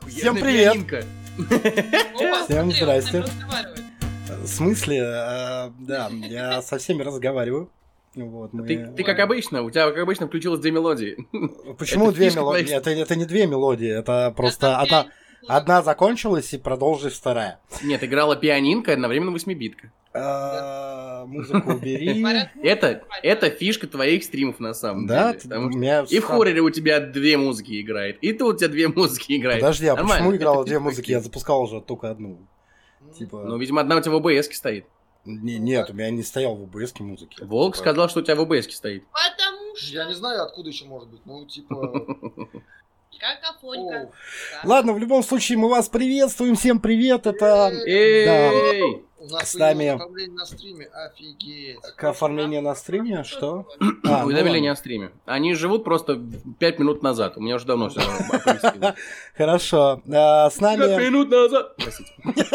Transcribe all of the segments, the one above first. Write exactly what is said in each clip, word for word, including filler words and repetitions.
Всем привет! Всем здрасте. В смысле? А, да, я со всеми разговариваю. Вот, мы... ты, ты как обычно, у тебя как обычно включилось две мелодии. Почему две мелодии? Это, это не две мелодии, это просто одна, одна закончилась и продолжилась вторая. Нет, играла пианинка, одновременно восьмибитка. А, музыку убери. Это, это фишка твоих стримов на самом да, деле. Да, меня... И в хорроре у тебя две музыки играет, и тут у тебя две музыки играет. Подожди, а нормально. Почему играла две музыки? Я запускал уже только одну. Типа... Ну, видимо, одна у тебя в ОБС-ке стоит. Не, нет, у меня не стоял в ОБС-ке музыки. Волк типа... сказал, что у тебя в ОБС-ке стоит. Потому что... Я не знаю, откуда еще может быть, ну, типа... Какофонька. Ладно, в любом случае мы вас приветствуем, всем привет, это... Эй! У нас с нами... оформление на стриме, офигеть. К оформлению на стриме, что? А, уведомление ну, о стриме. Они живут просто пять минут назад, у меня уже давно все оповестили. Хорошо, с нами... пять минут назад! Простите.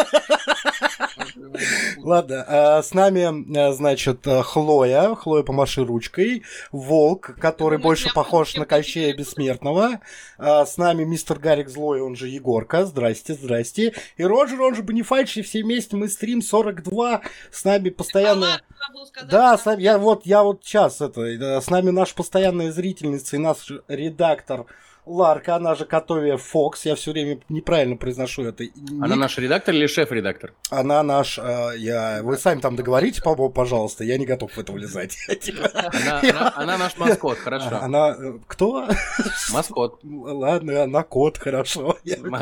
Ладно, с нами, значит, Хлоя, Хлоя, помаши ручкой, Волк, который больше похож на Кощея Бессмертного, с нами мистер Гарик Злой, он же Егорка, здрасте, здрасте, и Роджер, он же Бонифайч, и все вместе мы стрим сорок два, с нами постоянно... Да, с нами, я вот, я вот сейчас, это, с нами наша постоянная зрительница и наш редактор Ларка, она же Котовия Фокс, я все время неправильно произношу это. Она наш редактор или шеф-редактор? Она наш, э, я, вы сами там договоритесь, пожалуйста, я не готов в это влезать. Она наш маскот, хорошо. Она, кто? Маскот. Ладно, она кот, хорошо.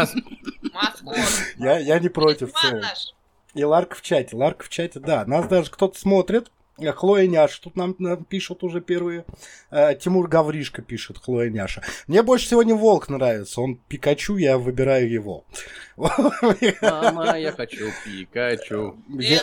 Я не против. И Ларка в чате, Ларка в чате, да, нас даже кто-то смотрит. Хлоя Няша, тут нам, нам пишут уже первые. Э, Тимур Гавришка пишет, Хлоя Няша. Мне больше сегодня Волк нравится, он Пикачу, я выбираю его. Мама, я хочу Пикачу.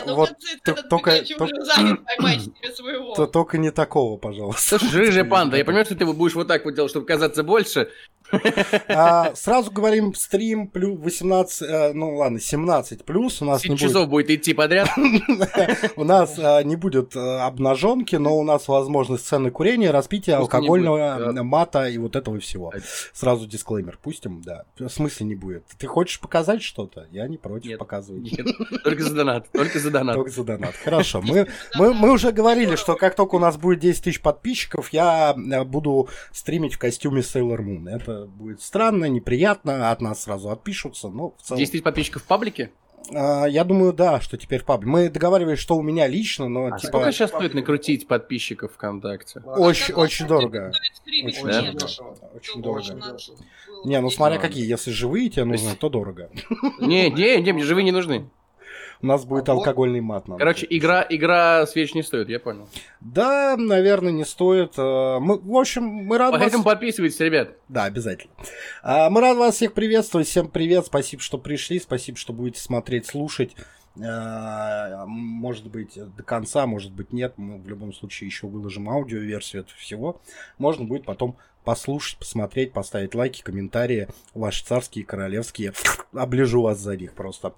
Только не такого, пожалуйста. Рыжая панда, я понимаю, что ты будешь вот так вот делать, чтобы казаться больше. А, сразу говорим, стрим плюс восемнадцать, э, ну ладно, семнадцать плюс. У нас не часов будет... будет идти подряд. У нас э, не будет э, обнаженки, но у нас возможность сцены курения, распития, алкогольного мата и вот этого всего. Сразу дисклеймер пустим, да. В смысле не будет? Ты хочешь показать что-то? Я не против показывать. Только за донат, только за донат. Только за донат. Хорошо. Мы, мы, мы уже говорили, что как только у нас будет десять тысяч подписчиков, я буду стримить в костюме Sailor Moon. Это будет странно, неприятно, от нас сразу отпишутся, но в целом... десять тысяч подписчиков в паблике? А, я думаю, да, что теперь в паблике. Мы договаривались, что у меня лично, но а типа... сколько сейчас стоит накрутить подписчиков ВКонтакте? Очень, очень дорого. Очень, да? очень, дорого. очень дорого. Не, ну смотря какие, если живые тебе нужны, то дорого. Не, не, не, мне живые не нужны. У нас будет алкогольный мат. Короче, игра, игра свеч не стоит, я понял. Да, наверное, не стоит. Мы, в общем, мы рады Поэтому вас... подписывайтесь, ребят. Да, обязательно. Мы рады вас всех приветствовать. Всем привет, спасибо, что пришли, спасибо, что будете смотреть, слушать. Может быть, до конца, может быть, нет. Мы в любом случае еще выложим аудиоверсию этого всего. Можно будет потом послушать, посмотреть, поставить лайки, комментарии ваши царские, королевские. Оближу вас за них просто.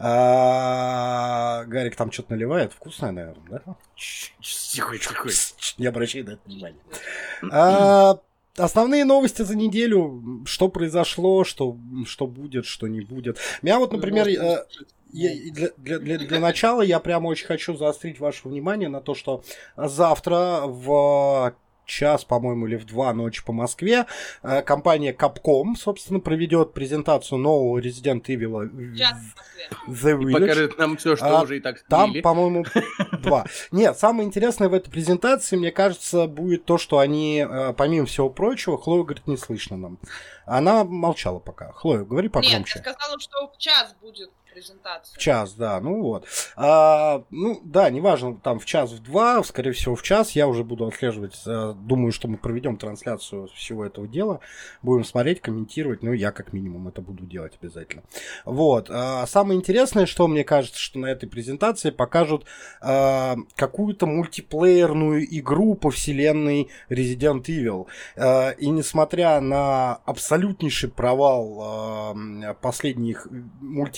А, Гарик там что-то наливает. Вкусное, наверное, да? Тихо, тихо. Не обращай на это внимания. А, основные новости за неделю. Что произошло, что, что будет, что не будет. Меня вот, например... Я, для, для, для, для начала я прямо очень хочу заострить ваше внимание на то, что завтра в час, по-моему, или в два ночи по Москве компания Capcom, собственно, проведет презентацию нового Resident Evil The Village. И покажет нам все, что а, уже и так там, слили. По-моему, два. Нет, самое интересное в этой презентации, мне кажется, будет то, что они, помимо всего прочего, Хлоя говорит, не слышно нам. Она молчала пока. Хлоя, говори погромче. Нет, я сказала, что в час будет презентация. В час, да, ну вот. А, ну, да, неважно, там в час, в два, скорее всего, в час я уже буду отслеживать. Думаю, что мы проведем трансляцию всего этого дела. Будем смотреть, комментировать. Ну, я как минимум это буду делать обязательно. Вот. А, самое интересное, что мне кажется, что на этой презентации покажут а, какую-то мультиплеерную игру по вселенной Resident Evil. А, и несмотря на абсолютнейший провал а, последних мультиплеерных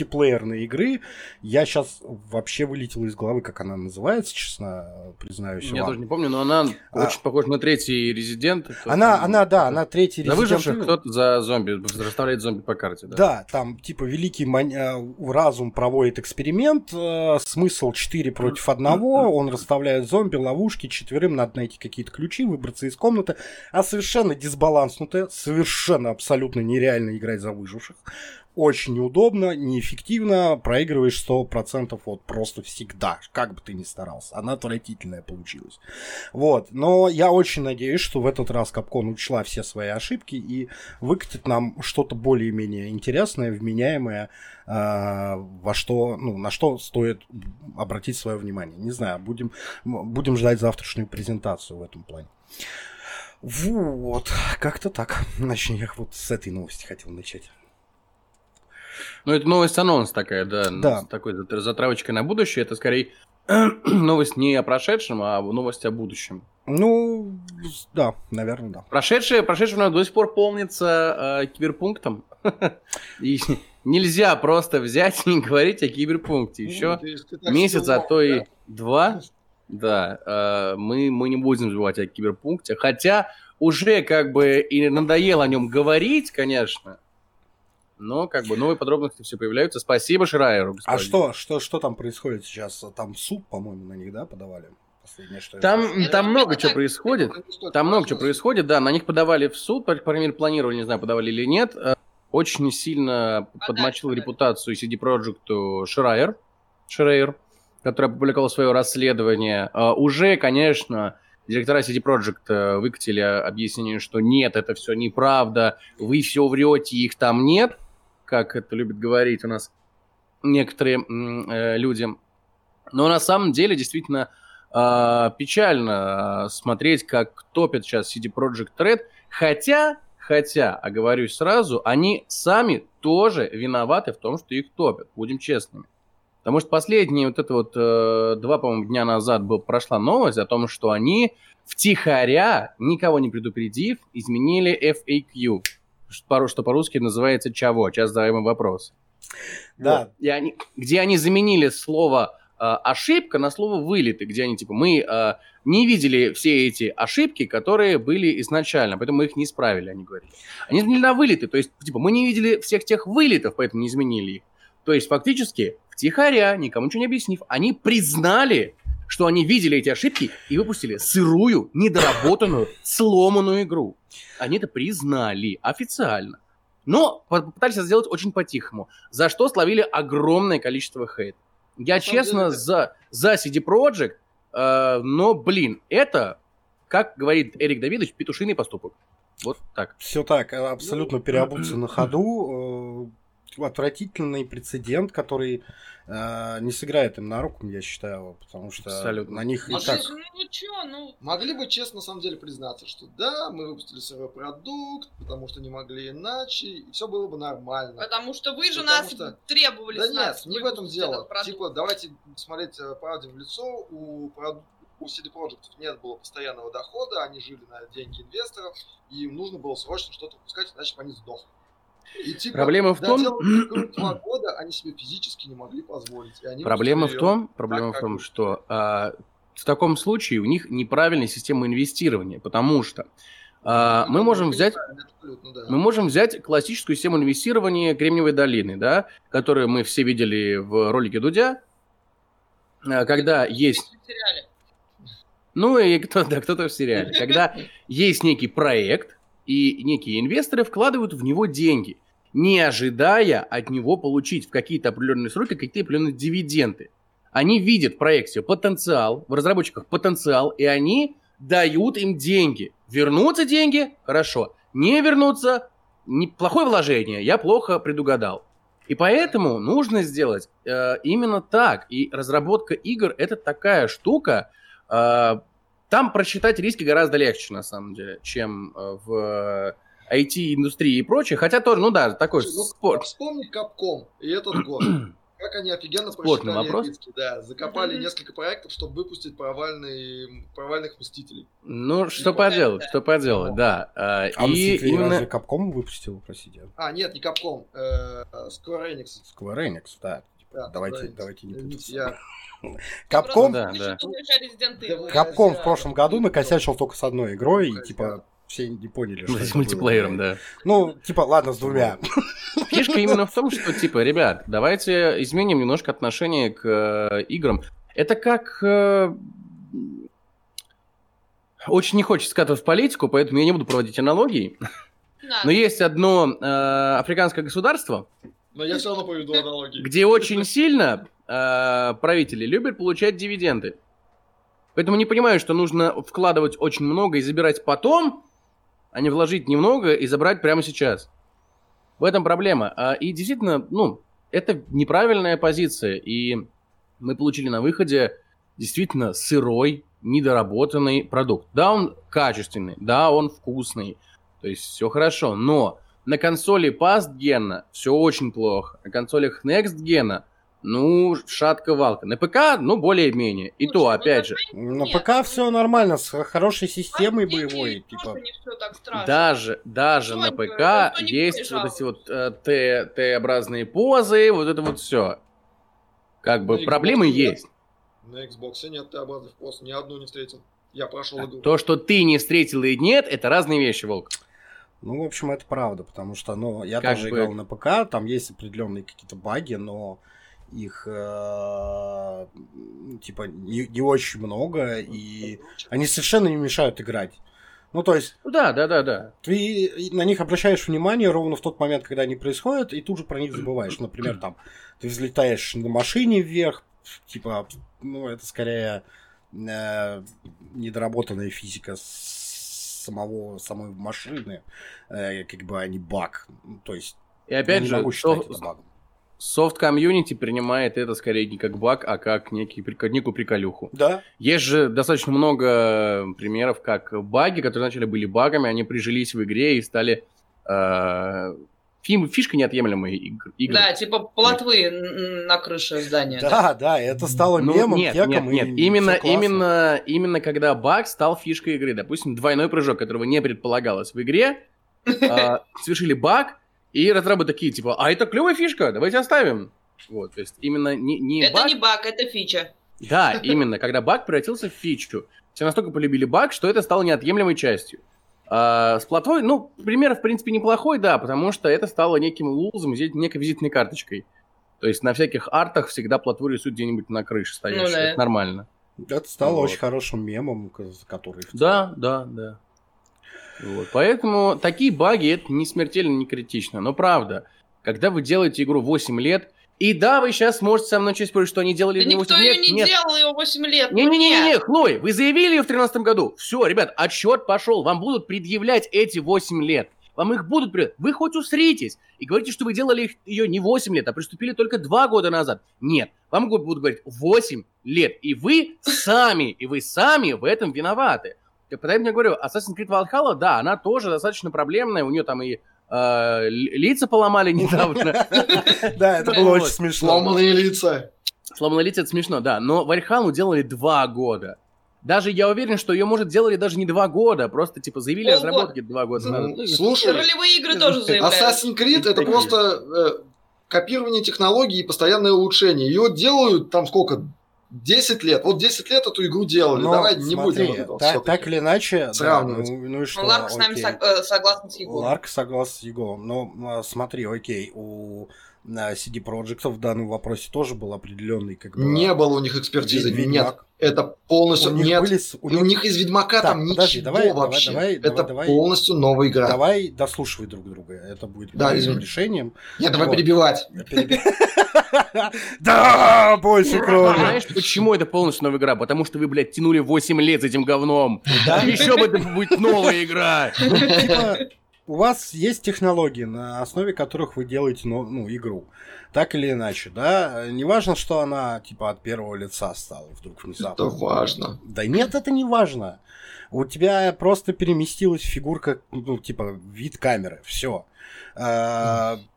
альтернативной игры. Я сейчас вообще вылетел из головы, как она называется, честно признаюсь. Я вам. тоже не помню, но она А... очень похожа на третий Резидент. Она, там... она, да, она третий Резидент. За выживших ну... кто-то за зомби, расставляет зомби по карте. Да, да там типа великий ман... разум проводит эксперимент, смысл четыре против одного, он расставляет зомби, ловушки, четверым надо найти какие-то ключи, выбраться из комнаты, а совершенно дисбаланснутая, совершенно абсолютно нереально играть за выживших. Очень неудобно, неэффективно, проигрываешь сто процентов вот просто всегда, как бы ты ни старался. Она отвратительная получилась. Вот, но я очень надеюсь, что в этот раз Capcom учла все свои ошибки и выкатит нам что-то более-менее интересное, вменяемое, э, во что, ну, на что стоит обратить свое внимание. Не знаю, будем, будем ждать завтрашнюю презентацию в этом плане. Вот, как-то так. Начни, я вот с этой новости хотел начать. Ну, это новость-анонс такая, да, да. С такой затравочкой на будущее. Это скорее новость не о прошедшем, а новость о будущем. Ну, да, наверное, да. Прошедшее, прошедшее до сих пор помнится э, киберпунктом. И нельзя просто взять и не говорить о киберпункте. Еще месяц, а то и два. Да, мы, мы не будем забывать о киберпункте. Хотя уже как бы и надоело о нем говорить, конечно. Но как бы новые подробности все появляются. Спасибо Шрайеру. А что, что, что там происходит сейчас? Там суд, по-моему, на них, да, подавали? Последнее, что там там много чего происходит. Там много чего происходит, да. На них подавали в суд, по крайней мере, планировали, не знаю, подавали или нет. Очень сильно подмочил репутацию си ди Projekt Шрайер, Шрайер, который опубликовал свое расследование. Уже, конечно, директора си ди Projekt выкатили объяснение, что нет, это все неправда, вы все врете, их там нет, как это любят говорить у нас некоторые э, люди. Но на самом деле действительно э, печально смотреть, как топит сейчас си ди Projekt Red, хотя, хотя, оговорюсь сразу, они сами тоже виноваты в том, что их топят, будем честными. Потому что последние вот это вот э, два, по-моему, дня назад был, прошла новость о том, что они втихаря, никого не предупредив, изменили эф эй кью, что, что по-русски называется «Чего?», часто задаваемый вопрос. Да. Вот. И они, где они заменили слово э, «ошибка» на слово «вылеты», где они типа «мы э, не видели все эти ошибки, которые были изначально, поэтому мы их не исправили», они говорили. Они изменили на «вылеты», то есть типа «мы не видели всех тех вылетов, поэтому не изменили их». То есть фактически втихаря, никому ничего не объяснив, они признали, что они видели эти ошибки и выпустили сырую, недоработанную, сломанную игру. Они это признали официально. Но попытались это сделать очень по-тихому, за что словили огромное количество хейта. Я, на честно, деле... за, за си ди Projekt, э, но, блин, это, как говорит Эрик Давидович, петушиный поступок. Вот так. Все так, абсолютно ну... переобуться на ходу. Отвратительный прецедент, который э, не сыграет им на руку, я считаю, потому что абсолютно. На них могли, и так... ну, чё, ну... Могли бы честно, на самом деле, признаться, что да, мы выпустили свой продукт, потому что не могли иначе, и все было бы нормально. Потому что вы же потому нас что... требовали да с нас. Да нет, не в этом дело. Типа, давайте смотреть правде в лицо, у продукта у си ди Projekt нет было постоянного дохода, они жили на деньги инвесторов, и им нужно было срочно что-то выпускать, иначе бы они сдохли. И, типа, проблема в том, два года они себе физически не могли позволить. И они проблема в том, проблема так, в том, как... что а, в таком случае у них неправильная система инвестирования, потому что а, ну, мы можем взять, да. мы можем взять классическую систему инвестирования Кремниевой долины, да, которую мы все видели в ролике Дудя, когда есть, ну и кто, да, кто-то в сериале, когда есть некий проект. И некие инвесторы вкладывают в него деньги, не ожидая от него получить в какие-то определенные сроки какие-то определенные дивиденды. Они видят в проекте потенциал, в разработчиках потенциал, и они дают им деньги. Вернутся деньги? Хорошо. Не вернутся? Неплохое вложение. Я плохо предугадал. И поэтому нужно сделать э, именно так. И разработка игр – это такая штука, э, там просчитать риски гораздо легче, на самом деле, чем в ай ти-индустрии и прочее. Хотя тоже, ну да, такой ну, спорт. Вспомни Capcom и этот год. Как они офигенно Спортный просчитали вопрос. риски. Да, закопали mm-hmm. несколько проектов, чтобы выпустить провальные, провальных Мстителей. Ну, и что поделать, да. что поделать, да. А и Мстители именно... разве Capcom выпустил, простите? А, нет, не Capcom, э, Square Enix. Square Enix, да. Да, давайте, да, давайте не путаться. Я... Капком, да, да. Капком в прошлом году накосячил только с одной игрой, и типа все не поняли, что С мультиплеером, да. Ну, типа, ладно, с двумя. Фишка именно в том, что, типа, ребят, давайте изменим немножко отношение к э, играм. Это как... Э, очень не хочется скатывать в политику, поэтому я не буду проводить аналогии. Да. Но есть одно э, африканское государство, но я все равно поведу аналогии, где очень сильно э, правители любят получать дивиденды. Поэтому не понимаю, что нужно вкладывать очень много и забирать потом, а не вложить немного и забрать прямо сейчас. В этом проблема. А, и действительно, ну, это неправильная позиция. И мы получили на выходе действительно сырой, недоработанный продукт. Да, он качественный, да, он вкусный. То есть все хорошо. Но на консоли Past Gen все очень плохо. На консолях Next Gen, ну, шатка-валка. На ПК, ну, более-менее. И то, опять же. На ПК все нормально, с хорошей системой боевой. Типа. Даже, даже на ПК есть вот эти вот Т-образные позы, вот это вот все. Как бы проблемы есть. На Xbox нет Т-образных поз, ни одну не встретил. Я прошел игру. То, что ты не встретил и нет, это разные вещи, Волк. Ну, в общем, это правда, потому что, ну, я как тоже бы... играл на ПК, там есть определенные какие-то баги, но их э, типа не, не очень много, и они совершенно не мешают играть. Ну, то есть... Да, да, да, да. Ты на них обращаешь внимание ровно в тот момент, когда они происходят, и тут же про них забываешь. Например, там, ты взлетаешь на машине вверх, типа, ну, это скорее э, недоработанная физика самого, самой машины, э, как бы, а не баг. То есть, и опять же, софт, софт-комьюнити принимает это скорее не как баг, а как некий, некую приколюху. Да. Есть же достаточно много примеров, как баги, которые вначале были багами, они прижились в игре и стали... Э, фишка неотъемлемой игр. Да, типа плотвы на крыше здания. Да, да, да, это стало ну, мемом, нет, кеком. Нет, нет, именно, именно, именно когда баг стал фишкой игры. Допустим, двойной прыжок, которого не предполагалось в игре, совершили баг, и разработчики такие, типа, а это клевая фишка, давайте оставим. Вот, то есть именно не, не это баг. не баг, это фича. Да, именно, когда баг превратился в фичу. Все настолько полюбили баг, что это стало неотъемлемой частью. А, с плотвой, ну, пример, в принципе, неплохой, да, потому что это стало неким лузом, некой визитной карточкой. То есть на всяких артах всегда плотву рисуют где-нибудь на крыше стоящей. Ну, да. Это нормально. Это стало вот. Очень хорошим мемом, который... Да, да, да. Вот. Поэтому такие баги, это не смертельно, не критично. Но правда, когда вы делаете игру восемь лет, и да, вы сейчас можете со мной честь спорить, что они делали да ее восемь лет. Никто ее не нет. делал ее восемь лет. Не-не-не, Хлой, вы заявили ее в тринадцатом году. Все, ребят, отчет пошел. Вам будут предъявлять эти восемь лет. Вам их будут предъявлять. Вы хоть усритесь и говорите, что вы делали ее не восемь лет, а приступили только два года назад. Нет, вам будут говорить восемь лет. И вы сами, и вы сами в этом виноваты. Поэтому я говорю, Assassin's Creed Valhalla, да, она тоже достаточно проблемная. У нее там и э, лица поломали недавно. Да, это было очень смешно. Сломанные лица. Сломанные лица, это смешно, да. Но Valhalla делали два года. Даже я уверен, что ее, может, делали даже не два года. Просто, типа, заявили разработки два года назад. Слушай, ролевые игры тоже заявляют. Assassin's Creed это просто копирование технологий и постоянное улучшение. Ее делают там сколько... десять лет. Вот десять лет эту игру делали. Но, давай не смотри, будем вот так, так или иначе сравнивать. Да, ну, ну и что, Ларк с нами сог, э, согласен с Егором. Ларк согласен с Егором. Но смотри, окей, у си ди Projekt в данном вопросе тоже был определенный как бы... Не было у них экспертизы. Ведьмак. Нет. Это полностью... У них Нет. были... у, них... у них из Ведьмака так, там подожди, ничего давай, вообще. Давай, это давай, полностью новая игра. Давай дослушивай друг друга. Это будет да, решением. Нет, давай вот. перебивать. Да, больше крови. Знаешь, почему это полностью новая игра? Потому что вы, блядь, тянули восемь лет за этим говном. Еще бы это будет новая игра. Типа, у вас есть технологии, на основе которых вы делаете ну, игру. Так или иначе, да? Неважно, что она, типа, от первого лица стала вдруг внезапно. Это важно. Да нет, это не важно. У тебя просто переместилась фигурка, ну, типа, вид камеры. Все.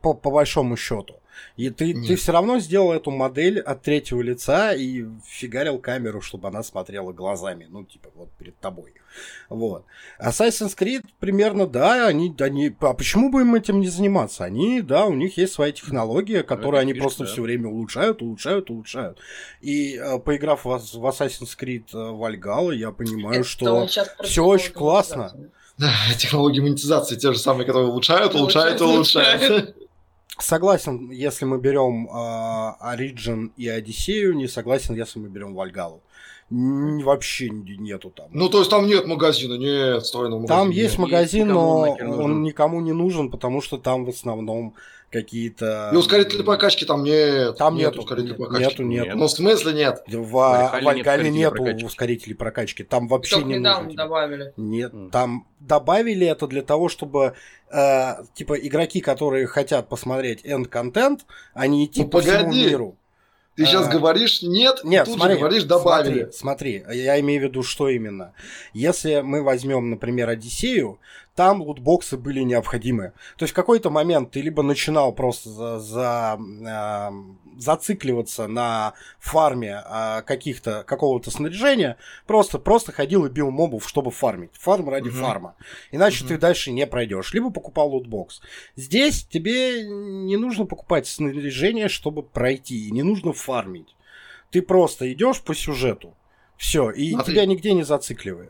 по, по большому счету. И ты, ты все равно сделал эту модель от третьего лица и фигарил камеру, чтобы она смотрела глазами, ну, типа, вот перед тобой. Вот. Assassin's Creed примерно, да, они, они... А почему бы им этим не заниматься? Они, да, у них есть своя технология, которую они фишка, просто да. все время улучшают, улучшают, улучшают. И э, поиграв в, в Assassin's Creed Valhalla, я понимаю, это что все очень классно. Да, технологии монетизации те же самые, которые улучшают, улучшают, улучшают. улучшают. Согласен, если мы берем э, Origin и Одиссею, не согласен, если мы берем Valhalla. Н- вообще нету там. Ну, то есть там нет магазина, нет встроенного магазина. Там есть магазин, но он никому не нужен, потому что там в основном какие-то... И ускорители прокачки там нет. Там нет нету, ускорителей нет, прокачки. Нету, нету. Ну, в смысле нет? В Вальгалле нету прокачки. ускорителей прокачки. Там вообще только не недавно нужно. добавили. Нет, mm. там добавили это для того, чтобы э, типа игроки, которые хотят посмотреть энд-контент, они идти ну, по погоди. всему миру. Ты а, сейчас говоришь нет, нет, тут смотри, же говоришь добавили. Смотри, смотри, я имею в виду, что именно. Если мы возьмем, например, Одиссею, там лутбоксы были необходимы. То есть в какой-то момент ты либо начинал просто за, за, э, зацикливаться на фарме э, каких-то, какого-то снаряжения, просто, просто ходил и бил мобов, чтобы фармить. Фарм ради uh-huh. фарма. Иначе uh-huh. ты дальше не пройдешь. Либо покупал лутбокс. Здесь тебе не нужно покупать снаряжение, чтобы пройти. И не нужно фармить. Ты просто идешь по сюжету. Все, и а тебя ты... нигде не зацикливает.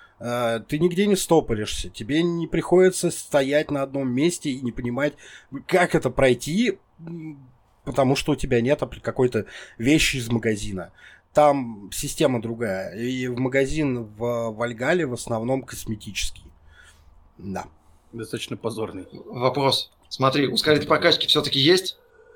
Ты нигде не стопоришься, тебе не приходится стоять на одном месте и не понимать, как это пройти, потому что у тебя нет какой-то вещи из магазина. Там система другая, и в магазин в Вальгалле в основном косметический. Да. Достаточно позорный. Вопрос. Смотри, ускоритель прокачки все-таки есть?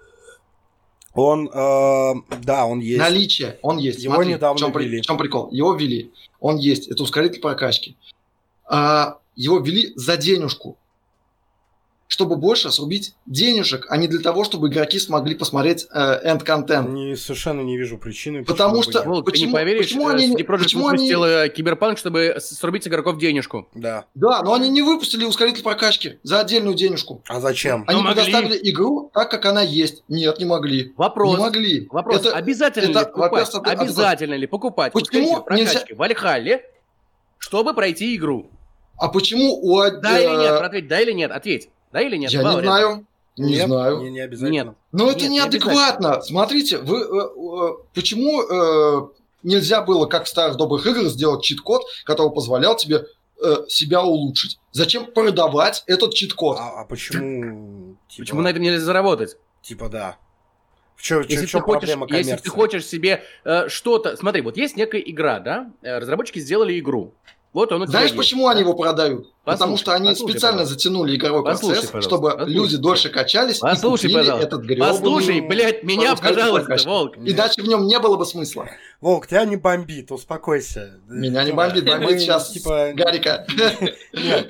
Он, э, да, он есть. Наличие, он есть. Его Смотри, недавно в чем, ввели. В чем прикол? Его ввели. Он есть. Это ускоритель прокачки. А, его ввели за денежку. Чтобы больше срубить денежек, а не для того, чтобы игроки смогли посмотреть энд-контент. Не, совершенно не вижу причины. Потому что... Волк, почему, ты не поверишь, почему они, си ди Projekt почему выпустил они... Киберпанк, чтобы срубить игроков денежку. Да. Да, но они не выпустили ускоритель прокачки за отдельную денежку. А зачем? Они но предоставили могли. игру так, как она есть. Нет, не могли. Вопрос. Не могли. Вопрос. Это, обязательно это, ли покупать? Это, обязательно ли покупать ускоритель прокачки в Вальхалле, чтобы пройти игру? А почему у... Да или нет? Ответь, да или нет? Ответь. Да или нет? Я Два не варианта. знаю. Не нет, знаю. Не, не обязательно. Нет. Но нет, это неадекватно. Смотрите, вы, э, э, почему э, нельзя было, как в старых добрых играх, сделать чит-код, который позволял тебе э, себя улучшить? Зачем продавать этот чит-код? А, а почему... Типа, почему на этом нельзя заработать? Типа да. В чё, если, чё, ты хочешь, если ты хочешь себе э, что-то... Смотри, вот есть некая игра, да? Разработчики сделали игру. Вот он у тебя Знаешь, есть, почему да? они его продают? Послушай, Потому что они послушай, специально пожалуйста. затянули игровой Послушай, процесс, чтобы послушай, люди дольше качались послушай, и купили пожалуйста. этот грёбаный... Послушай, блядь, меня, пожалуйста, Волк. Иначе в нем не было бы смысла. Волк, тебя не бомбит, успокойся. Меня не бомбит, бомбит Мы, сейчас типа... Гарика. Нет.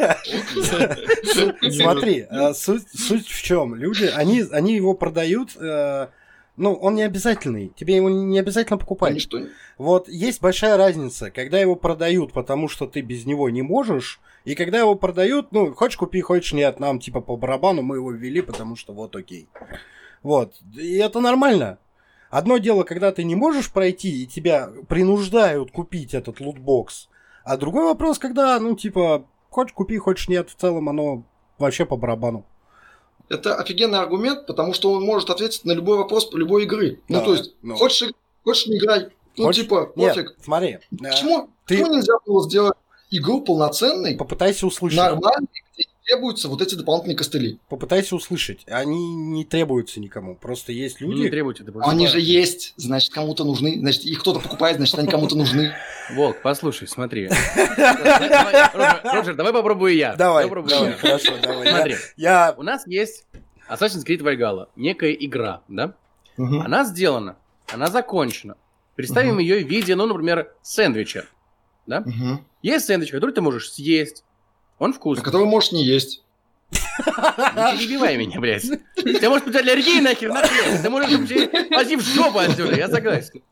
Смотри, суть в чем? Люди, они его продают... Ну, он не обязательный. Тебе его не обязательно покупать. Ничто. Вот есть большая разница, когда его продают, потому что ты без него не можешь, и когда его продают, ну, хочешь купи, хочешь нет, нам типа по барабану, мы его ввели, потому что вот окей. Вот. И это нормально. Одно дело, когда ты не можешь пройти, и тебя принуждают купить этот лутбокс. А другой вопрос, когда, ну, типа, хочешь купи, хочешь нет, в целом оно вообще по барабану. Это офигенный аргумент, потому что он может ответить на любой вопрос по любой игры. Да, ну, то есть, ну. хочешь, хочешь не играй. Ну, хочешь... типа, Нет, пофиг. смотри. Почему, ты... почему нельзя было сделать игру полноценной, попытайся услышать. Нормальной, где не требуются вот эти дополнительные костыли? Попытайся услышать. Они не требуются никому. Просто есть люди... Не требуются. Они же есть. Значит, кому-то нужны. Значит, их кто-то покупает, значит, они кому-то нужны. Волк, послушай, смотри. Роджер, давай попробую я. Давай, давай, хорошо, давай. Смотри, у нас есть Assassin's Creed Valhalla, некая игра, да? Она сделана, она закончена. Представим ее в виде, ну, например, сэндвича, да? Есть сэндвич, который ты можешь съесть, он вкусный. Который можешь не есть. Не перебивай меня, блядь. Тебя может быть аллергия нахер на хлеб. Ты можешь пойти в жопу отсюда, я согласен.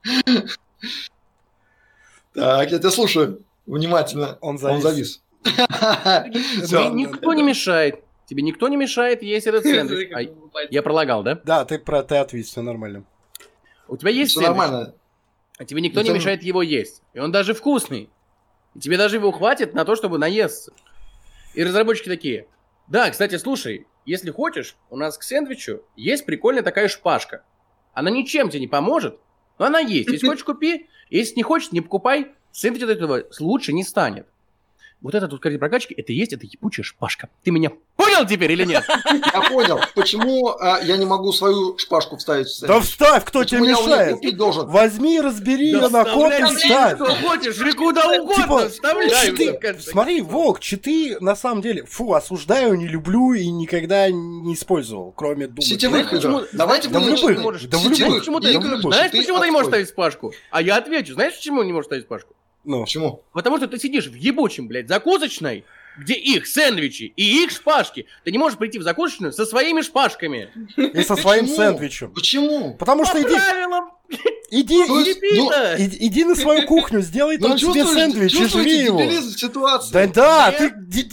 Так, я тебя слушаю внимательно. Он завис. Он завис. Никто не мешает тебе никто не мешает есть этот сэндвич. А, я пролагал, да? Да, ты про ты отвис, все нормально. У тебя есть Все сэндвич, нормально. а тебе никто Это- не мешает его есть. И он даже вкусный. И тебе даже его хватит на то, чтобы наесться. И разработчики такие: да, кстати, слушай, если хочешь, у нас к сэндвичу есть прикольная такая шпажка. Она ничем тебе не поможет, но она есть. Если хочешь, купи. Если не хочешь, не покупай. Сэндвич от этого лучше не станет. Вот это тут, кстати, прокачки, это и есть, это ебучая шпажка. Ты меня понял теперь или нет? Я понял, почему а, я не могу свою шпажку вставить в Да сэндвич. вставь, кто Почему тебе я у них мешает? купить должен? Возьми, разбери Да ее на код и вставляй, вставь. что хочешь, и куда угодно Типа, вставляй. читы- в конце смотри, концов. Волк, читы на самом деле, фу, осуждаю, не люблю и никогда не использовал, кроме Дума. Сетевых Знаешь, игр. почему- Давайте Да в будем любых, честны. можешь- да в Сетевых любых, Почему ты, да в игр, любых. знаешь, ты почему ты не можешь открой. ставить шпажку? А я отвечу. Знаешь, почему не можешь ставить шпажку? Ну, Почему? Потому что ты сидишь в ебучем, блядь, закусочной, где их сэндвичи и их шпажки. Ты не можешь прийти в закусочную со своими шпажками. и со своим Почему? сэндвичем. Почему? Потому По что иди, правилам. иди, То есть, иди, ну, Пита. иди- иди на свою кухню, сделай Ну, там себе чувствуешь, сэндвич и чувствуете жми его. дебилизм ситуации? Да да, Нет. ты... ди-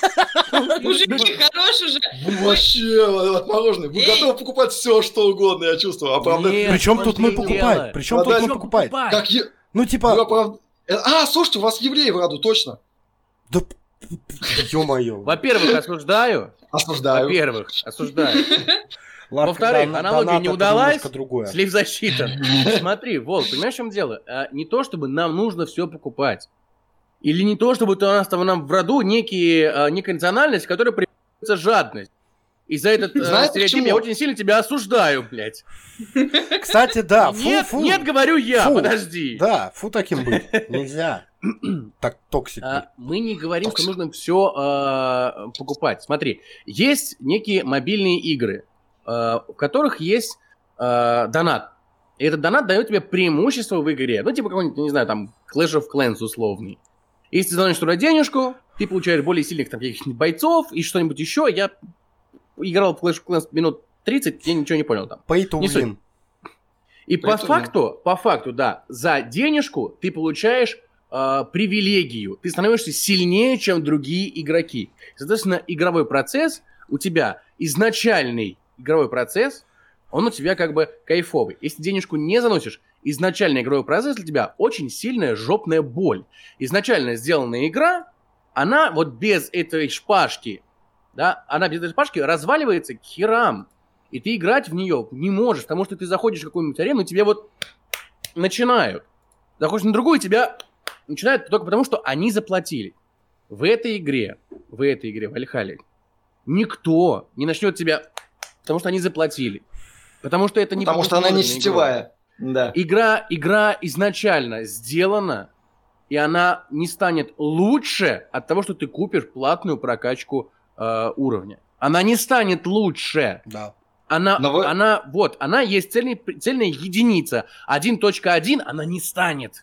Мужики, хорош уже. Вы вообще отмороженные. Вы Эй. готовы покупать все, что угодно, я чувствую. А правда, Нет. Причем тут мы смотри, покупать? дело. Причем тут Продать мы всё покупать? покупай. как е- Ну вы, типа, оправ- Э, А, слушайте, у вас евреи в роду, точно. да ё-моё. Во-первых, осуждаю. Осуждаю. Во-первых, осуждаю. Ладно, Во-вторых, дона- аналогия донат не это удалась. немножко другое. Слив засчитан. Смотри, Волк, понимаешь, в чем дело? А, не то, чтобы нам нужно все покупать. Или не то, чтобы у нас там нам в роду некие, а, некая национальность, которая приводится жадность. И за этот э, Знаете, стереотип почему? я очень сильно тебя осуждаю, блядь. Кстати, да, фу, Нет, фу. нет, говорю я, Фу. подожди. Да, фу таким быть. Нельзя. Так токсик быть. А, мы не говорим, Токсик. что нужно все покупать. Смотри, есть некие мобильные игры, э, в которых есть э, донат. И этот донат дает тебе преимущество в игре. Ну, типа какой-нибудь, не знаю, там, Clash of Clans условный. Если ты заносишь туда денежку, ты получаешь более сильных там каких-нибудь бойцов и что-нибудь еще. Я играл в Clash of Clans минут тридцать, я ничего не понял там. Pay to не суть. win. И по Поэтому- факту, по факту, да, за денежку ты получаешь э, привилегию. Ты становишься сильнее, чем другие игроки. Соответственно, игровой процесс у тебя, изначальный игровой процесс, он у тебя как бы кайфовый. Если денежку не заносишь, изначальный игровой процесс для тебя очень сильная жопная боль. Изначально сделанная игра, она вот без этой шпажки, да, она без этой шпажки разваливается к херам. И ты играть в нее не можешь, потому что ты заходишь в какую-нибудь арену, и тебя вот начинают. Заходишь на другую, и тебя начинают только потому, что они заплатили. В этой игре, в этой игре, в Вальхалле, никто не начнет тебя, потому что они заплатили. Потому что это не Потому что она не предусмотрено игрой. сетевая. Да. Игра, игра изначально сделана, и она не станет лучше от того, что ты купишь платную прокачку э, уровня. Она не станет лучше. Да. Она, Но вы- она, вот, она есть цельный, цельная единица. один точка один она не станет.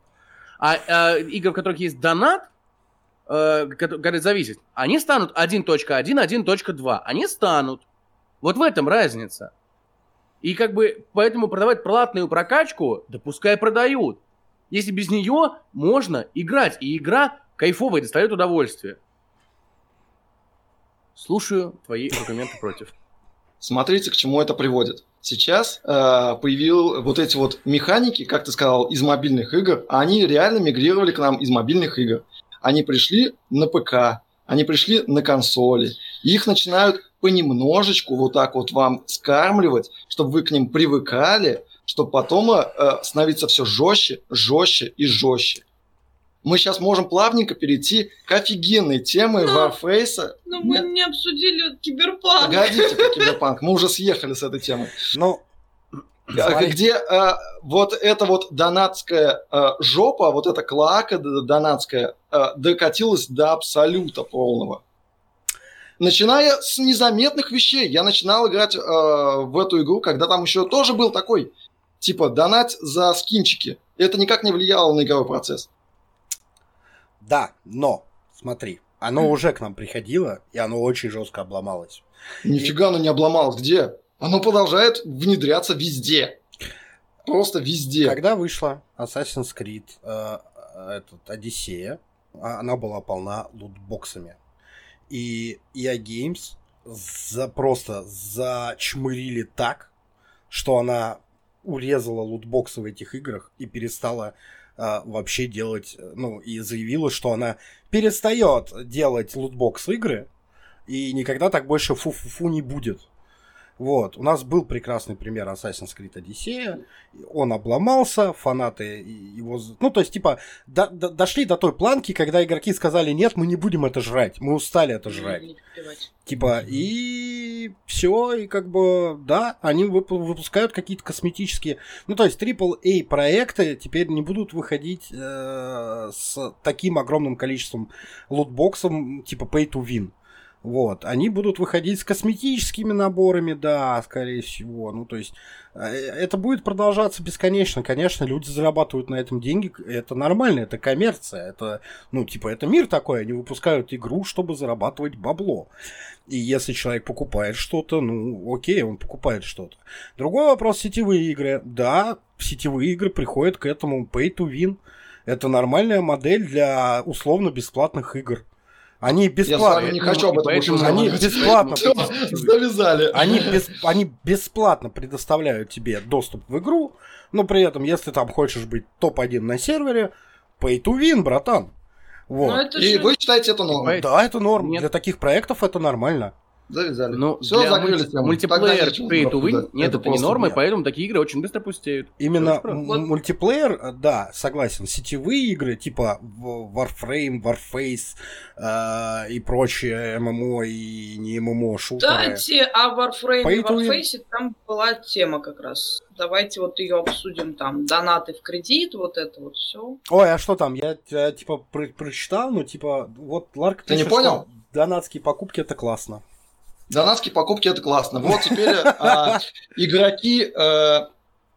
А э, игры, в которых есть донат, э, который, который зависит, они станут один точка один, один точка два. Они станут. Вот в этом разница. И как бы поэтому продавать платную прокачку, да пускай продают. Если без нее можно играть, и игра кайфовая, доставит удовольствие. Слушаю твои аргументы против. Смотрите, к чему это приводит. Сейчас э, появил вот эти вот механики, как ты сказал, из мобильных игр, а они реально мигрировали к нам из мобильных игр. Они пришли на ПК, они пришли на консоли. И их начинают понемножечку вот так вот вам скармливать, чтобы вы к ним привыкали, чтобы потом э, становиться все жестче, жестче и жестче. Мы сейчас можем плавненько перейти к офигенной теме Да. Warface. Ну мы не обсудили киберпанк. Погодите, про киберпанк, мы уже съехали с этой темы. Ну, А, смотри, Где э, вот эта вот донатская э, жопа, вот эта клака д- донатская э, докатилась до абсолюта полного. Начиная с незаметных вещей. Я начинал играть э, в эту игру, когда там еще тоже был такой, типа, донать за скинчики. Это никак не влияло на игровой процесс. да, но, смотри, оно уже к нам приходило, и оно очень жестко обломалось. Нифига оно не обломалось. Где? Оно продолжает внедряться везде. Просто везде. Когда вышла Assassin's Creed, э, этот, Одиссея, а- она была полна лутбоксами. И и эй Games за, просто зачмырили так, что она урезала лутбоксы в этих играх и перестала а, вообще делать, ну, и заявила, что она перестает делать лутбокс игры, и никогда так больше фу-фу-фу не будет. Вот. У нас был прекрасный пример Assassin's Creed Odyssey. Он обломался, фанаты его... Ну, то есть, типа, до, до, дошли до той планки, когда игроки сказали, нет, мы не будем это жрать, мы устали это жрать. Типа, и все, и как бы, да, они вып- выпускают какие-то косметические... Ну, то есть, трипл эй проекты теперь не будут выходить э, с таким огромным количеством лутбоксов, типа pay to win. Вот, они будут выходить с косметическими наборами, да, скорее всего. Ну, то есть, это будет продолжаться бесконечно. Конечно, люди зарабатывают на этом деньги. Это нормально, это коммерция. Это, ну, типа, это мир такой. Они выпускают игру, чтобы зарабатывать бабло. И если человек покупает что-то, ну, окей, он покупает что-то. Другой вопрос — сетевые игры. Да, сетевые игры приходят к этому pay to win. Это нормальная модель для условно-бесплатных игр. Они бесплатно. Я с вами не хочу об этом больше Они бесплатно. Все, завязали. Они, без, они бесплатно предоставляют тебе доступ в игру, но при этом, если там хочешь быть топ один на сервере, pay to win, братан. Вот. И же... вы считаете это нормой? Да, это норм. Нет. Для таких проектов это нормально. Завязали. Ну, все, для закрыли мульти- мультиплеер pay to win, нет, это, это не норма, и поэтому такие игры очень быстро пустеют. Именно м- мультиплеер, да, согласен. Сетевые игры, типа Warframe, Warface э- и прочие эм эм о и не эм эм о шутеры. Кстати, о Warframe и Warface там была тема как раз. Давайте вот ее обсудим там. Донаты в кредит, вот это вот все. Ой, а что там? Я, я типа про- прочитал, ну типа, вот Ларк... Ты не понял? Донатские покупки — это классно. Донатские покупки — это классно. Вот теперь а, игроки а,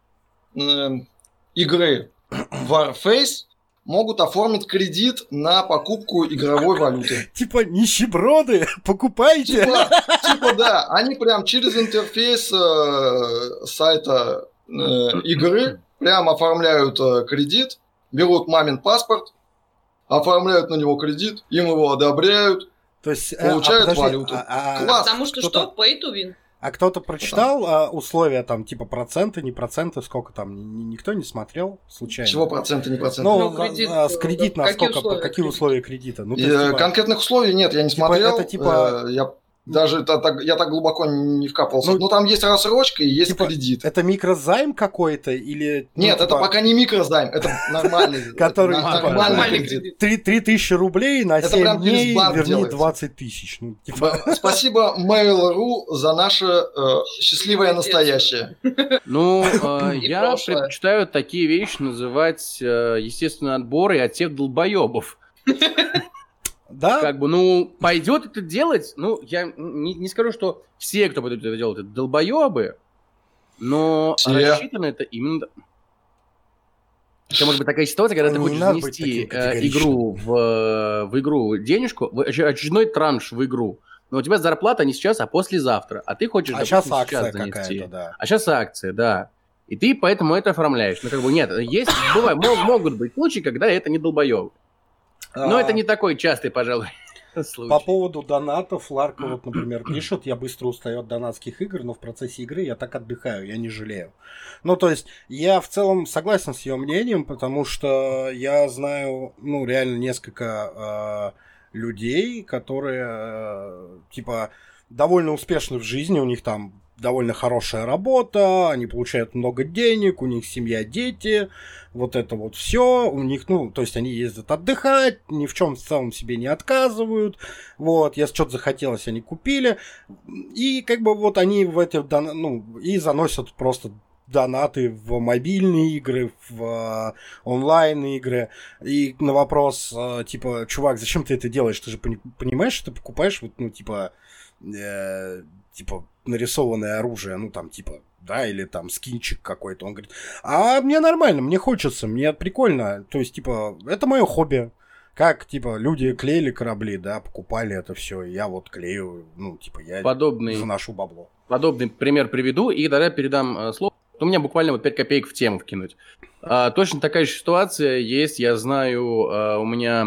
а, игры Warface могут оформить кредит на покупку игровой валюты. Типа нищеброды, покупайте! Типа, типа да, они прям через интерфейс э, сайта э, игры прям оформляют э, кредит, берут мамин паспорт, оформляют на него кредит, им его одобряют, то есть, получают а, подожди, валюту. А, а, Класс. Потому что кто-то... что? Pay to win. А кто-то прочитал а, условия, там, типа, проценты, не проценты, сколько там? Н- никто не смотрел случайно? Чего проценты, не проценты? Ну, Ну, кредит, а, с кредит на какие сколько, условия какие кредита? условия кредита? Ну, то И, есть, типа, конкретных условий нет, я не типа, смотрел. это типа- э, я даже это так, я так глубоко не вкапывался. Ну, Ну, там есть рассрочка и есть типа, кредит. это микрозайм какой-то или... ну, Нет, типа, это пока не микрозайм, это нормальный, Который, это типа, нормальный нормальный кредит. три тысячи рублей на Это семь прям через дней, банк верни делается. двадцать тысяч. Ну, типа... Спасибо Mail.ru за наше э, счастливое настоящее. Ну, э, И я прошлое. предпочитаю такие вещи называть э, естественный отбор и от тех долбоебов. Да? Как бы, ну, пойдет это делать, ну, я не, не скажу, что все, кто пойдет это делать, это долбоебы, но Все. рассчитано это именно... Это может быть такая ситуация, когда ты Не хочешь надо быть внести таким э, категоричным. игру в, э, в игру денежку, в оч- очередной транш в игру, но у тебя зарплата не сейчас, а послезавтра, а ты хочешь, А допустим, сейчас акция сейчас занести. какая-то, да. А сейчас акция, да. И ты поэтому это оформляешь. Ну, как бы, нет, есть, бывает, мо- могут быть случаи, когда это не долбоеб. Но А, это не такой частый, пожалуй, случай. По поводу донатов, Ларка вот, например, пишет, я быстро устаю от донатских игр, но в процессе игры я так отдыхаю, я не жалею. Ну, то есть, я в целом согласен с ее мнением, потому что я знаю, ну, реально несколько э, людей, которые, э, типа, довольно успешны в жизни, у них там довольно хорошая работа, они получают много денег, у них семья, дети, вот это вот все, у них, ну, то есть они ездят отдыхать, ни в чем в целом себе не отказывают, вот, если что-то захотелось, они купили, и как бы вот они в эти, дон- ну, и заносят просто донаты в мобильные игры, в э, онлайн-игры, и на вопрос, э, типа, чувак, зачем ты это делаешь, ты же пони- понимаешь, что ты покупаешь, вот, ну, типа, э, типа, нарисованное оружие, ну, там, типа, да, или там скинчик какой-то. Он говорит, а мне нормально, мне хочется, мне прикольно. То есть, типа, это мое хобби. Как, типа, люди клеили корабли, да, покупали это все, я вот клею, ну, типа, я Подобный, заношу бабло. подобный пример приведу, и тогда передам э, слово. У меня буквально вот пять копеек в тему вкинуть. А, точно такая же ситуация есть, я знаю, а, у меня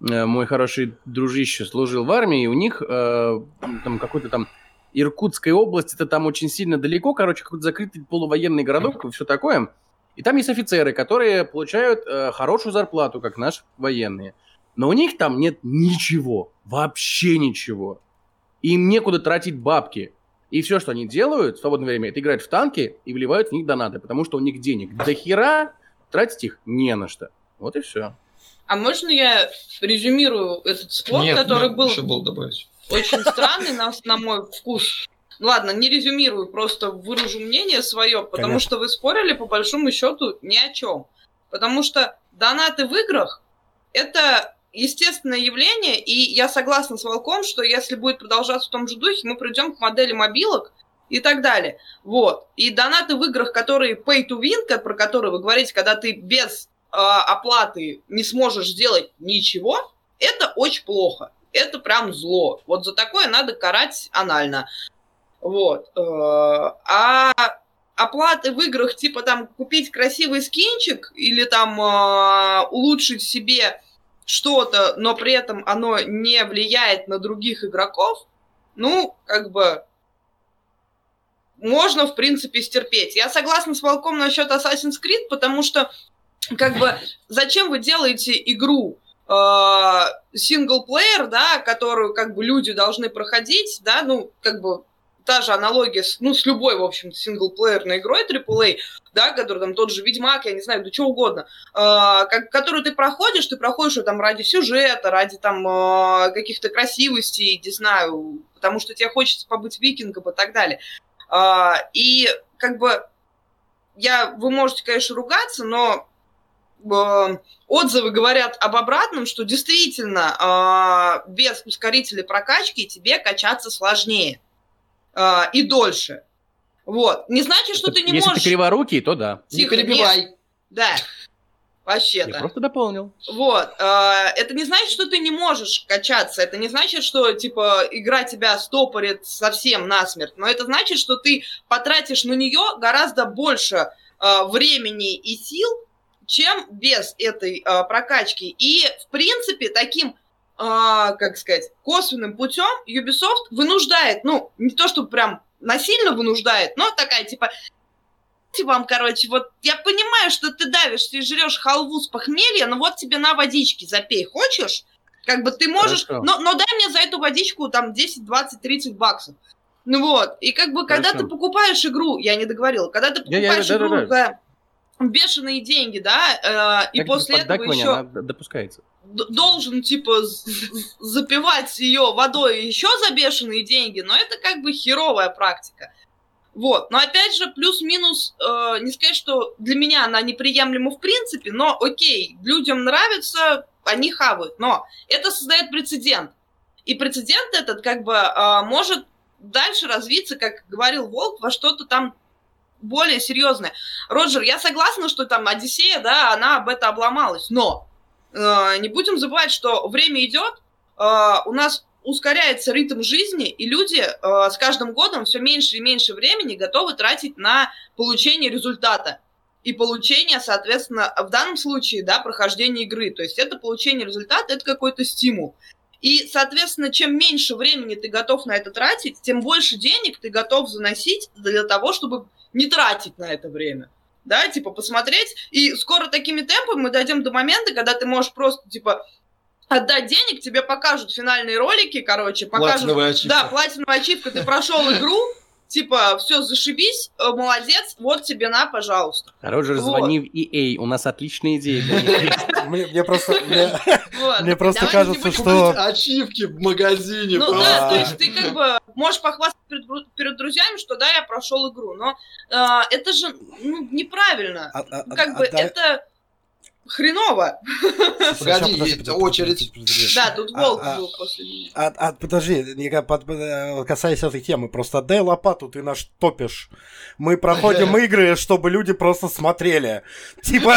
мой хороший дружище служил в армии, и у них э, там какой-то там Иркутская область, это там очень сильно далеко, короче, какой-то закрытый полувоенный городок и все такое. И там есть офицеры, которые получают э, хорошую зарплату, как наши военные. Но у них там нет ничего, вообще ничего. Им некуда тратить бабки. И все, что они делают в свободное время, это играть в танки и вливают в них донаты, потому что у них денег до хера, тратить их не на что. Вот и все. А можно я резюмирую этот спор, Нет, который нет, был еще было добавить. очень странный на, на мой вкус? Ладно, не резюмирую, просто выражу мнение свое, потому Конечно. что вы спорили по большому счету ни о чем. Потому что донаты в играх – это естественное явление, и я согласна с Волком, что если будет продолжаться в том же духе, мы придем к модели мобилок и так далее. Вот. И донаты в играх, которые pay to win, про которые вы говорите, когда ты без э, оплаты не сможешь сделать ничего, это очень плохо. Это прям зло. Вот за такое надо карать анально. Вот. А оплаты в играх, типа там купить красивый скинчик или там э, улучшить себе что-то, но при этом оно не влияет на других игроков, ну, как бы, можно, в принципе, стерпеть. Я согласна с Волком насчет Assassin's Creed, потому что, как бы, зачем вы делаете игру синглплеер, э, да, которую, как бы, люди должны проходить, да, ну, как бы, та же аналогия с, ну, с любой, в общем, синглплеерной игрой трипл эй, да, который там тот же Ведьмак, я не знаю, да что угодно, э, как, которую ты проходишь, ты проходишь ее там ради сюжета, ради там э, каких-то красивостей, не знаю, потому что тебе хочется побыть викингом и так далее. Э, и как бы я, вы можете, конечно, ругаться, но э, отзывы говорят об обратном, что действительно э, без ускорителя прокачки тебе качаться сложнее. Uh, и дольше. Вот. Не значит, что Это, ты не если можешь... Если ты криворукий, то да. Тихо, не перебивай. Нет. Да. Вообще-то. Я просто дополнил. Вот. Uh, это не значит, что ты не можешь качаться. Это не значит, что, типа, игра тебя стопорит совсем насмерть. Но это значит, что ты потратишь на нее гораздо больше uh, времени и сил, чем без этой uh, прокачки. И, в принципе, таким... Uh, как сказать, косвенным путем Ubisoft вынуждает, ну, не то, что прям насильно вынуждает, но такая, типа, вам, короче, вот я понимаю, что ты давишься и жрешь халву с похмелья, но вот тебе на водички запей, хочешь? Как бы ты можешь, но, но дай мне за эту водичку там десять, двадцать, тридцать баксов. Ну вот, и как бы, когда Хорошо. Ты покупаешь игру, я не договорила, когда ты покупаешь я, я, игру да, да, да. за бешеные деньги, да, э, и после этого еще... допускается. Должен, типа, запивать ее водой еще за бешеные деньги, но это как бы херовая практика. Вот. Но опять же, плюс-минус, э, не сказать, что для меня она неприемлема в принципе, но окей, людям нравится, они хавают. Но это создает прецедент. И прецедент этот как бы э, может дальше развиться, как говорил Волк, во что-то там более серьезное. Роджер, я согласна, что там Одиссея, да, она об этом обломалась, но не будем забывать, что время идет, у нас ускоряется ритм жизни, и люди с каждым годом все меньше и меньше времени готовы тратить на получение результата. И получение, соответственно, в данном случае, да, прохождение игры. То есть это получение результата, это какой-то стимул. И, соответственно, чем меньше времени ты готов на это тратить, тем больше денег ты готов заносить для того, чтобы не тратить на это время. Да, типа, посмотреть, и скоро такими темпами мы дойдем до момента, когда ты можешь просто, типа, отдать денег, тебе покажут финальные ролики, короче, покажут... Платиновая ачивка. Да, платиновая ачивка, ты прошел игру, типа, все, зашибись, молодец, вот тебе на, пожалуйста. Роджер, вот. Звони в и эй, у нас отличные идеи. Мне просто мне просто кажется, что... Ачивки в магазине. Ну да, то есть ты как бы можешь похвастаться перед друзьями, что да, я прошел игру, но это же неправильно. Как бы это... Хреново. Погоди, есть очередь. Да, тут Волк был после меня. А, а, подожди, касаясь этой темы, просто отдай лопату, ты наш топишь. Мы проходим игры, чтобы люди просто смотрели. Типа,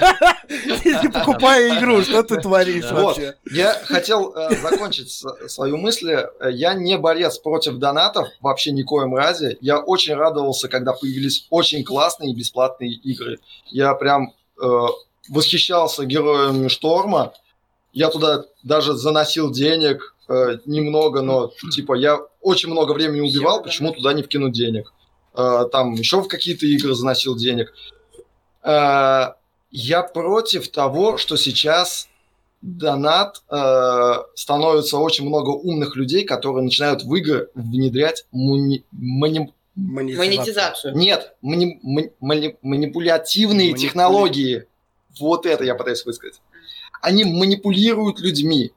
не покупая игру, что ты творишь вообще? Я хотел закончить свою мысль. Я не борец против донатов, вообще ни в коем разе. Я очень радовался, когда появились очень классные бесплатные игры. Я прям... восхищался героями Шторма, я туда даже заносил денег э, немного, но типа я очень много времени убивал, почему туда не вкинуть денег. Э, там еще в какие-то игры заносил денег. Э, я против того, что сейчас донат э, становится очень много умных людей, которые начинают в игры внедрять муни... мани... монетизацию. Нет, мани... мани... мани... манипулятивные Манипули... технологии. Вот это я пытаюсь высказать. Они манипулируют людьми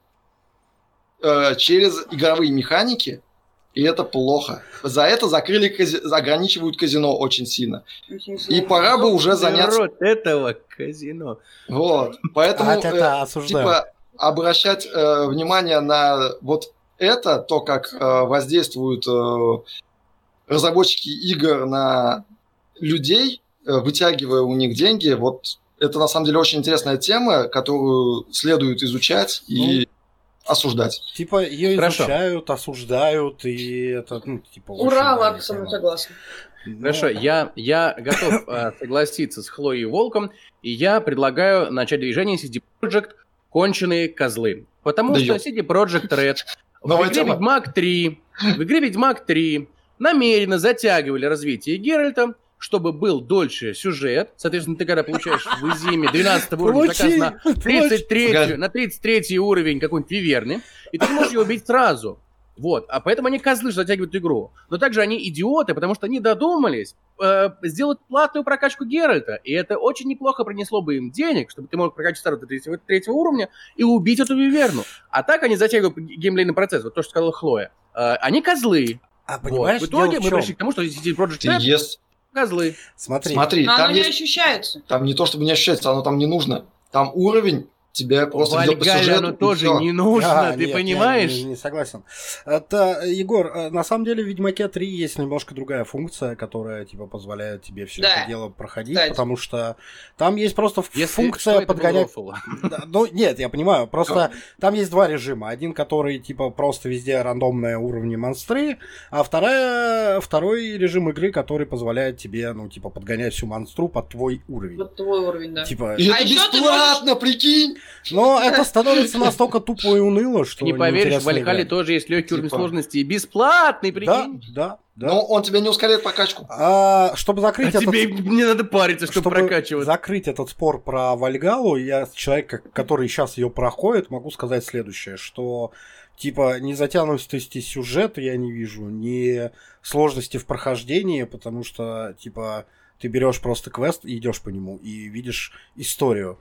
э, через игровые механики, и это плохо. За это закрыли, кази... ограничивают казино очень сильно. И пора бы уже заняться... Народ этого казино. Вот, поэтому А, это э, осуждаю. типа обращать э, внимание на вот это, то, как э, воздействуют э, разработчики игр на людей, э, вытягивая у них деньги, вот это на самом деле очень интересная тема, которую следует изучать и ну, осуждать. Типа ее Хорошо. изучают, осуждают, и это, ну, типа... Ура, ладно, со мной согласен. Хорошо, я, я готов э, согласиться с Хлоей и Волком, и я предлагаю начать движение си ди Projekt «Конченые козлы». Потому да что ё... си ди Projekt Red в Новая игре, тема. Ведьмак три, в игре Ведьмак три намеренно затягивали развитие Геральта, чтобы был дольше сюжет. Соответственно, ты когда получаешь в Изиме двенадцатого уровня заказ на тридцать третий, на тридцать третий уровень какой-нибудь виверны, и ты можешь ее убить сразу. Вот, а поэтому они козлы, что затягивают игру. Но также они идиоты, потому что они додумались э, сделать платную прокачку Геральта. И это очень неплохо принесло бы им денег, чтобы ты мог прокачать старого до третьего, третьего уровня и убить эту виверну. А так они затягивают геймплейный процесс, вот то, что сказала Хлоя. Э, они козлы. А понимаешь, вот. В итоге дело в мы чем? пришли к тому, что си ди Projekt Ты Red есть... козлы. Смотри, Смотри, Но там оно не есть... ощущается. Там не то, чтобы не ощущается, оно там не нужно. Там уровень тебе просто ведет по Вальгалле сюжету. оно и тоже всё. не нужно, А, ты нет, понимаешь? Я не, не согласен. Это, Егор, на самом деле в Ведьмаке три есть немножко другая функция, которая типа позволяет тебе все Да. это дело проходить, Кстати. потому что там есть просто Если функция что, это был подгонять. рофл. Да, ну, нет, я понимаю, просто там есть два режима. Один, который, типа, просто везде рандомные уровни монстры, а вторая, второй режим игры, который позволяет тебе, ну, типа, подгонять всю монстру под твой уровень. Вот твой уровень, да. Типа, И А это ещё ты бесплатно, прикинь! но это становится настолько тупо и уныло, что Не поверишь, в неинтересно Вальхалле играть. тоже есть легкий уровень Типа. сложности и бесплатный, Да, прикинь. да, да. Но он тебя не ускоряет прокачку. А, чтобы А закрыть этот... тебе не надо париться, чтобы, Чтобы прокачивать. закрыть этот спор про Вальгалу, я, человек, который сейчас ее проходит, могу сказать следующее, что типа ни затянутости сюжета я не вижу, ни сложности в прохождении, потому что типа ты берешь просто квест и идешь по нему и видишь историю.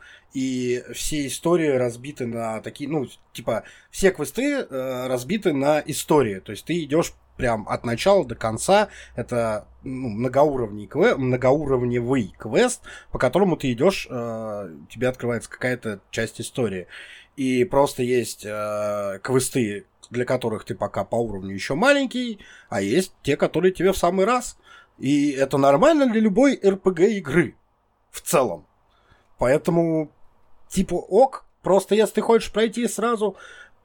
И все истории разбиты на такие, ну, типа, все квесты э, разбиты на истории. То есть ты идешь прям от начала до конца. Это ну, многоуровневый, квест, многоуровневый квест, по которому ты идешь, э, тебе открывается какая-то часть истории. И просто есть э, квесты, для которых ты пока по уровню еще маленький, а есть те, которые тебе в самый раз. И это нормально для любой эр пи джи-игры в целом. Поэтому, типа, ок, просто если ты хочешь пройти сразу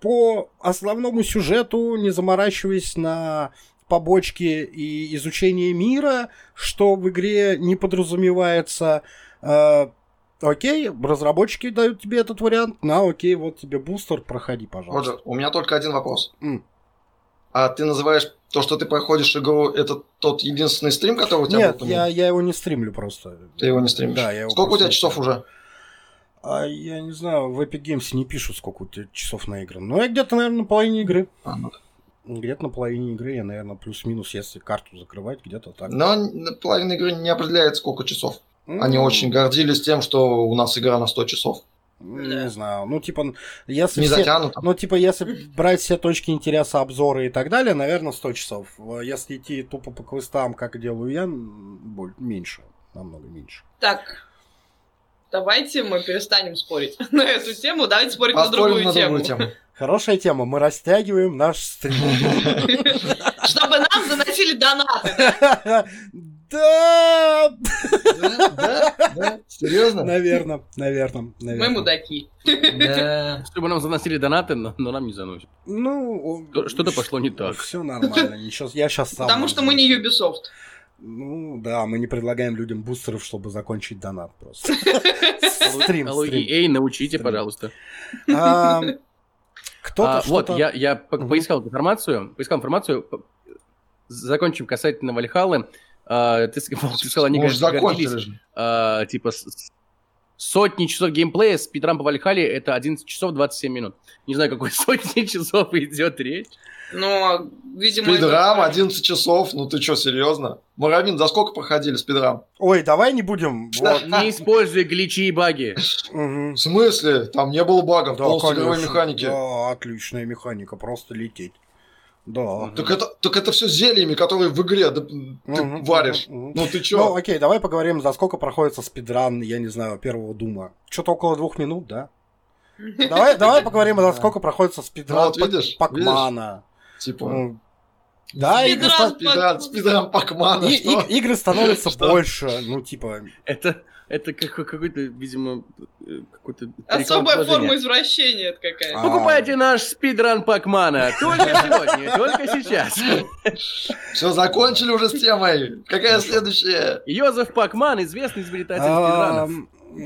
по основному сюжету, не заморачиваясь на побочки и изучение мира, что в игре не подразумевается, э, окей, разработчики дают тебе этот вариант, на, окей, вот тебе бустер, проходи, пожалуйста. Роджер, у меня только один вопрос. Mm. А ты называешь то, что ты проходишь игру, это тот единственный стрим, который у тебя Нет, был? я, я его не стримлю просто. Ты его не стримишь? Да, я его Сколько у тебя просто- часов уже? А я не знаю, в Epic Games не пишут, сколько у тебя часов наиграно. Ну, я где-то, наверное, на половине игры. А, ну да. Где-то на половине игры я, наверное, плюс-минус, если карту закрывать, где-то так. Но половина игры не определяет, сколько часов. Они М, очень гордились тем, что у нас игра на сто часов. Не знаю. Ну, типа, если Не все... затянуто. Ну, типа, если брать все точки интереса, обзоры и так далее, наверное, сто часов. Если идти тупо по квестам, как делаю я, м, боль- меньше. Намного меньше. Так, давайте мы перестанем спорить на эту тему, давайте спорить на Поспорим другую на тему. другую тему. Хорошая тема. Мы растягиваем наш стрим. Чтобы нам заносили донаты, да? Да! Да, да, да. Серьезно? Наверное, наверное, Мы наверное. мудаки. Да. Чтобы нам заносили донаты, но, но нам не заносят. Ну, Что- что-то пошло не так. Все нормально. Ничего, я сейчас сам. Потому что мы не Ubisoft. Ну, да, мы не предлагаем людям бустеров, чтобы закончить донат просто. Стрим, Алло, стрим. эй, научите, пожалуйста. А, Кто-то А, вот, что-то... я, я по- Мгм. поискал информацию, поискал информацию, п- закончим касательно Вальхаллы. А, ты, с- Вов, ты сказал, они Мы уже горд- закончили гордились, же. а, типа, с- с- сотни часов геймплея, спидран по Вальхалле — это одиннадцать часов двадцать семь минут. Не знаю, какой сотни часов идет речь. Но, видимо... Спидрам это- одиннадцать часов, ну ты что, серьезно? Маравин, за сколько проходили спидрам? Ой, давай не будем. Вот. Не используй гличи и баги. Мгм. В смысле? Там не было багов, Да, полностью игровой конечно. механики. Да, отличная механика, просто лететь. Да. Мгм. Так это, так это все зельями, которые в игре да, ты Мгм, варишь. мгм, мгм. Ну ты Ну, чё? окей, давай поговорим, за сколько проходится спидран, я не знаю, первого Дума. Что-то около двух минут, да? Давай, давай поговорим, за сколько проходится Ну, спидран вот видишь, Пакмана. Типа, Ну, Да, игры, Спидран ста- спидран, спидран Пакмана, и- что? и- игры становятся Что? больше, ну, типа... Это, это как- какой-то, видимо, э, какой-то Особая рекламное форма предложение. извращения это какая-то. А. Покупайте наш спидран Пакмана только сегодня, только сейчас. Все, закончили уже с темой. Какая следующая? Йозеф Пакман, известный изобретатель А, спидранов.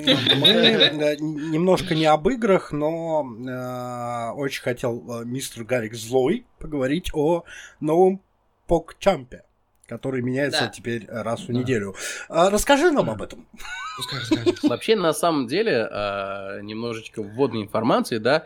Мы да, немножко не об играх, но э, очень хотел э, мистер Гарик Злой поговорить о новом PogChamp, который меняется Да. теперь раз в Да. неделю. А, расскажи нам об этом. Пускай разговаривает. Вообще, на самом деле, э, немножечко вводной информации, да,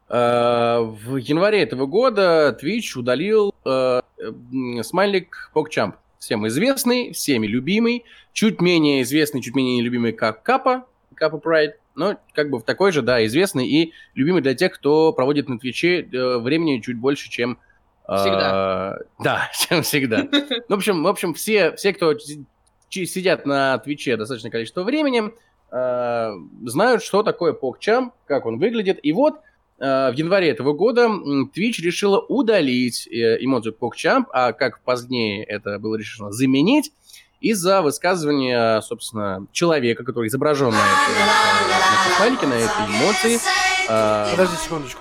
э, в январе этого года Twitch удалил э, м, смайлик PogChamp. Всем известный, всеми любимый, чуть менее известный, чуть менее любимый, как Капа, Капа Pride, но как бы в такой же, да, известный и любимый для тех, кто проводит на Твиче э, времени чуть больше, чем... э, Всегда. Да, чем всегда. Ну, в общем, в общем все, все, кто си- чи- сидят на Твиче достаточное количество времени, э, знают, что такое PogChamp, как он выглядит. И вот э, в январе этого года м, Twitch решила удалить э, эмодзи PogChamp, а как позднее это было решено заменить, из-за высказывания, собственно, человека, который изображен на этой, э, на этой смайлике, на этой эмоции. э, Подожди секундочку.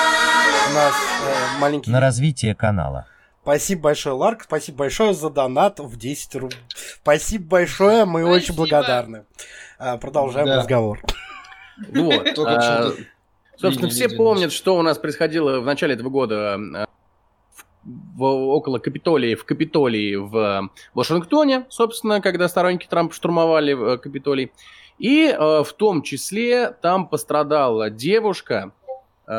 У нас э, маленький... на развитие канала. Спасибо большое, Ларк. Спасибо большое за донат в десять рублей. Спасибо большое, мы Спасибо. очень благодарны. А, продолжаем Да. разговор. Вот. Только э, почему-то Собственно, линии все не помнят, что у нас происходило в начале этого года э, в- в- около Капитолии, в Капитолии в Вашингтоне, собственно, когда сторонники Трампа штурмовали э, Капитолий. И э, в том числе там пострадала девушка э,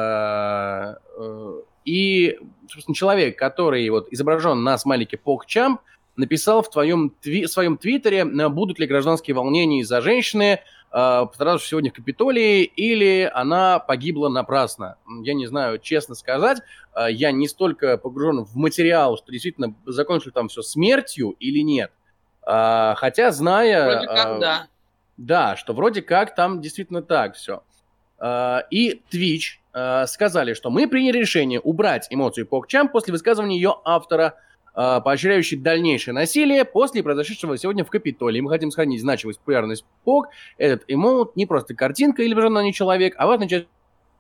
э, и, собственно, человек, который вот изображен на смайлике PogChamp, написал в твоем тви- своем твиттере, э, будут ли гражданские волнения из-за женщины, э, пострадавшей сегодня в Капитолии, или она погибла напрасно. М, Я не знаю, честно сказать, э, я не столько погружен в материал, что действительно закончили там все смертью или нет. А, хотя, зная... Вроде как, э, да. Да, что вроде как там действительно так все. И Twitch э, сказали, что мы приняли решение убрать эмоцию PogChamp после высказывания ее автора, э, поощряющей дальнейшее насилие после произошедшего сегодня в Капитолии. Мы хотим сохранить значимость, популярность Pog. Этот эмоут не просто картинка или изображен на ней человек, а важная часть.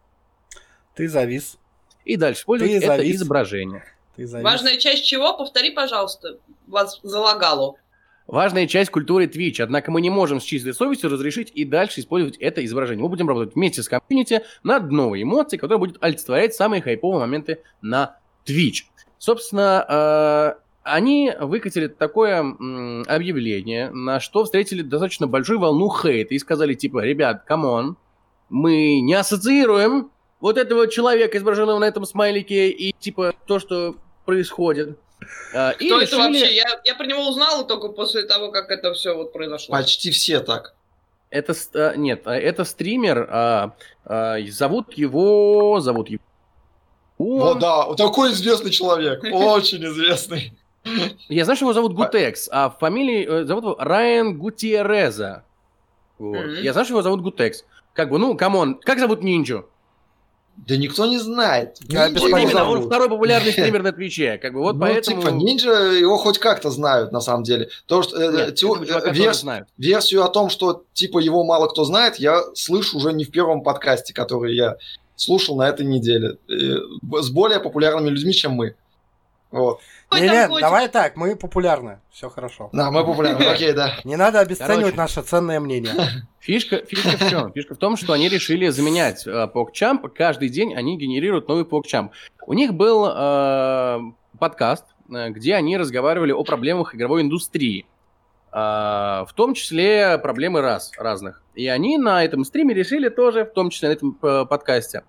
Ты завис. И дальше использовать Ты это завис. изображение. Ты завис. Важная часть чего? Повтори, пожалуйста. Вас залагало. Важная часть культуры Twitch, однако мы не можем с чистой совестью разрешить и дальше использовать это изображение. Мы будем работать вместе с комьюнити над новой эмоцией, которая будет олицетворять самые хайповые моменты на Twitch. Собственно, э, они выкатили такое м, объявление, на что встретили достаточно большую волну хейта и сказали, типа, ребят, камон, мы не ассоциируем вот этого человека, изображенного на этом смайлике, и, типа, то, что происходит. Э, и Кто это решили- вообще? Я, я про него узнала только после того, как это все вот произошло. почти все так. Это с- а, нет, а, это стример. а, а, зовут его, зовут его. Вот, да, вот такой известный человек, очень известный. Я знаю, что его зовут Гутекс, а фамилии э, зовут его Райан Гутиереза. Вот. Мгм. Я знаю, что его зовут Гутекс. Как бы, ну, камон, как зовут Нинджу? Да никто не знает. Я Нинджа без его понятия. Именно, он зовут. второй популярный стример на Твиче. Как бы, вот Ну, поэтому. типа, Нинджа его хоть как-то знают, на самом деле. Потому что э, Нет, тео- этого чувака э, тоже верс- знают. версию о том, что типа его мало кто знает, я слышу уже не в первом подкасте, который я слушал на этой неделе. Э, б- С более популярными людьми, чем мы. Вот. Не-не, давай так, мы популярны, все хорошо. Да, мы популярны, окей, да. Не надо обесценивать Короче. наше ценное мнение. Фишка, фишка в чем? Фишка в том, что они решили заменять э, PogChamp. Каждый день они генерируют новый PogChamp. У них был э, подкаст, э, где они разговаривали о проблемах игровой индустрии. Э, в том числе проблемы рас разных. И они на этом стриме решили тоже, в том числе на этом э, подкасте,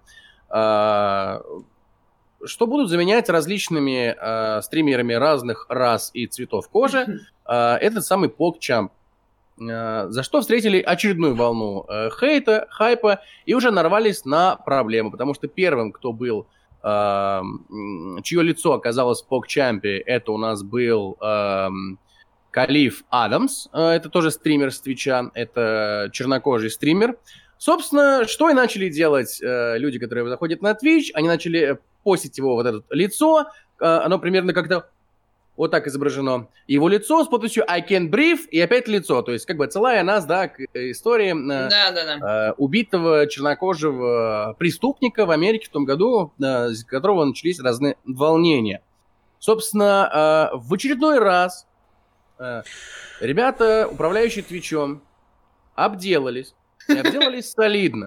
э, что будут заменять различными э, стримерами разных рас и цветов кожи э, этот самый PogChamp. За что встретили очередную волну э, хейта, хайпа и уже нарвались на проблему, потому что первым, кто был, э, чье лицо оказалось в PogChamp, это у нас был э, Калиф Адамс, э, это тоже стример с Твича, это чернокожий стример. Собственно, что и начали делать э, люди, которые заходят на Twitch, они начали постить его вот это лицо, э, оно примерно как-то вот так изображено. Его лицо с подписью I can't breathe и опять лицо. То есть, как бы отсылая нас, да, к истории э, Да, да, да. э, убитого чернокожего преступника в Америке в том году, э, из которого начались разные волнения. Собственно, э, в очередной раз э, ребята, управляющие Твичом, обделались. И обделались солидно.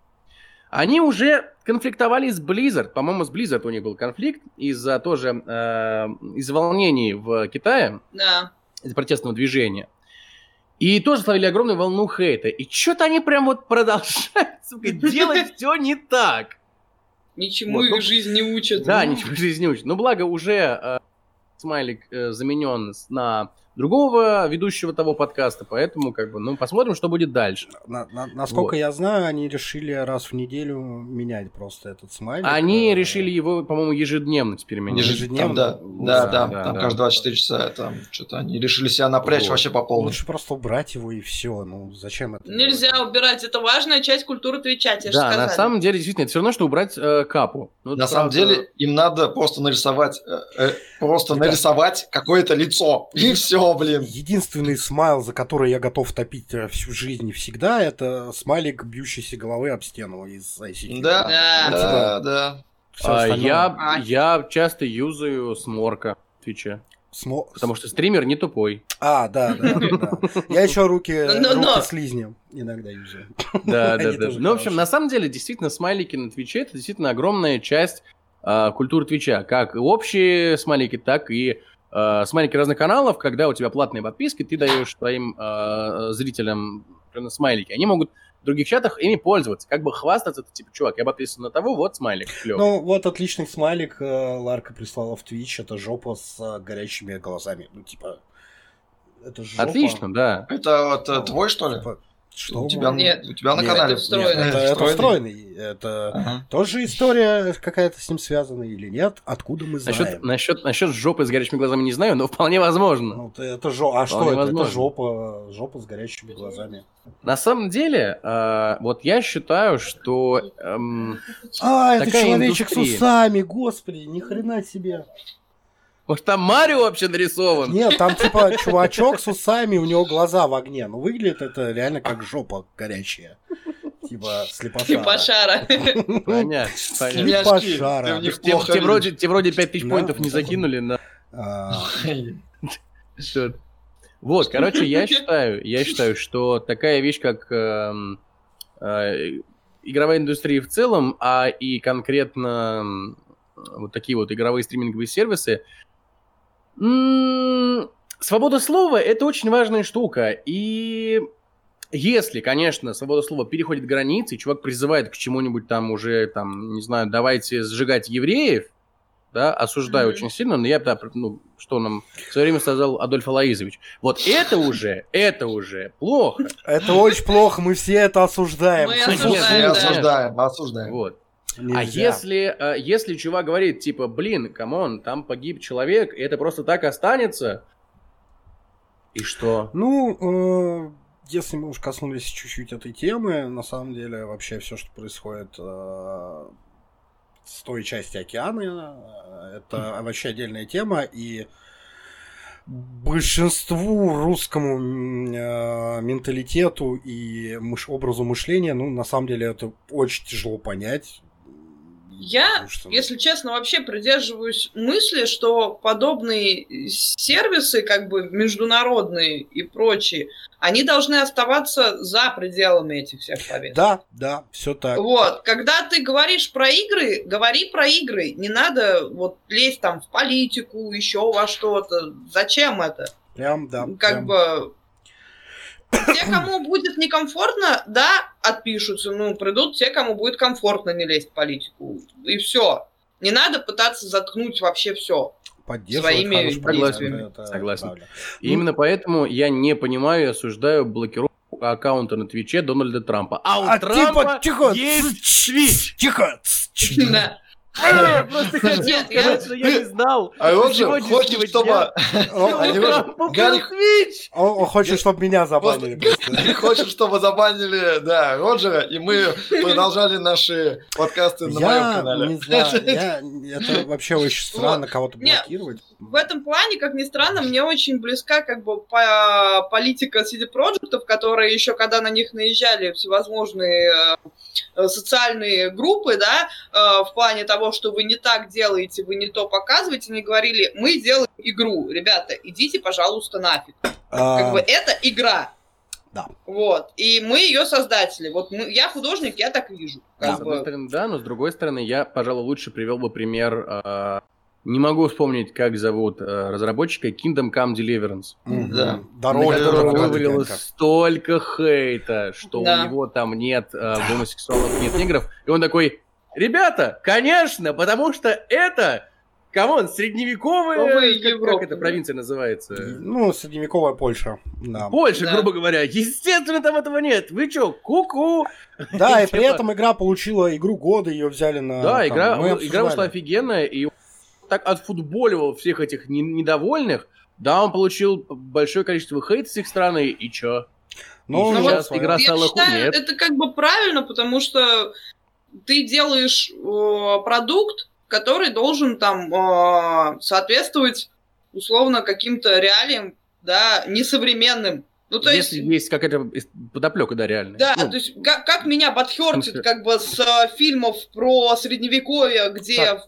Они уже конфликтовали с Blizzard. По-моему, с Blizzard у них был конфликт из-за тоже э, из волнений в Китае, Да. из протестного движения. И тоже словили огромную волну хейта. И что-то они прям вот продолжают, сука, делать все не так. Ничему Вот, их ну, жизнь не учат. Да, ничего в жизни не учат. Но благо уже э, смайлик э, заменен на другого ведущего того подкаста, поэтому как бы, ну, посмотрим, что будет дальше. На- на- насколько Вот. я знаю, они решили раз в неделю менять просто этот смайлик. Они Э, решили его, по-моему, ежедневно теперь менять. Ежедневно? Там, да, Ну, да, да, да, да, там да. каждые двадцать четыре часа там что-то они решили себя напрячь Вот. вообще по полной. Лучше просто убрать его и все. Ну, зачем это Нельзя делать? убирать, это важная часть культуры Твича, тебе же Да, сказали. на самом деле, действительно, это все равно, что убрать э, капу. Ну, На это самом правда- деле им надо просто нарисовать, э, э, просто Ребят. нарисовать какое-то лицо. И все, блин. Единственный смайл, за который я готов топить э, всю жизнь и всегда, это смайлик бьющейся головы об стену из ай си кью. Да, Да. да, да. Всё А, остальное- я, А. я часто юзаю сморка в Твиче, Смо- потому что стример не тупой. А, да, да, да. Я еще руки, Но- но- руки слизни иногда юзаю. Да, да, Они да. тоже Ну, в общем, хорошие. на самом деле, действительно, смайлики на Твиче это действительно огромная часть а, культуры Твича. Как и общие смайлики, так и а, смайлики разных каналов. Когда у тебя платные подписки, ты даешь твоим а, зрителям например, смайлики. Они могут в других чатах ими пользоваться. Как бы хвастаться, это типа, чувак, я подписан на того, вот смайлик, клёвый. Ну, вот отличный смайлик э, Ларка прислала в Twitch. Это жопа с э, горящими глазами. Ну, типа, это жопа. Отлично, да. Это вот э, твой, что ли? Типа, что? У тебя, Нет. у тебя на Нет, канале. это встроенный. Это, это Встроенный? встроенный. Это Ага. тоже история какая-то с ним связана или нет? Откуда мы знаем? Насчет, насчет, насчет жопы с горячими глазами не знаю, но вполне возможно. Ну, это, это жо... А что Вполне это? возможно. Это жопа, жопа с горящими глазами. На самом деле, э, вот я считаю, что... эм, А, это Такая человечек индустрия. с усами, господи, ни хрена себе. может, там Марио вообще нарисован? Нет, там типа чувачок с усами, у него глаза в огне. Ну, выглядит это реально как жопа горячая. Типа слепошара. Слепошара. Понятно, понятно. Химяшки, Пошара. ты в них Те, плохо те вроде, те вроде пять тысяч Да. поинтов не закинули на... А, видишь. счет. Вот, короче, я считаю, я считаю, что такая вещь, как эм, э, игровая индустрия в целом, а и конкретно м, вот такие вот игровые стриминговые сервисы, м, свобода слова — это очень важная штука. И если, конечно, свобода слова переходит границы, и чувак призывает к чему-нибудь там уже, там, не знаю, давайте сжигать евреев, да, осуждаю Мгм. очень сильно, но я, да, ну, что нам в свое время сказал Адольф Алаизович. Вот это уже, это уже плохо. это очень плохо, мы все это осуждаем. Мы К осуждаем, Мы сожалению. да. осуждаем, мы осуждаем. Вот. А Нельзя. если, э, если чувак говорит, типа, блин, камон, там погиб человек, и это просто так останется, и что? Ну, э, если мы уж коснулись чуть-чуть этой темы, на самом деле вообще все, что происходит э, с той части океана, э, это вообще отдельная тема, и большинству русскому м, э, менталитету и мыш- образу мышления, ну, на самом деле это очень тяжело понять. Я, Что? если честно, вообще придерживаюсь мысли, что подобные сервисы, как бы международные и прочие, они должны оставаться за пределами этих всех повесток. Да, да, все так. Вот, когда ты говоришь про игры, говори про игры. Не надо вот лезть там в политику, еще во что-то. Зачем это? Прям, да. Как прям. бы... Те, кому будет некомфортно, да, отпишутся. Ну, придут те, кому будет комфортно не лезть в политику. И все. Не надо пытаться заткнуть вообще все. Своими действиями. Это Согласен. правильно. И именно поэтому я не понимаю и осуждаю блокировку аккаунта на Твиче Дональда Трампа. А у А Трампа типа, тихо, есть Твич. Тихо. Да. Я просто хотел Нет, сказать, я- что я не знал. А он же Сегодняшнего хочет, чтобы... дня. Он, А его же- Трампу Гарик- был Твич. он- он хочет, чтобы меня забанили. Просто просто. хочет, чтобы забанили, да, Роджера, и мы продолжали наши подкасты на моем Я канале. не знаю, я- это вообще очень странно кого-то Не, блокировать. В этом плане, как ни странно, мне очень близка как бы по- политика си ди Projekt'ов, которые еще когда на них наезжали всевозможные э, социальные группы, да, э, в плане того, что вы не так делаете, вы не то показываете, они говорили, мы делаем игру, ребята, идите, пожалуйста, нафиг. А, Как бы это игра. Да. Вот. И мы ее создатели. Вот мы, я художник, я так вижу. Да, Как с одной бы. стороны, да, но с другой стороны, я, пожалуй, лучше привел бы пример. э, не могу вспомнить, как зовут э, разработчика Kingdom Come Deliverance. мгм. Да. Да, На ролик которого тоже вывалилось как. столько хейта, что Да. у него там нет э, гомосексуалов, нет негров. И он такой, ребята, конечно, потому что это, камон, средневековая, Новая как, как Европа, эта да. провинция называется? Ну, средневековая Польша. Да. Польша, Да. грубо говоря. Естественно, там этого нет. Вы чё, ку-ку? Да, и при Типа- этом игра получила игру года, ее взяли на... Да, там, игра, мы игра обсуждали. вышла офигенная, и он так отфутболивал всех этих не- недовольных. Да, он получил большое количество хейта с их стороны, и чё? Ну, И ну, сейчас вот, игра Я стала считаю, хуже. Нет. это как бы правильно, потому что ты делаешь э, продукт, который должен там э, соответствовать условно каким-то реалиям, да, несовременным. Ну, то Если есть, есть какая-то подоплека, да, реальная. да, Ну, то есть как, как меня подхёртит смысле- как бы с э, фильмов про средневековье, где Так.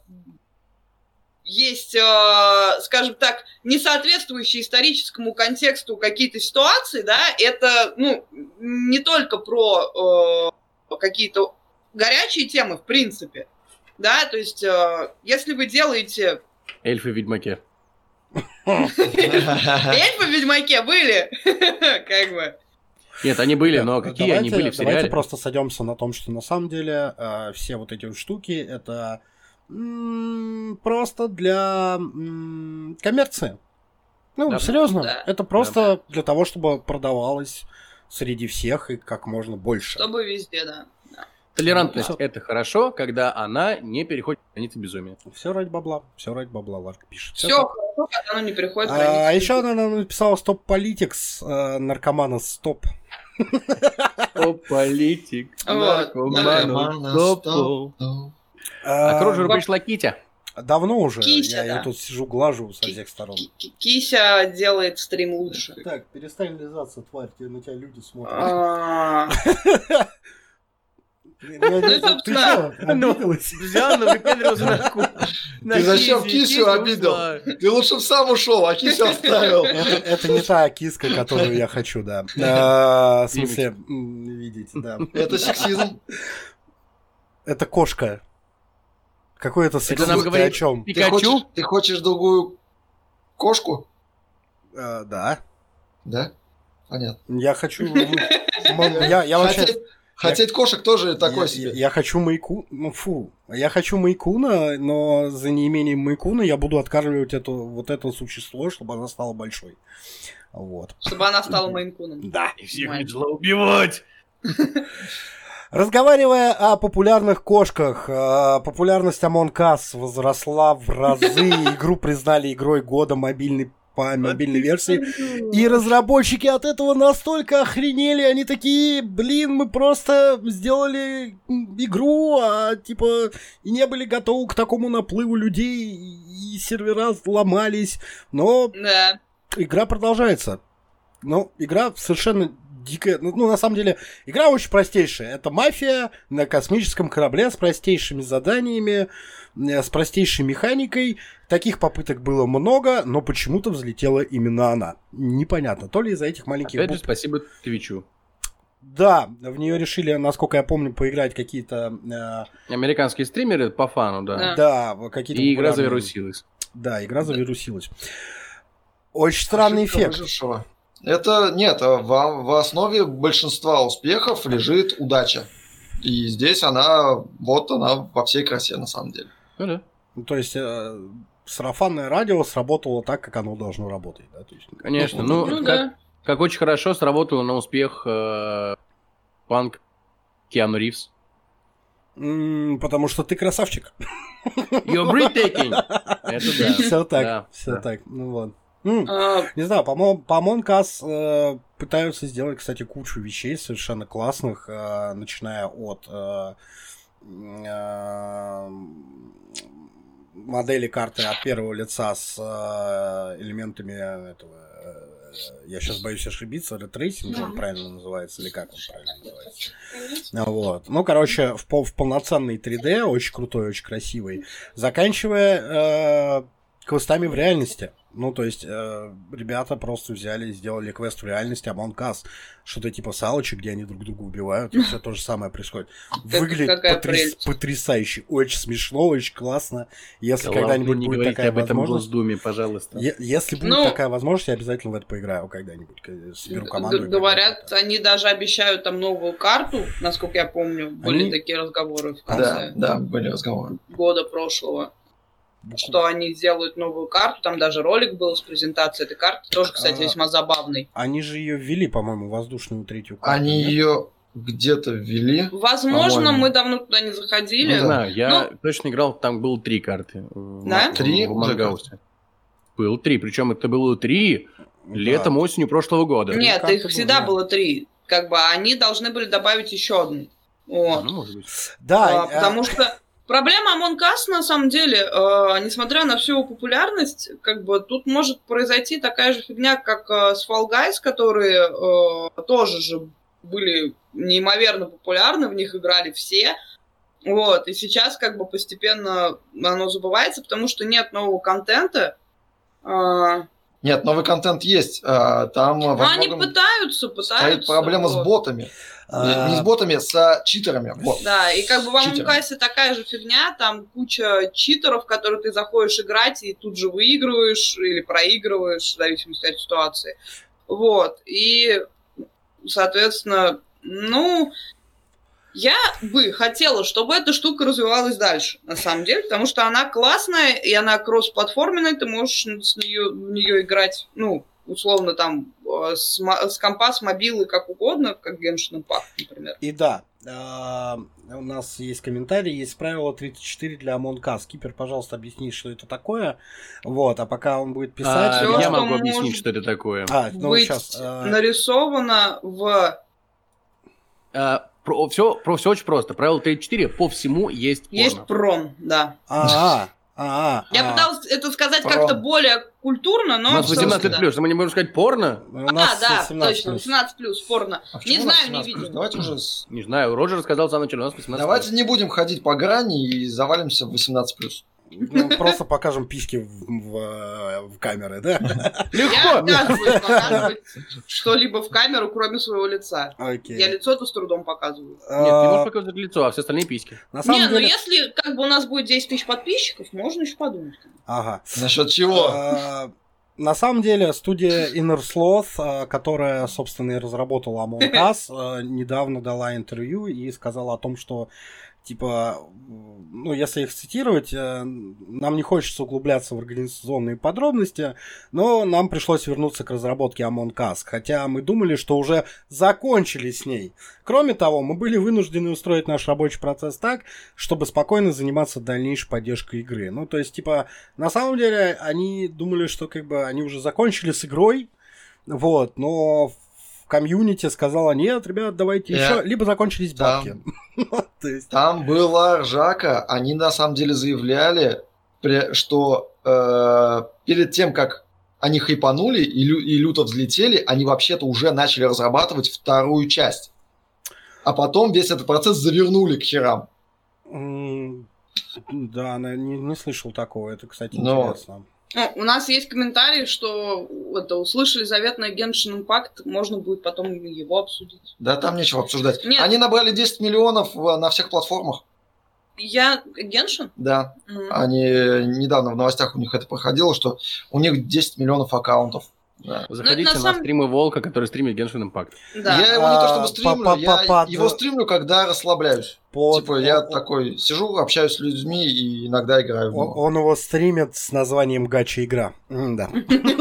есть, э, скажем так, несоответствующие историческому контексту какие-то ситуации, да, это, ну, не только про э, какие-то горячие темы, в принципе, да, то есть, э, если вы делаете... эльфы в Ведьмаке. Эльфы в Ведьмаке были, как бы... Нет, они были, Да, но какие давайте- они были в Давайте сериале? просто сойдемся на том, что на самом деле э, все вот эти вот штуки это м, просто для м, коммерции. Ну, Да. серьезно, Да. это просто для того, чтобы продавалось среди всех и как можно больше. Чтобы везде, да. Толерантность Да. — это хорошо, когда она не переходит границы безумия. Все ради бабла, все ради бабла, Ларка пишет. Всё Все так. хорошо, когда оно не переходит А, границы. еще она нам написала стоп политикс, э, наркомана стоп. О, политик, Вот. наркоману, стоп. А к Роджеру Во- пришла Китя. Давно уже, Кися, я ее да. тут сижу, глажу со Ки- всех сторон. Ки- Ки- Кися делает стрим лучше. Так, перестань лизаться, тварь, тебе- на тебя люди смотрят. А, Я- я- Ну и, Ты собственно, что, обиделась? Взял, выпендрился на ку- на Ты зачем Кисю, и Кисю Кися обидел? ушла. Ты лучше бы сам ушел, а кисю оставил. Это, это не та киска, которую я хочу, да. А, в смысле, м, видеть, да. Это сексизм. Это кошка. Какой это Это сексизм? нам Ты говорит о чем? Ты хочешь, Пикачу? ты хочешь другую кошку? А, да. Да? Понятно. Я хочу... м, Я, я вообще... Хотеть, хотеть кошек тоже такой я, себе. я хочу майку... Ну, фу. Я хочу майкуна, но за неимением майкуна я буду откармливать эту, вот это существо, чтобы она стала большой. Вот. чтобы она стала мейнкуном. Да. И всех Нормально. начала убивать. Разговаривая о популярных кошках, э, популярность Among Us возросла в разы. Игру признали игрой года мобильной по мобильной версии. И разработчики от этого настолько охренели. Они такие, блин, мы просто сделали игру, а типа и не были готовы к такому наплыву людей. И сервера ломались. Но Да. игра продолжается. Ну, игра совершенно дикая... Ну, ну, на самом деле, игра очень простейшая. Это мафия на космическом корабле с простейшими заданиями, с простейшей механикой. Таких попыток было много, но почему-то взлетела именно она. Непонятно. То ли из-за этих маленьких... Опять же, букв... спасибо Твичу. Да, в нее решили, насколько я помню, поиграть какие-то... Э... Американские стримеры по фану, да. Да, какие-то... И игра завирусилась. Да, игра завирусилась. Очень странный Ошибка эффект. выжившего. Это, нет, в, в основе большинства успехов лежит удача. И здесь она, вот она во всей красе, на самом деле. Ну да. Ну, то есть... Э... Сарафанное радио сработало так, как оно должно работать. Да? То есть, конечно, ну, ну как, да. как очень хорошо сработало на успех э, панк Киану Ривз. М-м, потому что ты красавчик. You're breathtaking. Это да. Все так, да, все да. так. Ну вот. М, А, не знаю, по-моему, по Монкас э, пытаются сделать, кстати, кучу вещей совершенно классных, э, начиная от э, э, модели карты от первого лица с э, элементами этого, э, я сейчас боюсь ошибиться, ретрейсинг он правильно называется, или как он правильно называется. Вот. Ну, короче, в, пол, в полноценный три дэ, очень крутой, очень красивый, заканчивая э, квестами в реальности. Ну, то есть, э, ребята просто взяли и сделали квест в реальности Among Us. Что-то типа салочек, где они друг друга убивают, и все то же самое происходит. Выглядит потряс... потрясающе, очень смешно, очень классно. Если Ладно, когда-нибудь не будет такая об этом возможность... Госдуме, пожалуйста. Е- если будет Ну, такая возможность, я обязательно в это поиграю когда-нибудь. Соберу команду. г- говорят, они даже обещают там новую карту, насколько я помню. Были Они- такие разговоры в Да, конце да, были разговоры. года прошлого. Что они сделают новую карту, там даже ролик был с презентацией этой карты, тоже, кстати, А. весьма забавный. Они же ее ввели, по-моему, воздушную третью карту. Они нет? ее где-то ввели. Возможно, По-моему. мы давно туда не заходили. Не знаю, я Ну- точно играл, там было три карты. в- Да? в- Три в уже Мангаусе. Было три, причем это было три Да. летом, осенью прошлого года. Нет, карты их всегда было, да. было три. Как бы они должны были добавить еще одну. Вот. Ну, может быть. Да, А, потому что проблема Among Us, на самом деле, э, несмотря на всю его популярность, как бы тут может произойти такая же фигня, как э, с Fall Guys, которые э, тоже же были неимоверно популярны, в них играли все. Вот, и сейчас как бы постепенно оно забывается, потому что нет нового контента. Э, Нет, новый контент есть. а, Там во но они многом пытаются, пытаются. стоит проблема с вот. ботами. а, Не с ботами, с читерами. Вот. Да, и как бы в Among Читерами. Us такая же фигня, там куча читеров, в которые ты заходишь играть и тут же выигрываешь или проигрываешь, в зависимости от ситуации. Вот, и, соответственно, ну, я бы хотела, чтобы эта штука развивалась дальше, на самом деле, потому что она классная, и она кроссплатформенная, ты можешь с нее, в нее играть, ну, условно, там, э, с, мо- с компа, с мобилы, как угодно, как Genshin Impact, например. И да, а, у нас есть комментарий, есть правило тридцать четыре для Among Us. Кипер, пожалуйста, объясни, что это такое. Вот, а пока он будет писать... А, Всё, я что могу может объяснить, что это такое. А, ну быть сейчас... а, нарисовано в... А, про, все, про все очень просто. Правило тридцать четыре по всему есть порно. Есть прон, да. А, а, Я а. пыталась это сказать Прон. как-то более культурно, но... У нас восемнадцать собственно, плюс, мы не можем сказать порно? У А, нас да, семнадцать точно, плюс. восемнадцать плюс, порно. А Не почему у нас знаю, не семнадцать плюс? видела. Давайте уже... с- Не знаю, Роджер сказал в самом начале, у нас восемнадцать Давайте плюс. не будем ходить по грани и завалимся в восемнадцать плюс. Ну, просто покажем письки в, в- в камеры, да? Я Легко! отказываюсь показывать что-либо в камеру, кроме своего лица. Окей. Я лицо-то с трудом показываю. Нет, ты можешь А, показывать лицо, а все остальные письки. На самом Не, ну деле... если как бы у нас будет десять тысяч подписчиков, можно еще подумать. Ага. Насчет чего? А, На самом деле, студия Inner Sloth, а, которая, собственно, и разработала Among Us, а, недавно дала интервью и сказала о том, что, типа, ну, если их цитировать, э, нам не хочется углубляться в организационные подробности, но нам пришлось вернуться к разработке Among Us, хотя мы думали, что уже закончили с ней. Кроме того, мы были вынуждены устроить наш рабочий процесс так, чтобы спокойно заниматься дальнейшей поддержкой игры. Ну, то есть, типа, на самом деле, они думали, что, как бы, они уже закончили с игрой, вот, но в комьюнити сказала, нет, ребят, давайте Я- еще, либо закончились Там- бабки. То есть, Там была ржака, они на самом деле заявляли, пре- что э, перед тем, как они хайпанули и, лю- и люто взлетели, они вообще-то уже начали разрабатывать вторую часть. А потом весь этот процесс завернули к херам. М, Да, на- не, не слышал такого. Это, кстати, Но- интересно. Ну, у нас есть комментарий, что это услышали заветный Genshin Impact, можно будет потом его обсудить. Да там нечего обсуждать. Нет. Они набрали десять миллионов в- на всех платформах. Я... Genshin? Да. М. Они недавно в новостях у них это проходило, что у них десять миллионов аккаунтов. Да. Заходите на на, самом- стримы Волка, который стримит Genshin Impact. Да. Я его не то А, чтобы стримлю, по- по- я по- его стримлю, когда расслабляюсь. Под- Типа я он- такой сижу, общаюсь с людьми и иногда играю в Он, него. он его стримит с названием Гача-игра. М, Да.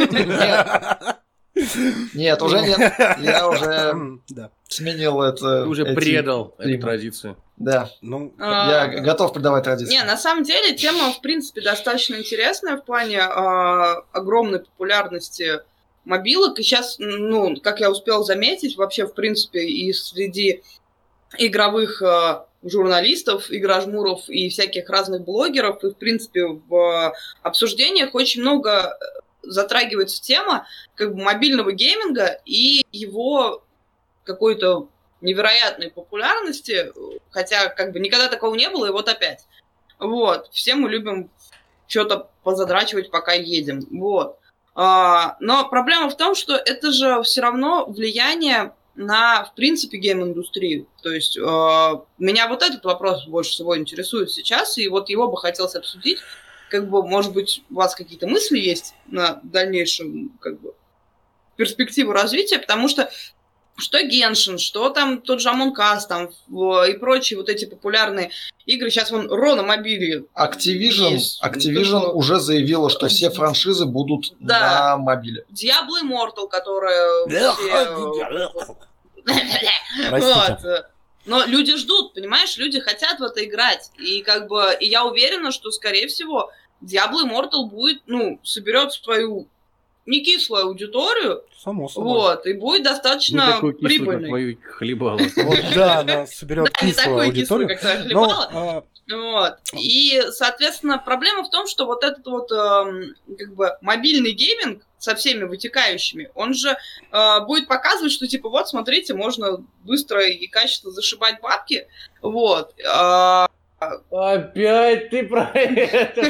Нет, уже нет. Я уже М, Да. сменил это. Ты уже эти- предал стримы. эту традицию. Да. Ну, А, Я готов предавать традиции. Не, на самом деле тема, в принципе, достаточно интересная в плане а, огромной популярности мобилок. И сейчас, ну, как я успел заметить, вообще, в принципе, и среди игровых а, журналистов, игражмуров и всяких разных блогеров, и, в принципе, в обсуждениях очень много затрагивается тема как бы мобильного гейминга и его какой-то невероятной популярности, хотя как бы никогда такого не было, и вот опять. Вот. Все мы любим что-то позадрачивать, пока едем. Вот. А, но проблема в том, что это же все равно влияние на, в принципе, гейм-индустрию. То есть а, меня вот этот вопрос больше всего интересует сейчас, и вот его бы хотелось обсудить. Как бы, может быть, у вас какие-то мысли есть на дальнейшем, как бы, перспективу развития, потому что что Genshin, что там тот же Among Us там, в- и прочие вот эти популярные игры. Сейчас вон Ро на мобиле. Activision, есть. Activision То, что уже заявила, что все франшизы будут Да. на мобиле. Diablo Immortal, которая... все- Простите. Вот. Но люди ждут, понимаешь? Люди хотят в это играть. И как бы... И я уверена, что, скорее всего, Diablo Immortal будет, ну, соберет свою не кислую аудиторию, Само собой. вот, и будет Не достаточно такой кислый, как прибыльной. твою хлебало. Вот, да, она соберет Да, не кислую такой кислый, аудиторию. как твоя Но, хлебала. а, Вот. И, соответственно, проблема в том, что вот этот вот эм, как бы мобильный гейминг со всеми вытекающими, он же э, будет показывать, что типа вот, смотрите, можно быстро и качественно зашибать бабки. Вот. Э, Опять ты про это.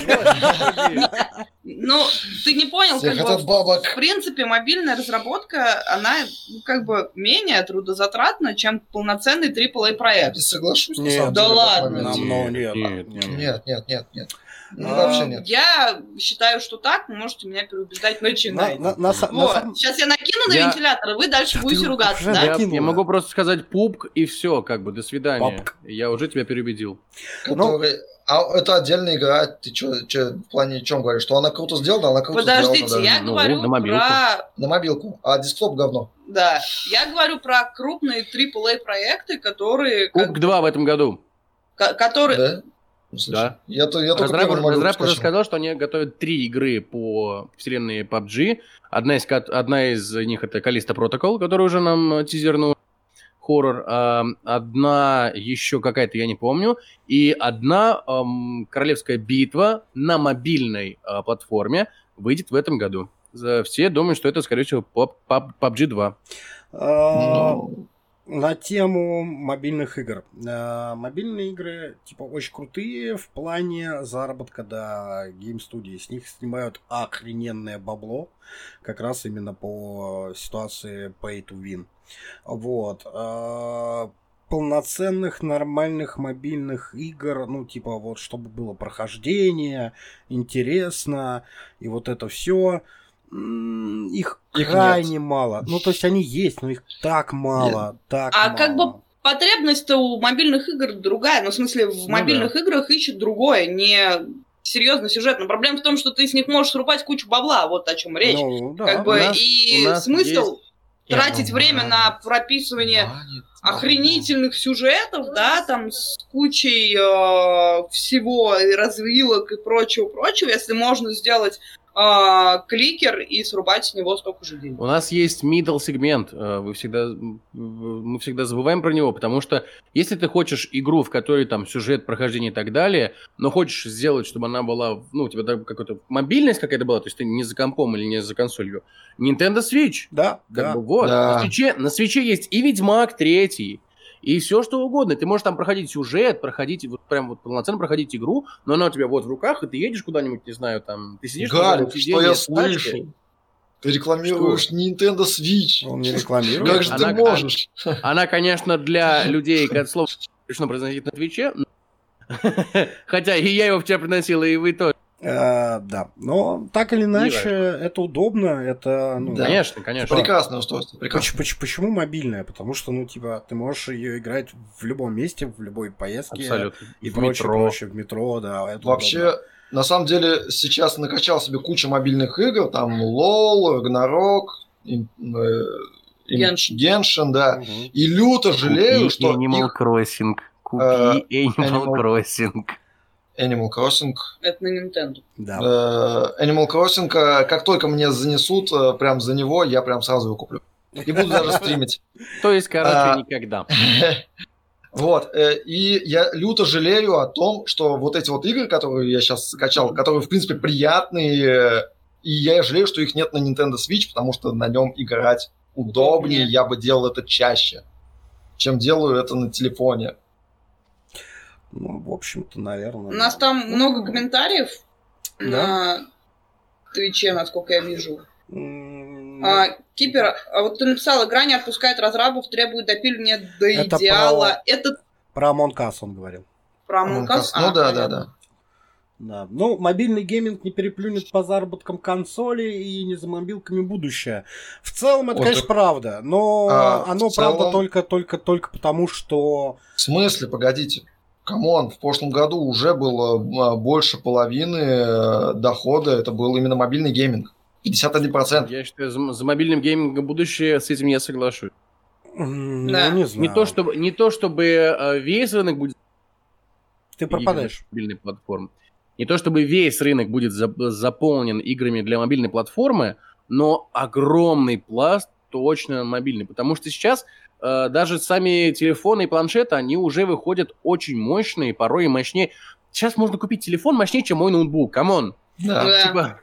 ну, ты не понял, Все как хотят бы, бабок. в принципе, мобильная разработка, она ну, как бы менее трудозатратна, чем полноценный трипл эй Я проект. не соглашусь, на Нет. самом Да деле, в этот ладно. момент. нам, ну, нет. Нет, нет. Нет, нет, нет, нет. Ну, А, вообще нет. Я считаю, что так, вы можете меня переубеждать, На- начинайте. на- на са- на Вот. самом- Сейчас я накину на Я- вентилятор, и вы дальше Да будете ты ругаться, уже да? Я, Закинула. я могу просто сказать пупк и все, как бы, до свидания. Папк. Я уже тебя переубедил. Который- А это отдельная игра. Ты что, в плане чем говоришь? Что она круто сделана? Она круто Подождите, сделана, да. я Ну, говорю на мобилку. про... На мобилку. А десктоп говно. Да, я говорю про крупные трипл эй проекты, которые... как- Пупк два в этом году. ко- которые... Да? Ну, слушай, Да. Я, то- я только Разраб, первую мобилку разраб уже скачал. сказал, что они готовят три игры по вселенной пабг. Одна из, ко- одна из них это Callisto Protocol, который уже нам э, тизернул. Хоррор. А, одна еще какая-то, я не помню. И одна эм, Королевская битва на мобильной э, платформе выйдет в этом году. За- Все думают, что это, скорее всего, пабг два. А, Ну, На тему мобильных игр. А, Мобильные игры, типа, очень крутые в плане заработка, да, гейм-студии. С них снимают охрененное бабло, как раз именно по ситуации pay to win. Вот. А, полноценных, нормальных мобильных игр, ну, типа, вот, чтобы было прохождение, интересно, и вот это все. Их, Их крайне нет. мало. Ну, то есть они есть, но их так мало, так А мало. как бы потребность-то у мобильных игр другая. Ну, в смысле, в Ну мобильных играх ищут другое, не серьезно сюжет. Но проблема в том, что ты с них можешь срубать кучу бабла, вот о чем речь. Ну, да. как у бы, нас- и у нас смысл тратить Ну, время ладно. на прописывание манит. охренительных сюжетов, да, там с кучей э, всего, и развилок и прочего-прочего, если можно сделать а, кликер и срубать с него столько же денег. У нас есть middle сегмент, вы всегда, мы всегда забываем про него, потому что если ты хочешь игру, в которой там сюжет, прохождение и так далее, но хочешь сделать, чтобы она была, ну, у тебя какая-то мобильность какая-то была, то есть ты не за компом или не за консолью, Nintendo Switch. Да, как да. бы, вот. Да. На Switch'е, на Switch'е есть и Ведьмак третий, и все что угодно. Ты можешь там проходить сюжет, проходить, вот прям вот полноценно проходить игру, но она у тебя вот в руках, и ты едешь куда-нибудь, не знаю, там, ты сидишь... Гарик, на что я в тачке. слышу? Ты рекламируешь Что? Nintendo Switch. Он не рекламирует. Как же Она- ты можешь? Она, конечно, для людей, как слово решено произносить на Твиче, но- хотя и я его вчера приносил, и вы тоже. Э, да, но так или иначе, это удобно, это, ну, Да. Конечно, конечно. Прекрасное устройство, Поч- прекрасно. поч- почему мобильная? Потому что, ну, типа, ты можешь ее играть в любом месте, в любой поездке. Абсолютно. И В прочее, метро. прочее, в метро, да. это Вообще, удобно. на самом деле, сейчас накачал себе кучу мобильных игр, там лол, Ragnarok, им- э, им- Genshin. Genshin, да. Мгм. И люто жалею, что Animal их Crossing. Купи э, Animal Animal- Crossing. Animal Crossing, Это на Nintendo. Да. э, Animal Crossing, э, как только мне занесут э, прям за него, я прям сразу его куплю. И буду даже стримить. То есть, короче, А, никогда. Вот, э, и я люто жалею о том, что вот эти вот игры, которые я сейчас скачал, которые, в принципе, приятные, э, и я жалею, что их нет на Nintendo Switch, потому что на нем играть удобнее, я бы делал это чаще, чем делаю это на телефоне. Ну, в общем-то, наверное. У нас там много комментариев Да. на Твиче, насколько я вижу. М, А, Кипер, а вот ты написал, игра не отпускает разрабов, требует допиливания до Это идеала. Это Про Among Us он говорил. про Ну, Among Us? кас- А, ну да, да, понятно. да. Да. Ну, мобильный гейминг не переплюнет по заработкам консоли и не за мобилками будущее. В целом, это, Вот конечно, так. правда. Но А, в оно целом- правда только, только, только потому, что... В смысле, погодите. Камон, в прошлом году уже было э, больше половины э, дохода, это был именно мобильный гейминг. пятьдесят один процент. Я считаю, за, за мобильным геймингом будущее, с этим я соглашусь. м, Да. Ну, не знаю. Не то, чтобы, не то, чтобы э, весь рынок будет Ты играми пропадаешь. для мобильной платформы. Не то, чтобы весь рынок будет за- заполнен играми для мобильной платформы, но огромный пласт точно мобильный. Потому что сейчас э, даже сами телефоны и планшеты, они уже выходят очень мощные, порой и мощнее. Сейчас можно купить телефон мощнее, чем мой ноутбук. Камон. Да. Да. Типа,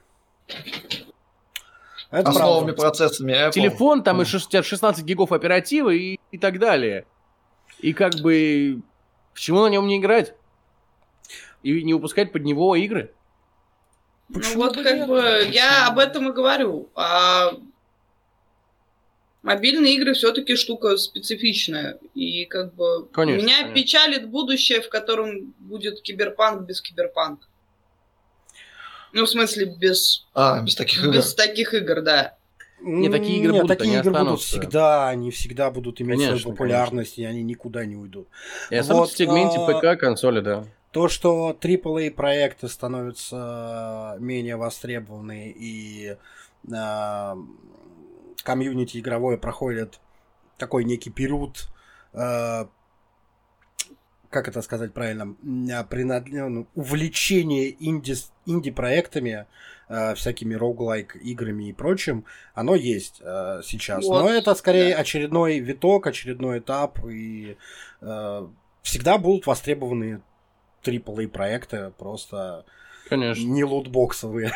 Это А с новыми правда. процессами Apple. телефон, там и Мгм. шестьдесят шестнадцать гигов оперативы и, и так далее. И как бы, почему на нем не играть? И не выпускать под него игры? Ну Почему вот бы как нет? бы Почему? я об этом и говорю. А мобильные игры все-таки штука специфичная. И как бы Конечно, меня конечно. печалит будущее, в котором будет киберпанк без киберпанка. Ну, в смысле, без, А, без таких игр. без таких игр, да. Не, такие игры Нет, будут, такие они игры будут останутся. всегда, они всегда будут иметь Конечно, свою популярность, и они никуда не уйдут. Я сам Вот, в сегменте а, ПК, консоли, да. То, что трипл эй проекты становятся менее востребованы и а, комьюнити игровое проходит такой некий период, а, как это сказать правильно, а, принад- ну, увлечение инди, инди-проектами, а, всякими роуглайк играми и прочим, оно есть а, сейчас. Вот, Но это скорее да. очередной виток, очередной этап, и а, всегда будут востребованы трипл эй проекты, просто Конечно. не лутбоксовые.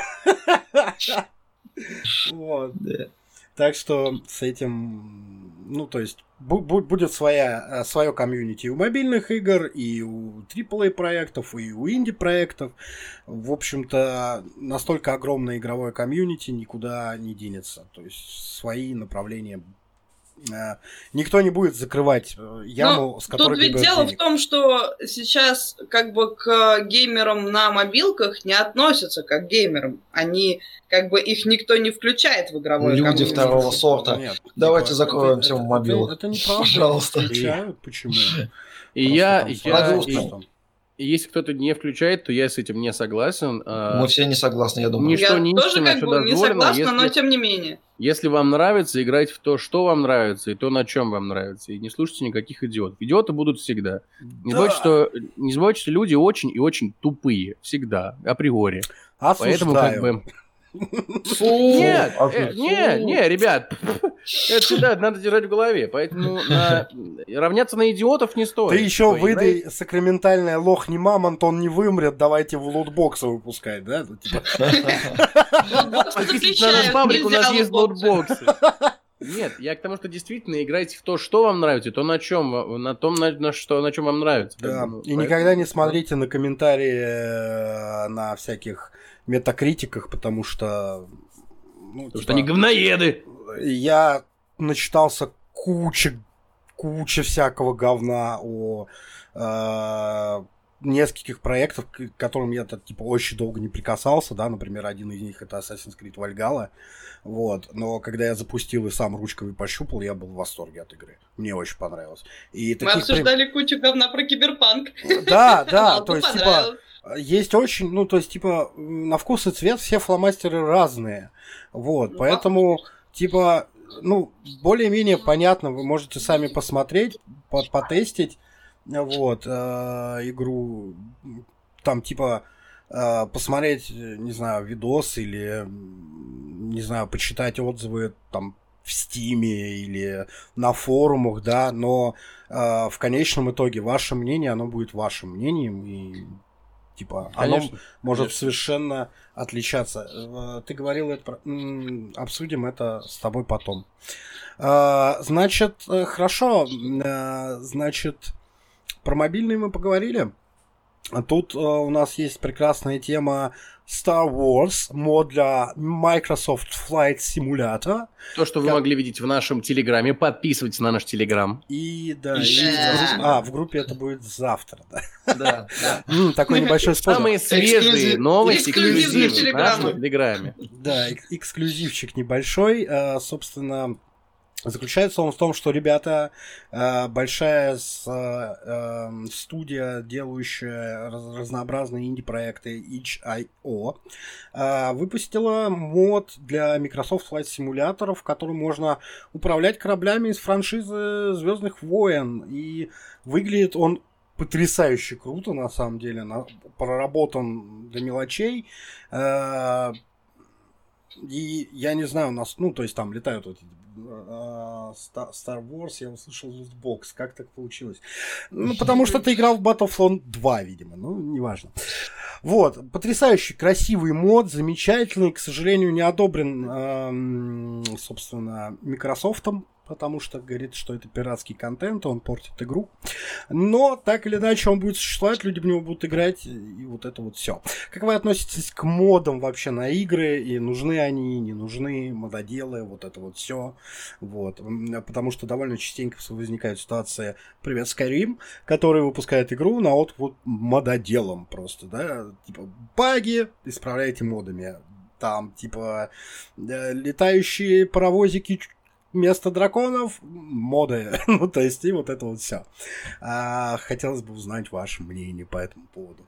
Вот. Да. Так что с этим, ну, то есть, бу- бу- будет своя, свое комьюнити и у мобильных игр, и у трипл эй проектов, и у инди-проектов. В общем-то, настолько огромное игровое комьюнити никуда не денется. То есть, свои направления. э, Никто не будет закрывать э, яму, с которой Тут ведь гребёт дело денег. в том, что сейчас как бы к геймерам на мобилках не относятся как к геймерам. Они как бы их никто не включает в игровое Люди комьюнити. второго сорта. Нет, Давайте типа, закроем это- тему это- мобилок. Это, это неправда. Пожалуйста. Включают. Почему? И Просто я, там я- сразу и- что? и если кто-то не включает, то я с этим не согласен. А, Мы все не согласны, я думаю. Ничто Я не тоже истинно, как всё бы не дозволено, согласна, но если- тем не менее. Если вам нравится, играйте в то, что вам нравится, и то, на чем вам нравится. И не слушайте никаких идиотов. Идиоты будут всегда. Не Да. забывайте, что, не забывайте, что люди очень и очень тупые. Всегда. Априори. Поэтому как Осуждаю. бы... Фу, Нет, а э, фу. не, не, ребят, это всегда надо держать в голове, поэтому на- равняться на идиотов не стоит. Ты еще Вы выдай сакраментальное лох не мамонт, он не вымрет, давайте в лутбоксы выпускать, да? Ну, типа, Лутбоксы Подписывайтесь на нашу запрещают, фабрику, у нас нельзя есть лутбоксы. лутбоксы. Нет, я к тому, что действительно играйте в то, что вам нравится, то на чем, на том, на, на что, на чем вам нравится. как Да. бы, ну, И поэтому- никогда не смотрите на комментарии э, на всяких метакритиках, потому что... ну, Потому типа, что они говноеды. я начитался куча, куча всякого говна о э, нескольких проектах, к которым я так, типа, очень долго не прикасался, да, например, один из них это Assassin's Creed Valhalla, вот, но когда я запустил и сам ручками пощупал, я был в восторге от игры, мне очень понравилось. И Мы таких прям- обсуждали кучу говна про киберпанк. Да, да, Ладно, то есть, типа, понравилось. есть очень, ну, то есть, типа, на вкус и цвет все фломастеры разные. Вот, Ну, поэтому, типа, ну, более-менее понятно, вы можете сами посмотреть, по- потестить, вот, э, игру, там, типа, э, посмотреть, не знаю, видос или, м, не знаю, почитать отзывы, там, в Стиме или на форумах, да, но э, в конечном итоге ваше мнение, оно будет вашим мнением, и типа оно Конечно, может конечно. совершенно отличаться. Э, Ты говорил это, про- м, обсудим это с тобой потом. Э, Значит, э, хорошо, э, значит, про мобильные мы поговорили. А тут э, у нас есть прекрасная тема Star Wars, мод для Microsoft Flight Simulator. То, что вы Как- могли видеть в нашем Телеграме, подписывайтесь на наш Телеграм. И да, и Ищите. в группе- а, в группе это будет завтра, да. Да, да. М, Такой небольшой спойлер. Самые свежие Эксклюзив. новости Эксклюзивные эксклюзивы в Телеграмы. нашем Телеграме. Да, эк- эксклюзивчик небольшой. Э, Собственно, заключается он в том, что ребята, э, большая с- э, эм, студия, делающая раз- разнообразные инди-проекты эйч ай о, э, выпустила мод для Microsoft Flight Simulator, в котором можно управлять кораблями из франшизы Звездных войн. И выглядит он потрясающе круто, на самом деле. на- Проработан до мелочей. Э, И я не знаю, у нас, ну, то есть там летают вот эти э, Ста- Star Wars, я услышал Lootbox. Как так получилось? Ну, потому что ты играл в Battlefront два, видимо. Ну, неважно. Вот, потрясающий, красивый мод, замечательный. К сожалению, не одобрен, эм, собственно, Microsoftом, потому что говорит, что это пиратский контент, он портит игру. Но, так или иначе, он будет существовать, люди в него будут играть, и вот это вот все. Как вы относитесь к модам вообще на игры, и нужны они, не нужны, мододелы, вот это вот все. Вот. М, Потому что довольно частенько возникают ситуации, привет, Skyrim, который выпускает игру на откуп мододелам просто, да, типа баги исправляйте модами. Там, типа, э, летающие паровозики вместо драконов моды. Ну, то есть, и вот это вот все. Хотелось бы узнать ваше мнение по этому поводу.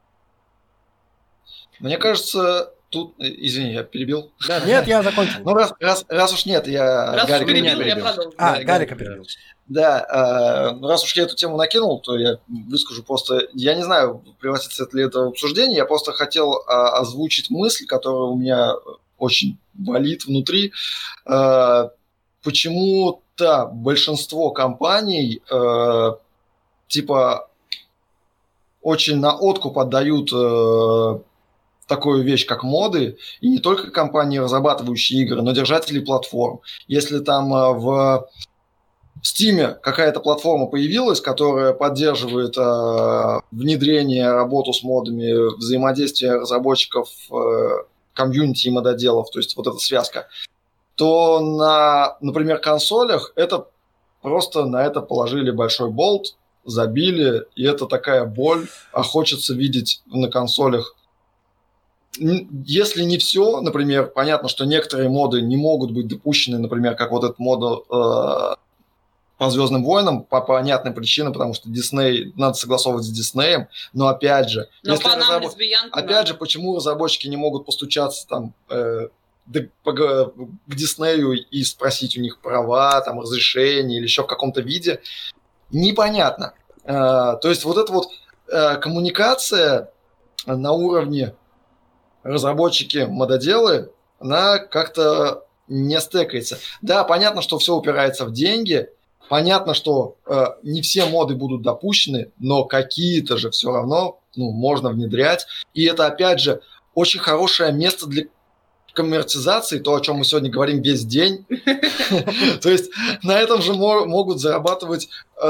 Мне кажется, тут... э, Извини, я перебил. Да, Нет, я закончил. Ну, раз, раз, раз уж нет, я Раз Гарика перебил, не я перебил. продолжу. А, да, Гарика да. перебил. Да, э, ну, раз уж я эту тему накинул, то я выскажу просто... Я не знаю, превратится ли это в обсуждение, я просто хотел а, озвучить мысль, которая у меня очень болит внутри. Э, почему-то большинство компаний э, типа очень на откуп отдают э, такую вещь, как моды, и не только компании, разрабатывающие игры, но держатели платформ. Если там э, в В Steam какая-то платформа появилась, которая поддерживает э, внедрение, работу с модами, взаимодействие разработчиков, э, комьюнити и мододелов, то есть вот эта связка, то на, например, консолях это просто на это положили большой болт, забили, и это такая боль, а хочется видеть на консолях. Если не все, например, понятно, что некоторые моды не могут быть допущены, например, как вот этот мод э, по Звездным войнам, по понятным причинам, потому что Дисней надо согласовывать с Диснеем, но опять же, Но если по нам разраб... лесбиянкам опять надо. же, почему разработчики не могут постучаться там э, да, по, к Диснею и спросить у них права, там, разрешение или еще в каком-то виде, непонятно. Э, то есть вот эта вот э, коммуникация на уровне разработчики-мододелы, она как-то не стекается. Да, понятно, что все упирается в деньги, понятно, что э, не все моды будут допущены, но какие-то же все равно ну, можно внедрять. И это, опять же, очень хорошее место для коммерциализации, то, о чем мы сегодня говорим весь день. То есть на этом же могут зарабатывать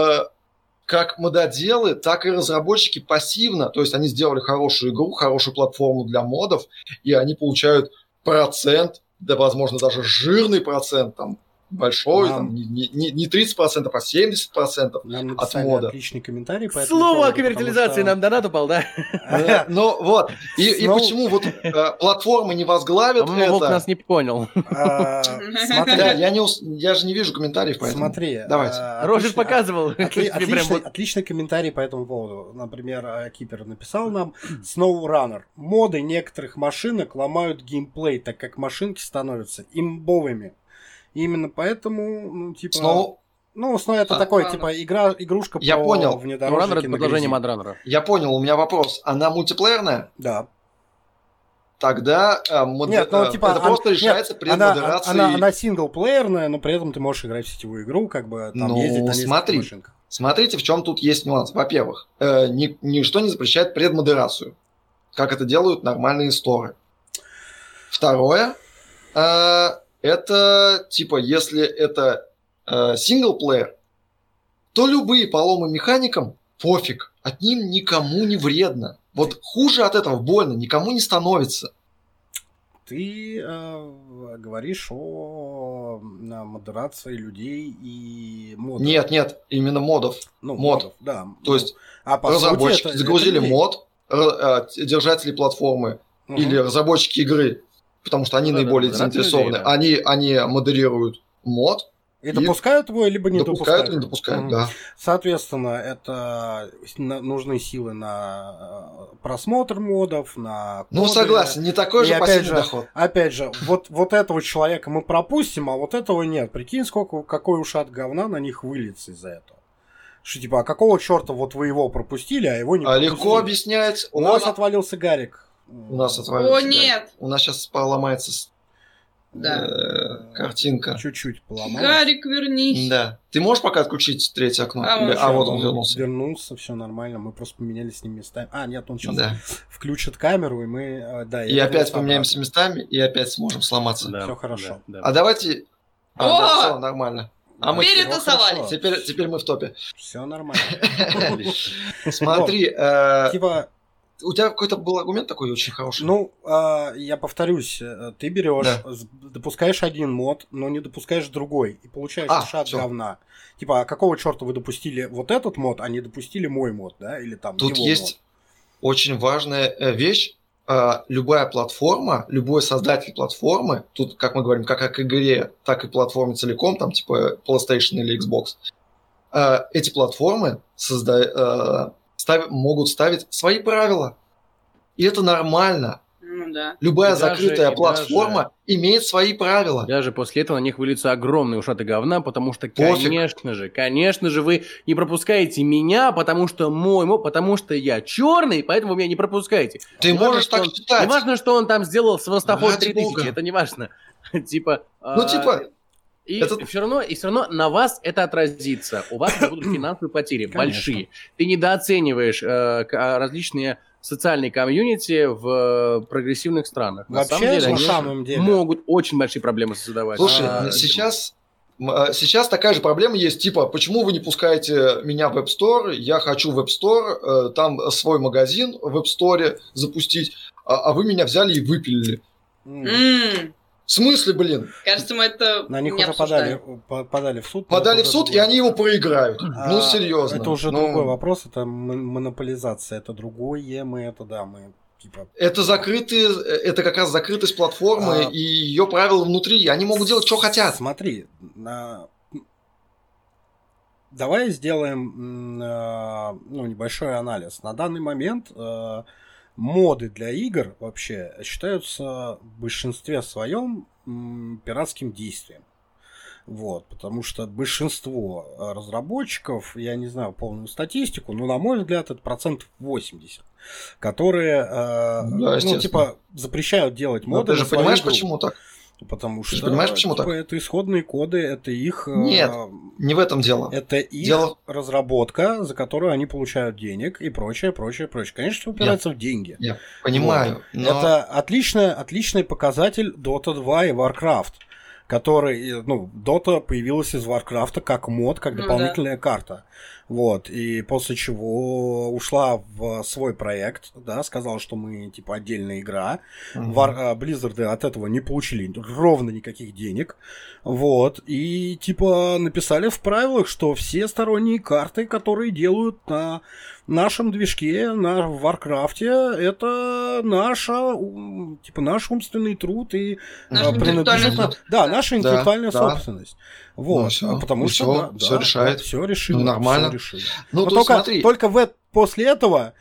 как мододелы, так и разработчики пассивно. То есть они сделали хорошую игру, хорошую платформу для модов, и они получают процент, да, возможно, даже жирный процент, там, большой, Нам... там, не, не, не тридцать процентов, а семьдесят процентов нам от мода. Отличный комментарий по этому Слово поводу, о коммертализации что... нам донат упал, да? Ну вот, и почему вот платформы не возглавят это? Волк нас не понял. Смотри, я же не вижу комментариев, поэтому... Смотри. Давайте. Рожер показывал. Отличный комментарий по этому поводу. Например, Кипер написал нам: SnowRunner. Моды некоторых машинок ломают геймплей, так как машинки становятся имбовыми. И именно поэтому, ну, типа... Snow... Ну, Snow это а, такой, а, типа, игра, игрушка я про понял. внедорожники это продолжение Мадраннера. Я понял, у меня вопрос. Она мультиплеерная? Да. Тогда э, мод... нет, ну, типа, это она, просто решается при модерации. Она, она, она синглплеерная, но при этом ты можешь играть в сетевую игру, как бы там ну, ездить на нескольких смотри, машинках. Смотрите, в чем тут есть нюанс. Во-первых, э, ни, ничто не запрещает предмодерацию, как это делают нормальные сторы. Второе, э, это, типа, если это э, синглплеер, то любые поломы механикам пофиг, от ним никому не вредно. Вот хуже от этого больно никому не становится. Ты э, говоришь о, о модерации людей и модов. Нет, нет, именно модов. Ну, мод. модов, да. То есть а по разработчики сути, это, загрузили это мод, э, держатели платформы угу. или разработчики игры, потому что они ну, наиболее да, заинтересованы, да. они, они модерируют мод. И допускают его, либо не допускают. допускают? Допускают или не допускают, угу. да. Соответственно, это нужны силы на просмотр модов, на коды. Ну, согласен, не такой же пассивный же, доход. Опять же, вот, вот этого человека мы пропустим, а вот этого нет. Прикинь, сколько, какой ушат говна на них выльется из-за этого. Что типа, а какого черта вот вы его пропустили, а его не а пропустили? Легко объяснять. У нас отвалился Гарик. У нас отвалился О, нет. Гарик. У нас сейчас поломается... Да. Э, картинка. Чуть-чуть поломалась. Гарик, вернись. Да. Ты можешь пока отключить третье окно? А, Или... он, а вот он вернулся. Вернулся, все нормально. Мы просто поменялись с ним местами. А, нет, он сейчас да. включит камеру, и мы... Да, и опять поменяемся обратно. местами, и опять сможем сломаться. Да, все хорошо. Да, да. А давайте... А, О! да, все, нормально. А мы перетасовались. Теперь, теперь мы в топе. Все нормально. Смотри... Типа... У тебя какой-то был аргумент такой очень хороший? Ну, э, я повторюсь, ты берешь, да. допускаешь один мод, но не допускаешь другой, и получаешь а, шат всё. говна. Типа, а какого черта вы допустили вот этот мод, а не допустили мой мод, да? Или там Тут его есть мод? Очень важная вещь. Любая платформа, любой создатель платформы, тут, как мы говорим, как к игре, так и платформе целиком, там типа PlayStation или Xbox, эти платформы создают... Став... могут ставить свои правила. И это нормально. Ну, да. Любая и закрытая даже, платформа даже, имеет свои правила. Даже после этого на них выльются огромные ушаты говна, потому что, Пофиг. конечно же, конечно же, вы не пропускаете меня, потому что мой, мой потому что я черный, поэтому вы меня не пропускаете. Ты не можешь так он, считать. Не важно, что он там сделал с Востоход Ради три тысячи, Бога. это не важно. Типа... Ну, типа... И это... все равно, и все равно на вас это отразится. У вас будут финансовые потери большие. Ты недооцениваешь э, различные социальные комьюнити в прогрессивных странах. На Вообще, самом деле, на они самом деле. могут очень большие проблемы создавать. Слушай, а, сейчас, сейчас такая же проблема есть, типа, почему вы не пускаете меня в App Store, я хочу в App Store, там свой магазин в App Store запустить, а, а вы меня взяли и выпилили. Mm. В смысле, блин? Кажется, мы это на них не уже подали, подали в суд. Подали в суд, и они его проиграют. А, ну, серьезно. Это уже ну... другой вопрос, это монополизация, это другое, мы это, да, мы... Типа... Это закрытые, это как раз закрытость платформы а... и ее правила внутри. Они могут делать, что хотят. Смотри, на... давай сделаем ну, небольшой анализ. На данный момент... моды для игр вообще считаются в большинстве своем м, пиратским действием. Вот, потому что большинство разработчиков, я не знаю полную статистику, но, на мой взгляд, это процентов восемьдесят, которые, Да, ну, типа, запрещают делать Но моды ты на же свою понимаешь, игру. почему так? Потому Ты что, же понимаешь, почему типа, так? это исходные коды, это их... Нет, э, не в этом дело. Это их Дело- разработка, за которую они получают денег и прочее, прочее, прочее. Конечно, все упирается в деньги. Я понимаю, но... Это отличный, отличный показатель Дота два и Warcraft, который, ну, Dota появилась из Warcraft как мод, как Ну дополнительная карта. Вот, и после чего ушла в свой проект, да, сказала, что мы, типа, отдельная игра. Мгм. War, а, Blizzard от этого не получили ровно никаких денег. Вот, и, типа, написали в правилах, что все сторонние карты, которые делают на нашем движке, на Варкрафте, это наша, ум, типа, наш умственный труд и Наша а, принадлежит интеллектуальная нам- собственность. Да, наша интеллектуальная да. собственность. Вот, Ну, всё, потому и что всё, да, всё да, решает. все решило, Ну, нормально. всё решило. Ну, Но то есть только, смотри, только в эт- после этого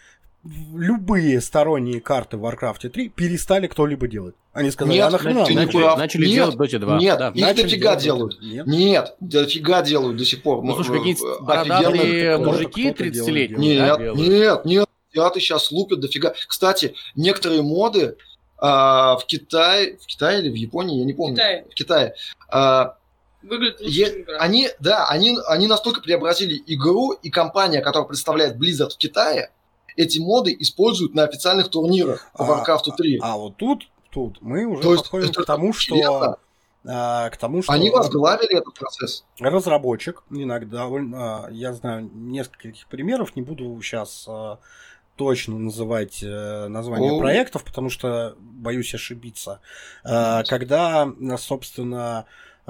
любые сторонние карты в Warcraft три перестали кто-либо делать. Они сказали, Нет, а нахрена? ты не начали, прав. начали Нет, делать в Доте два. нет, Да. их Начали дофига делать делают. это. Нет. Нет, дофига делают до сих пор. Ну, слушай, М, какие-нибудь э, бородатые офигенно. кто-то- мужики кто-то тридцатилетние, делает, да, Нет, делают. нет, нет, пятый сейчас лупят дофига. Кстати, некоторые моды а, в Китае, в Китае или в Японии, я не помню. Китае. В Китае. а, Выглядит лучше, Е- чем игра. они, да, они, они настолько преобразили игру, и компания, которая представляет Blizzard в Китае, эти моды используют на официальных турнирах по А, Warcraft три. А вот тут, тут мы уже То есть подходим это к тому, что, охеренно. а, к тому, что Они возглавили этот процесс. разработчик иногда, довольно, а, я знаю несколько таких примеров, не буду сейчас а, точно называть э, названия О. проектов, потому что боюсь ошибиться. А, когда, а, собственно,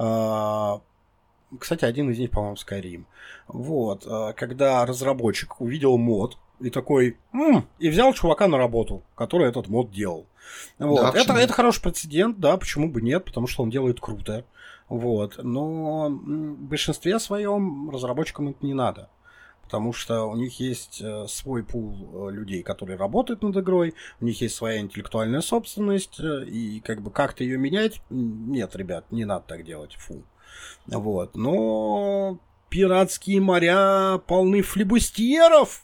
а, кстати, один из них, по-моему, Skyrim. Вот, а, когда разработчик увидел мод и такой, «М», и взял чувака на работу, который этот мод делал. Вот. Да, это, почему? это хороший прецедент, да, почему бы нет, потому что он делает круто. Вот. Но м, в большинстве своем разработчикам это не надо. Потому что у них есть э, свой пул э, людей, которые работают над игрой, у них есть своя интеллектуальная собственность, э, и как бы как-то ее менять, м, нет, ребят, не надо так делать, фу. Вот. Но пиратские моря полны флибустьеров,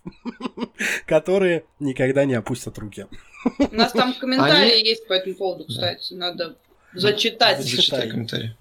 которые никогда не опустят руки. У нас там комментарии Они- есть по этому поводу, кстати. Надо зачитать. Зачитай. Зачитай комментарий.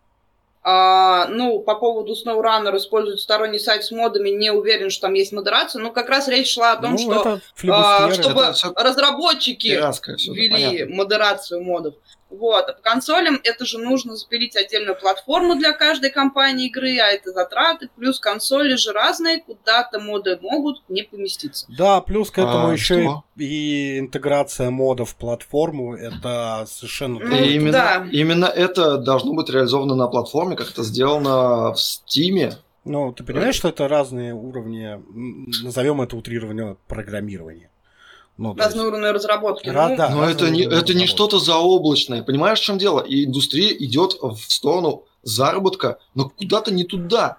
А, ну, по поводу SnowRunner использует сторонний сайт с модами, не уверен, что там есть модерация. Ну, как раз речь шла о том, Ну, что это а, флибустьеры. чтобы Это всё разработчики Пиратское всё, ввели понятно. модерацию модов. Вот. А по консолям это же нужно запилить отдельную платформу для каждой компании игры, а это затраты. Плюс консоли же разные, куда-то моды могут не поместиться. Да, плюс к этому А, еще что? и, и интеграция модов в платформу, это совершенно... Ну, И именно, да. именно это должно быть реализовано на платформе, как это сделано в Steam. Ну, ты понимаешь, что это разные уровни, м, назовем это утрирование программирования. Ну, то есть- Разные уровни разработки. Раз- Ну, да. Но разные это не, уровни это не разработки. что-то заоблачное. Понимаешь, в чем дело? И индустрия идет в сторону заработка, но куда-то не туда.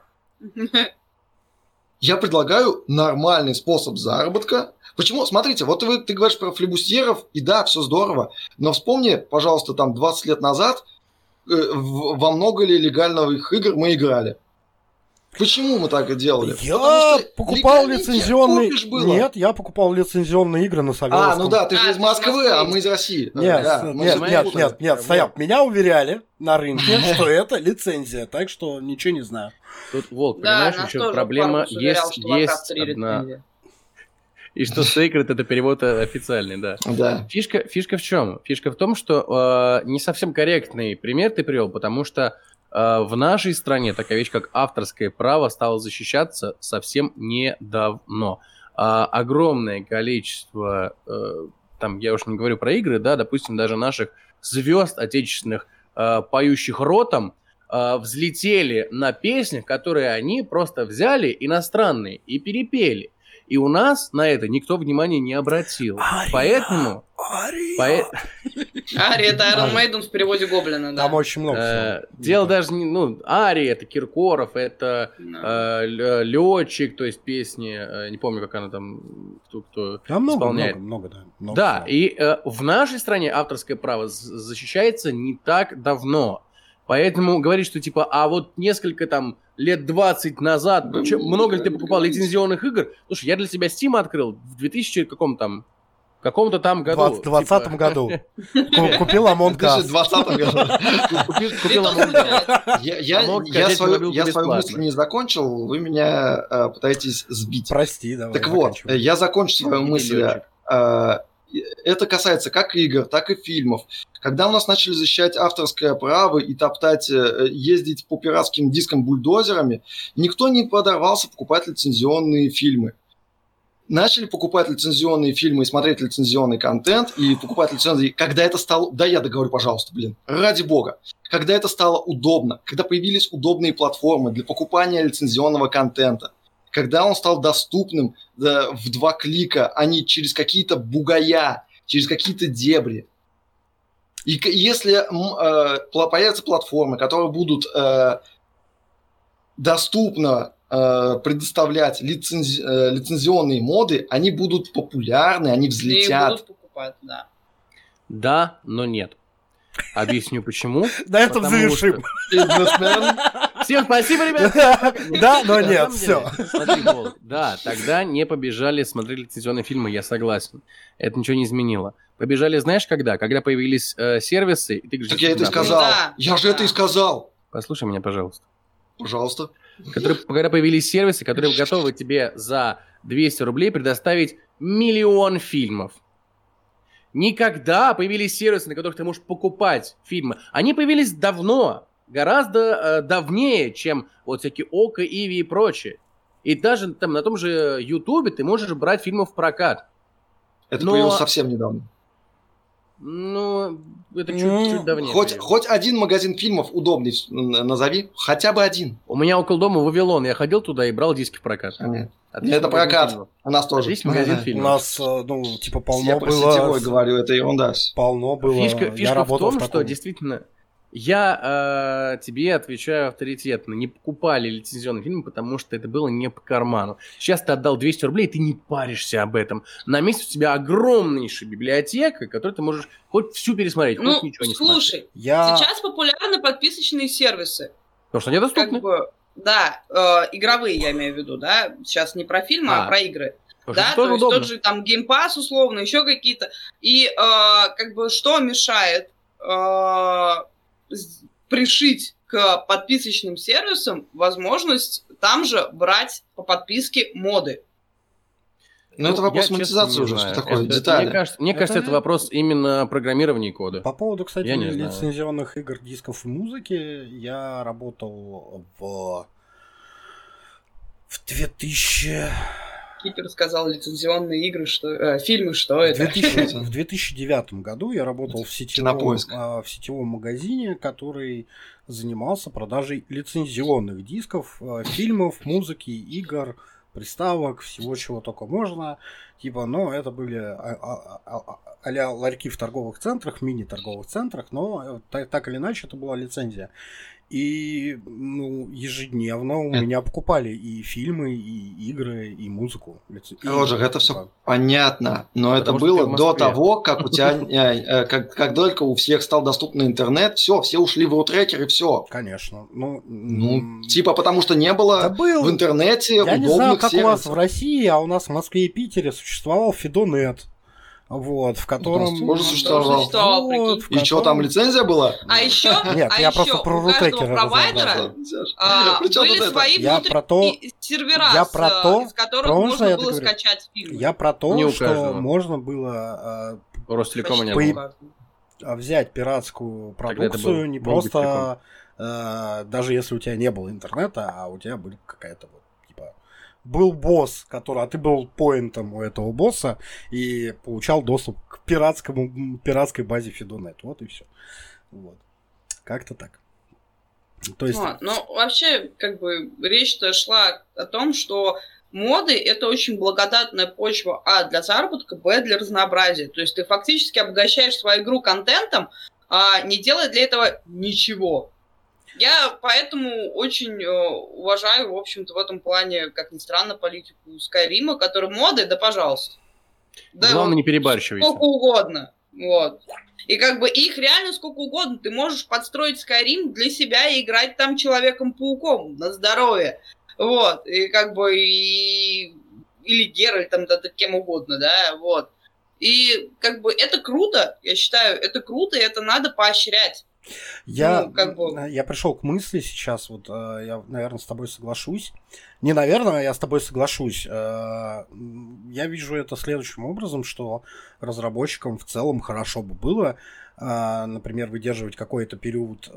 Я предлагаю нормальный способ заработка. Почему? Смотрите, вот вы, ты говоришь про флибустьеров, и да, все здорово, но вспомни, пожалуйста, там двадцать лет назад, э, в- во много ли легальных игр мы играли. Почему мы так и делали? Я Потому что покупал легально не лицензионные... купишь было. Нет, я покупал лицензионные игры на Солёвском. А, ну да, ты же А, из ты из Москвы, Москвы. а мы из России. Нет, Да, нет, мы нет, же нет, путаем. нет, нет, стояп. Меня уверяли на рынке, что это лицензия, так что ничего не знаю. Тут, Волк, да, понимаешь, нас еще тоже проблема Маркус уверял, есть, что Warcraft есть три одна. лицензия. И что Sacred это перевод официальный, да. Да. Фишка, фишка в чем? Фишка в том, что э, не совсем корректный пример ты привел, потому что э, в нашей стране такая вещь, как авторское право, стала защищаться совсем недавно. А, огромное количество, э, там, я уж не говорю про игры, да, допустим, даже наших звезд отечественных, э, поющих ротом, э, взлетели на песнях, которые они просто взяли иностранные и перепели. И у нас на это никто внимания не обратил. Ария, Поэтому... Ария. Пое- Ари, это Iron Maiden в переводе Гоблина, да. Там очень много э, всего. Дело Да. даже не... Ну, Ария, это Киркоров, это Да. э, Летчик, то есть песни, э, не помню, как она там, кто, кто Там много, исполняет. много, много, да. много Да, всего. и э, в нашей стране авторское право з- защищается не так давно. Поэтому говорить, что типа, а вот несколько там лет двадцать назад, чё, много ли ты покупал лицензионных игр? Слушай, я для себя Steam открыл в двухтысячном каком там, каком-то там году. В двадцатом году. Купил Among В две тысячи Us. двадцатом году. Купил Among Us. Я, я, Among я, Us свою, забил я свою бесплатно. мысль не закончил, вы меня э, пытаетесь сбить. Прости, давай. Так вот, заканчивай. я закончу свою мысль. Лётчик. Э, Это касается как игр, так и фильмов. Когда у нас начали защищать авторское право и топтать, э, ездить по пиратским дискам бульдозерами, никто не подорвался покупать лицензионные фильмы. Начали покупать лицензионные фильмы и смотреть лицензионный контент, и покупать лицензии, когда это стало... Да, я договорю, пожалуйста, блин. Ради бога. Когда это стало удобно, когда появились удобные платформы для покупания лицензионного контента, когда он стал доступным да, в два клика, а не через какие-то бугая, через какие-то дебри. И к- если м, э, пла- появятся платформы, которые будут э, доступно э, предоставлять лицензи- э, лицензионные моды, они будут популярны, они И взлетят. будут покупать, да. Да, но нет. Объясню почему. На этом Потому завершим. Бизнесмен. Всем спасибо, ребят. Да, но На нет, самом все. деле, смотри, Волк, да, тогда не побежали смотреть лицензионные фильмы, я согласен. Это ничего не изменило. Побежали, знаешь, когда? Когда появились э, сервисы, и ты говоришь, Так я это и да, сказал. Да, Я же да. это и сказал. послушай меня, пожалуйста. Пожалуйста. Которые, когда появились сервисы, которые готовы тебе за двести рублей предоставить миллион фильмов. Никогда появились сервисы, на которых ты можешь покупать фильмы. Они появились давно, гораздо э, давнее, чем вот всякие Око, Иви и прочее. И даже там на том же Ютубе ты можешь брать фильмы в прокат. Это Но- появилось совсем недавно. Ну, это Ну, чуть-чуть давнее. Хоть, появилось. хоть один магазин фильмов удобный н- назови. Хотя бы один. У меня около дома Вавилон, я ходил туда и брал диски в прокат. А, нет. Отличный Это магазин прокат. фильмов. У нас тоже. Отличный магазин Ага. У фильмов. нас, э, ну, типа, полно Я про сетевой было... говорю, это ерунда. Полно было. Фишка, Я фишка в работал том, в что таком. действительно я э, тебе отвечаю авторитетно. Не покупали лицензионные фильмы, потому что это было не по карману. Сейчас ты отдал двести рублей, ты не паришься об этом. На месте у тебя огромнейшая библиотека, которую ты можешь хоть всю пересмотреть, Ну, хоть ничего не смотреть. слушай, Я... сейчас популярны подписочные сервисы. Потому что они доступны. Как бы, да, э, игровые я имею в виду, да. Сейчас не про фильмы, а, А, про игры. Потому что Да, это то тоже есть удобно. тот же там Game Pass, условно, еще какие-то. И э, как бы что мешает э, с- пришить к подписочным сервисам возможность там же брать по подписке моды? Ну, это Ну, вопрос я, честно, монетизации не уже, знаю. что такое, Это- детали. Мне кажется, мне Это- кажется, это вопрос именно программирования кода. По поводу, кстати, Я не знаю. лицензионных игр, дисков и музыки, я работал в... В две тысячи... Кипер сказал лицензионные игры, что э, фильмы, что В это? две тысячи в две тысячи девятом году я работал в сетевом, Кинопоиск. а, в сетевом магазине, который занимался продажей лицензионных дисков, а, фильмов, музыки, игр, приставок, всего чего только можно. Типа, но это были а- а- а- а-ля ларьки в торговых центрах, мини-торговых центрах, но э, так, так или иначе это была лицензия. И ну, ежедневно у Э. меня покупали и фильмы, и игры, и музыку. Лице- и- Роджер, это все понятно, но это Потому что ты было в до Москве. того, как у тебя, э, э, как, как только у всех стал доступен интернет, все, все ушли в рутрекер и все. Конечно. Ну, Ну, м, типа потому что не было да был. в интернете Я удобных не знаю, как у вас сервисов. в России, а у нас в Москве и Питере существовал Фидонет. Вот, в котором... нас тоже существовал. Существовал, Вот, прикинь. в И что, там котором- лицензия была? А еще, Нет, а я еще просто про у каждого рутекеры провайдера разнообразил. а, При чём были тут это? свои Я про то- внутренние сервера, я с, про э, то- из которых про можно что я было говорю. скачать фильмы. Я про то, Не у что каждого. можно было У Ростелекома не Почти По- было. у э, взять пиратскую Тогда это продукцию, был не Волк просто... э, даже если у тебя не было интернета, а у тебя были какая-то вот, типа... Был босс, который, а ты был поинтом у этого босса и получал доступ к пиратскому, пиратской базе Фидонет. Вот и все. Вот. Как-то так. То есть... Вот, ну, вообще, как бы, речь-то шла о том, что моды — это очень благодатная почва, а, для заработка, б, для разнообразия. То есть ты фактически обогащаешь свою игру контентом, а не делая для этого ничего. Я поэтому очень э, уважаю, в общем-то, в этом плане, как ни странно, политику Скайрима, который моды, да пожалуйста. Да Главное, вот не перебарщивайте. сколько угодно. Вот. И как бы их реально сколько угодно. Ты можешь подстроить Skyrim для себя и играть там Человеком-пауком на здоровье. Вот. И как бы и... Или Геральтом, да, кем угодно, да, вот. И как бы это круто, я считаю, это круто, и это надо поощрять. Я, ну, как бы... я пришел к мысли сейчас, вот я, наверное, с тобой соглашусь. Не, наверное, я с тобой соглашусь. Я вижу это следующим образом, что разработчикам в целом хорошо бы было, например, выдерживать какой-то период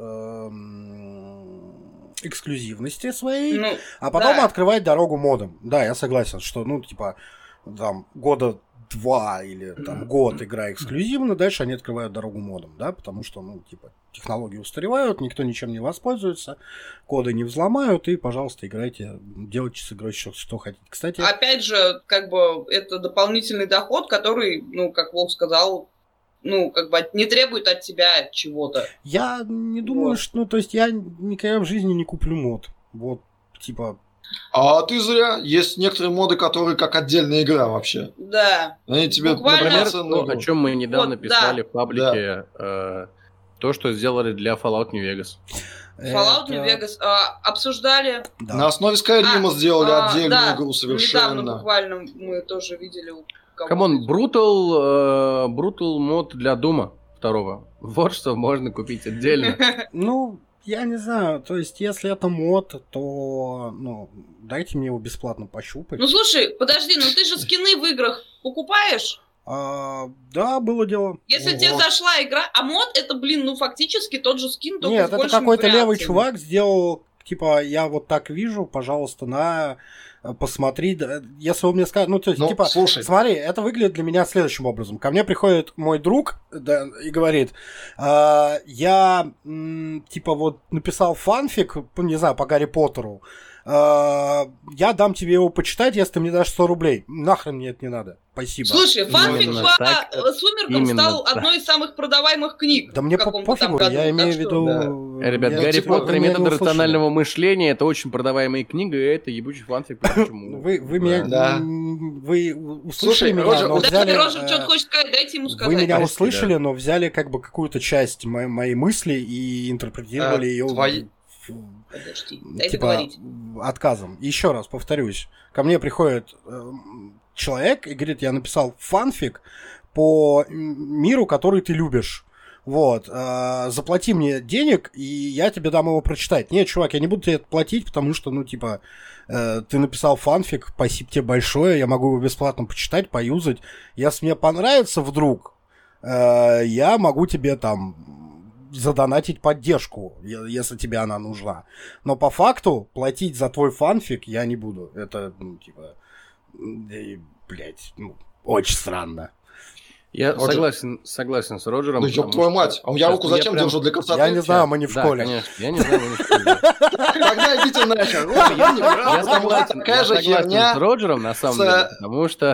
эксклюзивности своей, ну, а потом да. открывать дорогу модам. Да, я согласен, что, ну, типа, там, года два или там год игра эксклюзивно, дальше они открывают дорогу модам, да, потому что, ну, типа, технологии устаревают, никто ничем не воспользуется, коды не взломают, и, пожалуйста, играйте, делайте с игрой что, что хотите. Кстати... Опять же, как бы, это дополнительный доход, который, ну, как Волк сказал, ну, как бы не требует от тебя чего-то. Я не думаю, вот. что, ну, то есть я никогда в жизни не куплю мод, вот, типа... А ты зря. Есть некоторые моды, которые как отдельная игра вообще. Да. Они тебе, например, то, о чем мы недавно вот, писали да. в паблике, да. э, то, что сделали для Fallout New Vegas. Fallout Это... New Vegas э, обсуждали. Да. На основе Skyrim а, сделали а, отдельную да. игру совершенно. Недавно буквально мы тоже видели. Камон, Brutal, э, Brutal мод для Дума второго. Вот что можно купить отдельно. Ну... Я не знаю, то есть, если это мод, то, ну, дайте мне его бесплатно пощупать. Ну, слушай, подожди, ну ты же скины в играх покупаешь? А, да, было дело. Если вот. тебе зашла игра, а мод это, блин, ну, фактически тот же скин, только Нет, с большими это какой-то вариациями. левый чувак сделал, типа, я вот так вижу, пожалуйста, на... Посмотри, если вы мне скажете, ну, то есть, ну, типа, слушай. Смотри, это выглядит для меня следующим образом. Ко мне приходит мой друг да, и говорит, э, я, м, типа, вот написал фанфик, не знаю, по Гарри Поттеру, э, я дам тебе его почитать, если ты мне дашь сто рублей. Нахрен мне это не надо. Спасибо. Слушай, фанфик именно по так, «Сумеркам» стал так. одной из самых продаваемых книг. Да мне пофигу, я имею в виду... Да. Ребят, я, Гарри типа, Поттер и метод рационального мышления — это очень продаваемая книга, и это ебучий фанфик. Вы, вы меня... Да. Вы услышали меня, Роджер, но взяли... Роджер что-то хочет сказать, дайте ему сказать. Вы меня услышали, но взяли как бы какую-то часть моей, моей мысли и интерпретировали ее... Твои... Подожди, дай типа, договорить. Отказом. Еще раз повторюсь. Ко мне приходит э, человек и говорит, я написал фанфик по миру, который ты любишь. Вот. Э, заплати мне денег, и я тебе дам его прочитать. Нет, чувак, я не буду тебе это платить, потому что, ну, типа, э, ты написал фанфик, спасибо тебе большое, я могу его бесплатно почитать, поюзать. Если мне понравится вдруг, э, я могу тебе там... задонатить поддержку, если тебе она нужна. Но по факту платить за твой фанфик я не буду. Это, ну, типа, блядь, ну, очень странно. Я Роджер. согласен, согласен с Роджером. Ну, ёб твою мать, а я руку зачем я держу? Для красоты? Я не знаю, мы не в да, школе. Конечно, я не знаю, мы не в школе. Тогда идите нахер. Я согласен, такая же херня с Роджером, на самом деле, потому что...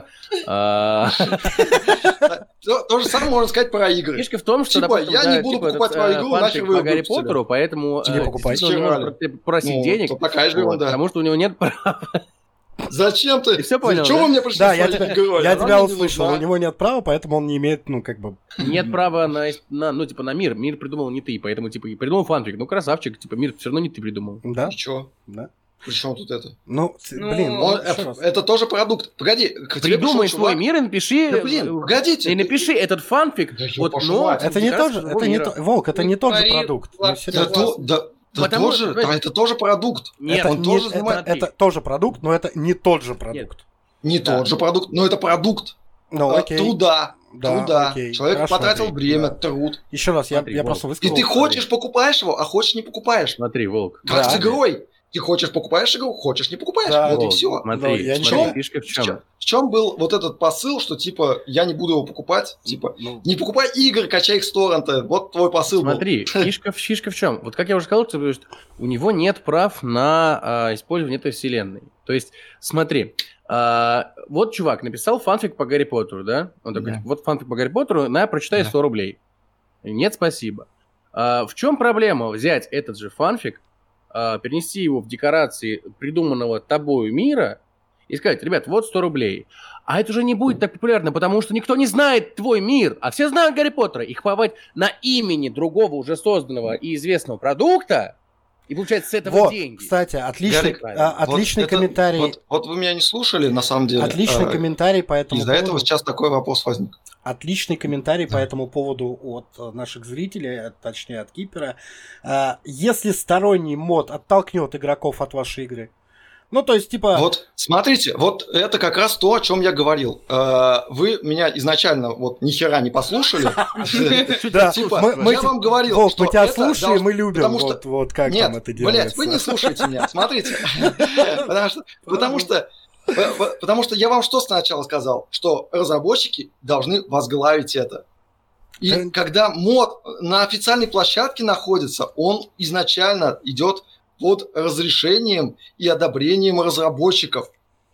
То же самое можно сказать про игры. Фишка в том, что, допустим, я не буду покупать твою игру, нахер вы по Гарри Поттеру, поэтому не покупайте. он не может просить денег, потому что у него нет права. Зачем ты? Ты все понял, Чего да? вы мне пришли да, с я, тебя, героя? я тебя услышал. У него нет права, поэтому он не имеет, ну, как бы... Нет права на, на, ну, типа, на мир. Мир придумал не ты, поэтому, типа, и придумал фанфик. Ну, красавчик, типа, мир все равно не ты придумал. Да. И чё? Да. При чем тут это? Ну, ну блин, он, это, это тоже продукт. Погоди, придумай свой мир и напиши. Да, блин, погодите. И напиши ты... этот фанфик. Да, вот, но это не тот же, это не то, Волк, это не тот же продукт. Да, то, да, да Потому, тоже, да, это тоже продукт. Нет, это, он не, тоже это, занимает... это тоже продукт, но это не тот же продукт. Нет. Не да. тот же продукт, но это продукт. Ну, окей. Труда. Да, труда. Окей. Человек Хорошо, потратил окей. время, да. труд. Еще раз, Смотри, я, я Волк. просто высказал. И ты хочешь, покупаешь его, а хочешь, не покупаешь. Смотри, Волк. Как да. с игрой. Ты хочешь, покупаешь игру, хочешь, не покупаешь. Да, вот Волк. и все. Смотри, я смотри, в чем? фишка в чем? В чем? В чем был вот этот посыл, что типа я не буду его покупать, типа Ну, не покупай игр, качай их с торрента. Вот твой посыл Смотри, был. фишка, фишка в чем? Вот как я уже сказал, что у него нет прав на а, использование этой вселенной. То есть, смотри, а, вот чувак написал фанфик по Гарри Поттеру, да? Он такой, Да. вот фанфик по Гарри Поттеру, на, прочитай Да. сто рублей. Нет, спасибо. А, в чем проблема взять этот же фанфик, а, перенести его в декорации придуманного тобою мира и сказать, ребят, вот сто рублей. А это уже не будет так популярно, потому что никто не знает твой мир, а все знают Гарри Поттера. И хповать на имени другого уже созданного и известного продукта, и получается с этого вот, деньги. Кстати, отличный, Гарри, а, отличный вот это, комментарий. Вот, вот вы меня не слушали, на самом деле. Отличный а, комментарий по этому Из-за поводу. этого сейчас такой вопрос возник. Отличный комментарий Да. по этому поводу от наших зрителей, точнее от Кипера. А, если сторонний мод оттолкнет игроков от вашей игры, ну, то есть, типа... Вот, смотрите, вот это как раз то, о чем я говорил. Э, Вы меня изначально вот ни хера не послушали. Да, Типа, мы- мы я те- вам говорил, Волк, что мы тебя это слушаем, должно- мы любим, потому что- вот, вот как Нет, там это делается. блядь, вы не слушаете меня, смотрите. Потому что, потому что, п- п- потому что я вам что сначала сказал? Что разработчики должны возглавить это. И Да. когда мод на официальной площадке находится, он изначально идет под разрешением и одобрением разработчиков.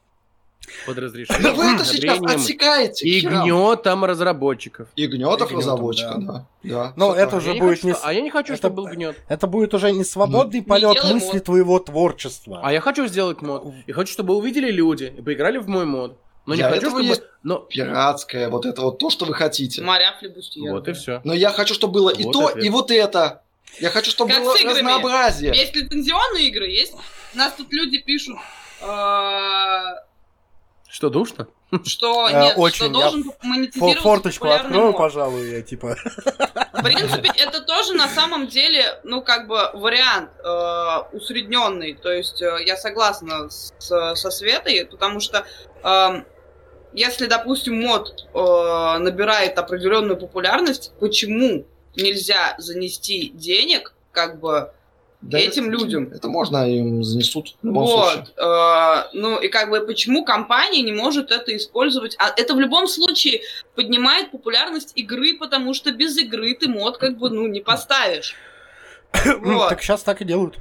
Под разрешением, Вы это сейчас одобрением отсекаете. и херам. гнетом разработчиков. И гнетов И гнетом, разработчика, да. да. да. Но Всё это так. уже Я не будет хочу, не... что- А я не хочу, это- чтобы был гнет. Это будет уже не свободный полет делай мысли мод. твоего творчества. А я хочу сделать мод. Я хочу, чтобы увидели люди и поиграли в мой мод. Но не Для хочу, этого чтобы... есть Но... Пиратское, вот это вот то, что вы хотите. Моря флебустьера. Вот и все. Но я хочу, чтобы было и Вот то, ответ. и вот это. Я хочу, чтобы Как было с играми. разнообразие. Есть лицензионные игры, есть. У нас тут люди пишут, э, Что, душно? что Э, нет, очень. что Я должен Фо- монетизироваться Форточку популярный открою, мод. пожалуй, я типа... В принципе, это тоже на самом деле, ну, как бы вариант э, усредненный. То есть э, я согласна с- со Светой, потому что э, если, допустим, мод э, набирает определенную популярность, почему нельзя занести денег, как бы, Да этим это- людям? Это можно, им занесут в любом случае. Вот, э, ну и как бы почему компания не может это использовать? А это в любом случае поднимает популярность игры, потому что без игры ты мод как бы ну не поставишь. Вот. Так сейчас так и делают.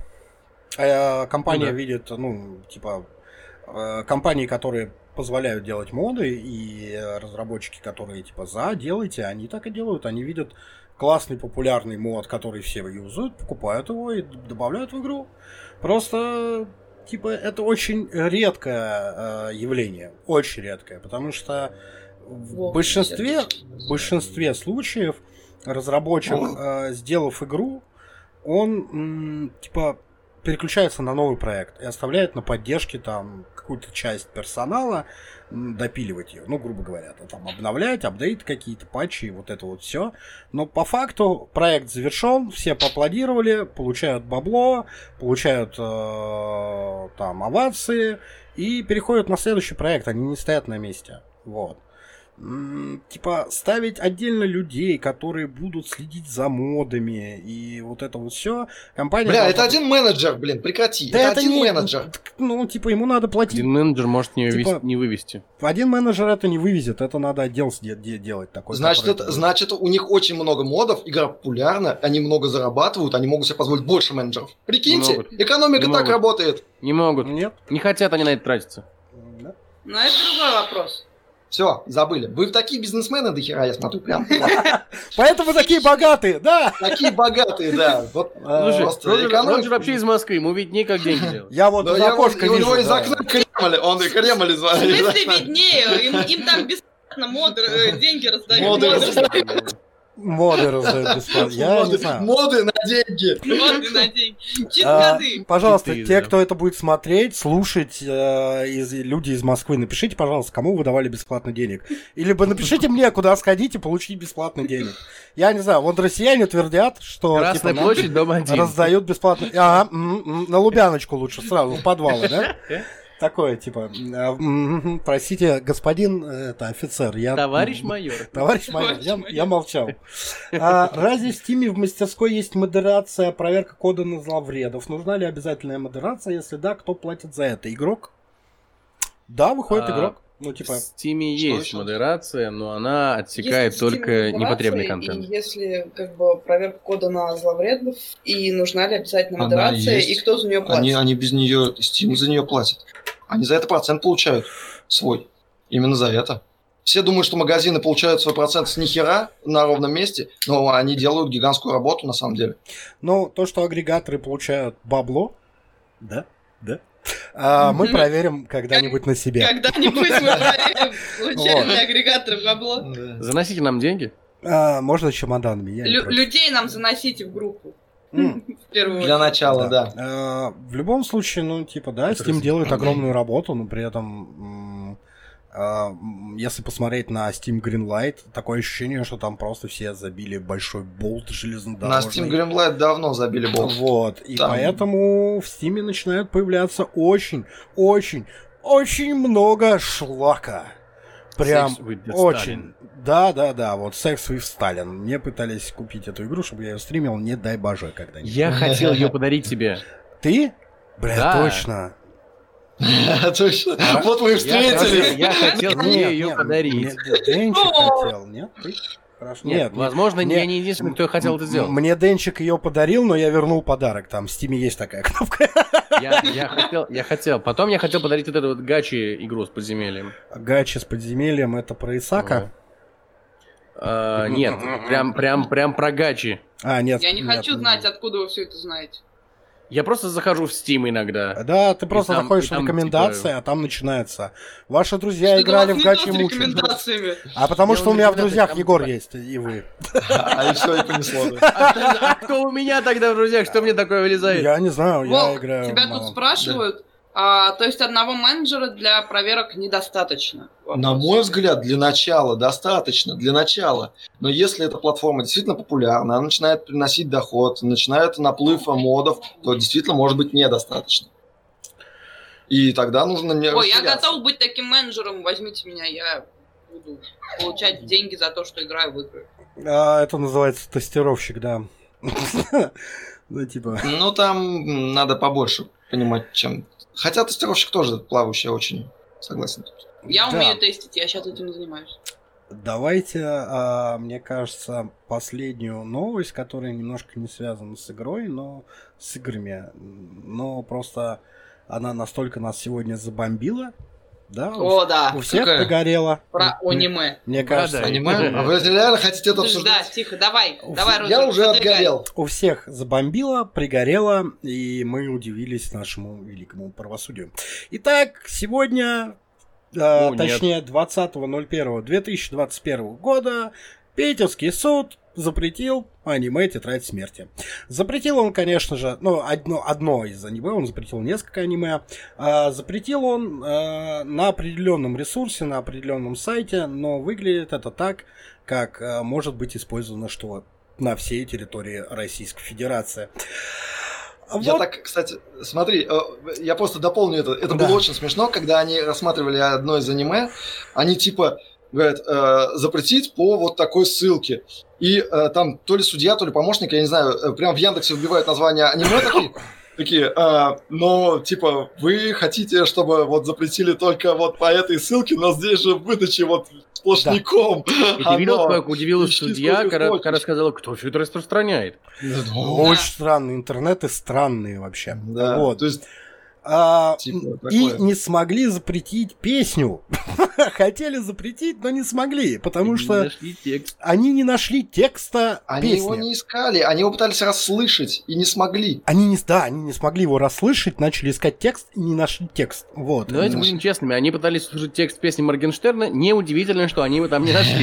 Э, Компания Ну да. видит, ну, типа, э, компании, которые позволяют делать моды, и э, разработчики, которые, типа, за, делайте, они так и делают. Они видят классный, популярный мод, который все юзают, покупают его и д- добавляют в игру. Просто, типа, это очень редкое э, явление. Очень редкое, потому что в Вот, большинстве, в большинстве случаев разработчик, э, сделав игру, он, м, типа, переключается на новый проект и оставляет на поддержке там какую-то часть персонала, м, допиливать ее, ну, грубо говоря, то там обновлять, апдейты какие-то, патчи, и вот это вот все. Но по факту проект завершен, все поаплодировали, получают бабло, получают э, там овации и переходят на следующий проект, они не стоят на месте. Вот. М, Типа ставить отдельно людей, которые будут следить за модами и вот это вот все. Компания. Бля, должна- это один менеджер, блин, прекрати. Да это, это один не менеджер. Ну, типа, ему надо платить. Один менеджер может не, Типа- вывести- не вывести. Один менеджер это не вывезет, это надо отдел де- де- делать такой. Значит, который это, будет. значит, у них очень много модов, игра популярна, они много зарабатывают, они могут себе позволить больше менеджеров. Прикиньте, Не могут. экономика Не так могут. работает. Не могут. Нет? Не хотят они на это тратиться. Да. Но это другой вопрос. Все, забыли. Вы такие бизнесмены до хера, я смотрю, прям. Поэтому такие богатые, да. Такие богатые, да. Вот А, Слушай, просто Роджер, экономика- Роджер вообще из Москвы, ему виднее, как деньги делать. Я вот Но из я вот- окошка и у вижу. него из да. окна Кремль, он и Кремль из В смысле виднее? Им, им там бесплатно мод, э, деньги раздают. Моды Моды раздают. Моды раздают бесплатно. Я не Моды- знаю. Моды на деньги. моды на деньги. Чит А, годы. Пожалуйста, Читы, те, да. кто это будет смотреть, слушать, э, из, люди из Москвы, напишите, пожалуйста, кому вы давали бесплатно денег. Или бы напишите мне, куда сходить и получить бесплатно денег. Я не знаю, вот россияне твердят, что Красная типа, площадь, дом один. раздают бесплатно. Ага, м, м, на Лубяночку лучше сразу, в подвалы, да? Такое, типа, а, м, м, простите, господин э, это, офицер, я... Товарищ майор. Товарищ майор, Товарищ я, майор. я молчал. А, разве в Стиме в мастерской есть модерация, проверка кода на зловредов? Нужна ли обязательная модерация? Если да, кто платит за это? Игрок? Да, выходит А, игрок. Ну, В типа, Стиме Что есть еще? модерация, но она отсекает Есть в Steam только модерация, непотребный И контент. если как бы проверка кода на зловредов, и нужна ли обязательно Она модерация, есть. и кто за нее платит? Они, они без нее, Steam за нее платит. Они за это процент получают свой. Именно за это. Все думают, что магазины получают свой процент с нихера на ровном месте, но они делают гигантскую работу на самом деле. ну, то, что агрегаторы получают бабло, да, да. А, мы проверим когда-нибудь на себе. Когда-нибудь мы проверим, получаем ли агрегаторы бабло. Заносите нам деньги. А, можно чемоданами, я не Лю- против. людей нам заносите в группу. М. В первую Для очередь. начала, да. А, в любом случае, ну, типа, да, Это Steam раз- делает огромную работу, но при этом, м, а, м, если посмотреть на Steam Greenlight, такое ощущение, что там просто все забили большой болт На железнодорожный. Steam Greenlight давно забили болт. Вот, и Там- поэтому в Steam начинает появляться очень, очень, очень много шлака. Прям Sex with the очень. Stalin. Да, да, да, вот Sex with Stalin. Мне пытались купить эту игру, чтобы я ее стримил, не дай боже когда-нибудь. Я хотел ее подарить тебе. Ты? Бля, Да. точно. Точно. Вот мы и Я хотел, встретились. я хотел Нет, тебе ее нет, подарить. мне Денчик хотел, нет? Ты? Хорошо. Нет, Нет, возможно, не- я не единственный, кто хотел это сделать. Мне Денчик ее подарил, но я вернул подарок. Там в Стиме есть такая кнопка. Я, я хотел, я хотел. Потом я хотел подарить вот эту вот гачи игру с подземельем. Гачи с подземельем, это про Исака? А, нет, прям, прям, прям про гачи. А, нет. Я не нет, хочу знать, откуда вы все это знаете. Я просто захожу в Steam иногда. Да, ты просто там- заходишь и в там, рекомендации, типа- а там начинается. Ваши друзья Что-то играли у в вас не то гачи с мучи. рекомендациями. А потому Я что у уже меня в рекомендации, друзьях там Егор типа- есть, и вы. А и все, и понесло. да. А, кто- а кто у меня тогда в друзьях? Что мне такое вылезает? Я не знаю, я Волк, играю тебя мало. тут спрашивают, а, то есть одного менеджера для проверок недостаточно? На мой взгляд, для начала достаточно, для начала. Но если эта платформа действительно популярна, она начинает приносить доход, начинает наплыв модов, то действительно может быть недостаточно. И тогда нужно не Ой, я расширяться. готов быть таким менеджером, возьмите меня, я буду получать деньги за то, что играю в игры. А, это называется тестировщик, да. Ну, типа... Ну, там надо побольше понимать, чем... Хотя тестировщик тоже плавающий, очень согласен. Я Да. умею тестить, я сейчас этим занимаюсь. Давайте, а, мне кажется, последнюю новость, которая немножко не связана с игрой, но с играми. Но просто она настолько нас сегодня забомбила, да? У, О, да, у всех Какая? пригорело. про Мне- аниме. Мне Да, кажется, да. Аниме? А вы реально хотите это Да, обсуждать? тихо, давай, У давай, Я Роджер, уже продвигай. отгорел. у всех забомбило, пригорело, и мы удивились нашему великому правосудию. Итак, сегодня, э, О, нет. точнее, двадцатого ноль первого две тысячи двадцать первого года Питерский суд запретил аниме «Тетрадь смерти». Запретил он, конечно же, ну, одно, одно из аниме, он запретил несколько аниме. А, запретил он а, на определенном ресурсе, на определенном сайте, но выглядит это так, как а, может быть использовано что на всей территории Российской Федерации. Я Вот. так, кстати, смотри, э, я просто дополню это. Это Да. было очень смешно, когда они рассматривали одно из аниме, они типа говорят, э, запретить по вот такой ссылке. И э, там то ли судья, то ли помощник, я не знаю, э, прям в Яндексе вбивают название аниме такие, такие, э, но типа вы хотите, чтобы вот запретили только вот по этой ссылке, но здесь же в выдаче вот сплошняком. И ты видел, оно. как удивилась Ищи судья, сколько когда, хочешь. когда сказала, кто все это распространяет? Очень странные интернеты, странные вообще. Да, Вот. то есть А, Типа и такое. не смогли запретить песню. Хотели запретить, но не смогли, потому Не что нашли текст. они не нашли текста они песни. его не искали, они его пытались расслышать и не смогли. Они не, да, они не смогли его расслышать, начали искать текст и не нашли текст. Вот. Давайте будем честными, они пытались слушать текст песни Моргенштерна, неудивительно, что они его там не нашли.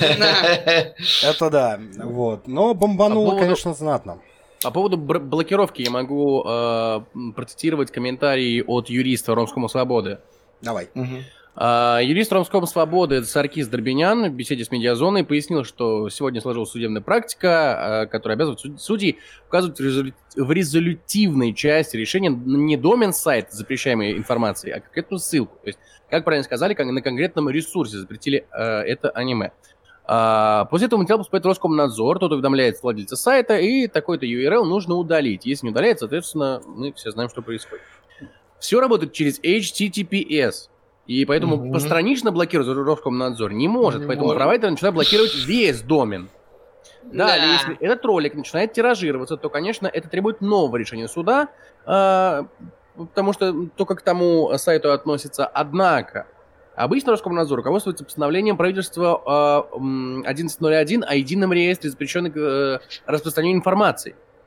Это да, вот. Но бомбануло, По поводу- конечно, знатно. По поводу бр- блокировки я могу э, процитировать комментарий от юриста Ромскому Свободы. Давай. Мгм. А, юрист Ромском Свободы Саркис Дорбинян в беседе с Медиазоной пояснил, что сегодня сложилась судебная практика, а, которая обязывает суд- судей указывать в, резолю- в резолютивной части решения не домен сайт запрещаемой информации, а конкретную ссылку. То есть, как правильно сказали, как на конкретном ресурсе запретили э, это аниме. А, после этого материал поступает в Роскомнадзор, тот уведомляет владельца сайта, и такой-то ю ар эл нужно удалить. Если не удаляет, соответственно, мы все знаем, что происходит. Все работает через эйч ти ти пи эс. И поэтому Мгм. постранично блокировать Роскомнадзор не может. Не поэтому может. провайдер начинает блокировать весь домен. Далее, Да. если этот ролик начинает тиражироваться, то, конечно, это требует нового решения суда, а, потому что только к тому сайту относится. Однако, обычно Роскомнадзор руководствуется постановлением правительства а, м, одиннадцать ноль один о едином реестре запрещенных э, распространения информации.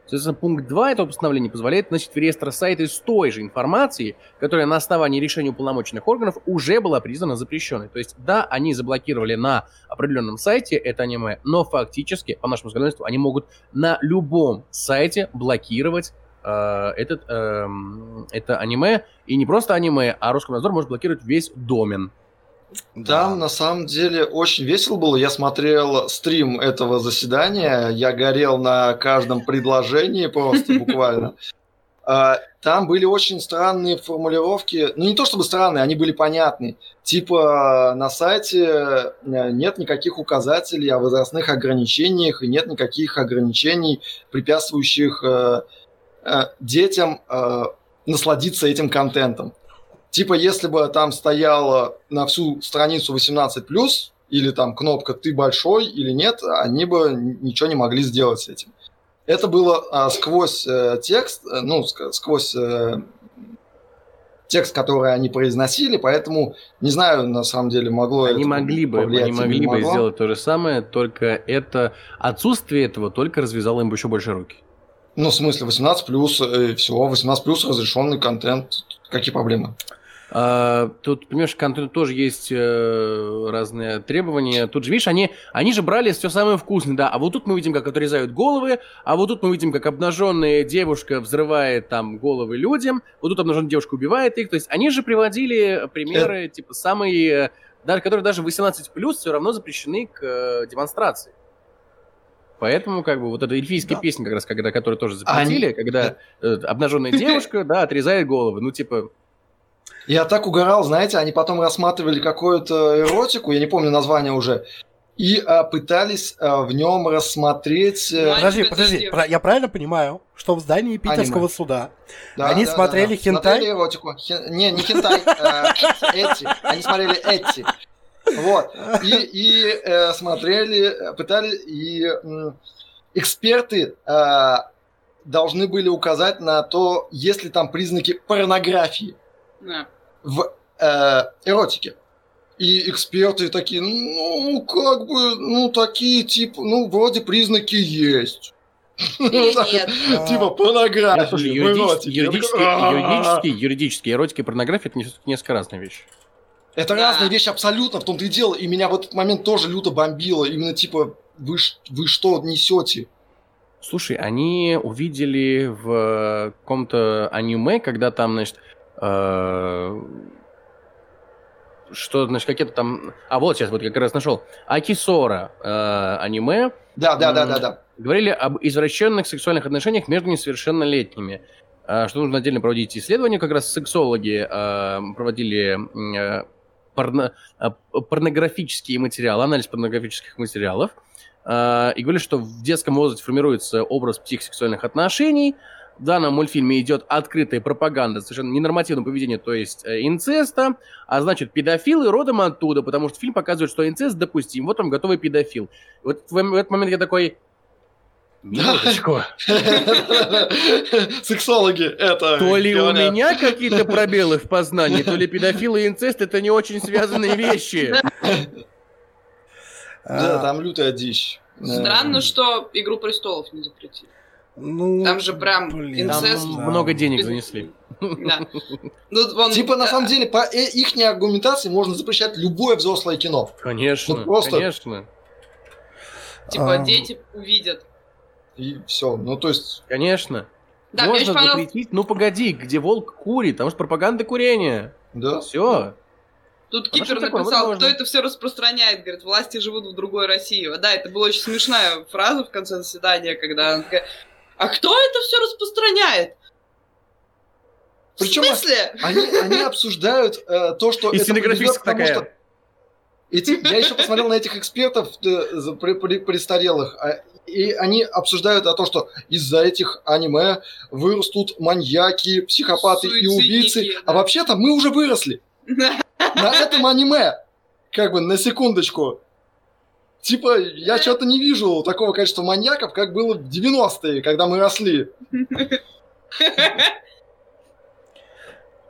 Соответственно, пункт два этого постановления позволяет вносить в реестр сайты с той же информацией, которая на основании решения уполномоченных органов уже была признана запрещенной. То есть, да, они заблокировали на определенном сайте это аниме, но фактически, по нашему законодательству, они могут на любом сайте блокировать э, этот, э, это аниме. И не просто аниме, а Роскомнадзор может блокировать весь домен. Там, Да. на самом деле, очень весело было. Я смотрел стрим этого заседания, я горел на каждом предложении просто буквально. А, Там были очень странные формулировки. Ну, не то чтобы странные, они были понятны. Типа, на сайте нет никаких указателей о возрастных ограничениях и нет никаких ограничений, препятствующих э, э, детям э, насладиться этим контентом. Типа, если бы там стояло на всю страницу восемнадцать плюс, или там кнопка «ты большой» или нет, они бы ничего не могли сделать с этим. Это было а, сквозь э, текст, э, ну, ск- сквозь э, текст, который они произносили, поэтому, не знаю, на самом деле, могло Они это могли бы, повлиять они или могли не бы могло. сделать то же самое, только это отсутствие этого только развязало им еще больше руки. Ну, в смысле, восемнадцать плюс, э, все, восемнадцать плюс разрешенный контент, какие проблемы? А, тут, понимаешь, к контенту тоже есть э, разные требования. Тут же, видишь, они, они же брали все самое вкусное, да. А вот тут мы видим, как отрезают головы, а вот тут мы видим, как обнаженная девушка взрывает там головы людям, вот тут обнаженная девушка убивает их. То есть они же приводили примеры, типа, самые, даже, которые даже восемнадцать плюс все равно запрещены к э, демонстрации. Поэтому, как бы, вот эта эльфийская Да. песня, как раз, когда, которую тоже запретили, Они- когда э, обнаженная девушка, да, отрезает головы. Ну, типа, Я так угорал, знаете, они потом рассматривали какую-то эротику, я не помню название уже, и а, пытались а, в нем рассмотреть... э, Мальчик Подожди, это подожди, девочка. про- я правильно понимаю, что в здании питерского Аниме. суда да, они да, да, смотрели да. хентай? Смотрели эротику. Хен- Не, не хентай, э, эти. Они смотрели эти. Вот. И, и э, смотрели, э, пытались, и м, эксперты э, должны были указать на то, есть ли там признаки порнографии Да. в э, эротике. И эксперты такие, ну, как бы, ну, такие, типа, ну, вроде признаки есть. Или Вот так нет. вот, Типа порнография. Да, слушай, в юридически, эротике. Я юридически, такой, «А-а-а». юридически, юридически, эротика и порнография — это нес- несколько разные вещи. Это Да. разные вещи абсолютно, в том-то и дело. И меня в этот момент тоже люто бомбило. Именно типа, вы, ш- вы что несете? Слушай, они увидели в каком-то аниме, когда там, значит, э, что, значит, какие-то там... А вот сейчас, вот как раз нашел. Акисора э, аниме. Да, да, да, М, да, да. Говорили об извращенных сексуальных отношениях между несовершеннолетними. А, Что нужно отдельно проводить исследования. Как раз сексологи э, проводили м, э, порно- э, порнографические материалы, анализ порнографических материалов. Э, И говорили, что в детском возрасте формируется образ психосексуальных отношений. В данном мультфильме идет открытая пропаганда совершенно ненормативного поведения, то есть э, инцеста, а значит педофилы родом оттуда, потому что фильм показывает, что инцест допустим. Вот он готовый педофил. И вот в, в этот момент я такой... Минуточку. Сексологи, это... То ли у говорят. меня какие-то пробелы в познании, то ли педофилы и инцест — это не очень связанные вещи. Да, А, там лютая дичь. Странно, что «Игру престолов» не запретили. ну, Там же прям блин, Там инцест. да. много денег занесли. Да. Ну, вон, Типа, на э, самом деле, по их аргументации можно запрещать любое взрослое кино. Конечно, Ну, просто- конечно, Типа, А. дети увидят. И все. Ну, то есть... Да, конечно. мне Можно очень понравилось. запретить, ну погоди, где волк курит, потому что пропаганда курения. Да. Все. Тут А Кипер что такое? написал, Возможно. кто это все распространяет. Говорит, власти живут в другой России. Да, это была очень смешная фраза в конце заседания, когда она такая, а кто это все распространяет? Причем В смысле? Они, они обсуждают э, то, что И это стенографистка приведёт к тому, такая. что эти, я еще посмотрел на этих экспертов э, за- при- при- престарелых, а, и они обсуждают о том, что из-за этих аниме вырастут маньяки, психопаты и убийцы. Суицидники, А да. вообще-то мы уже выросли на этом аниме. Как бы на секундочку. Типа, я что-то не вижу такого количества маньяков, как было в девяностые, когда мы росли.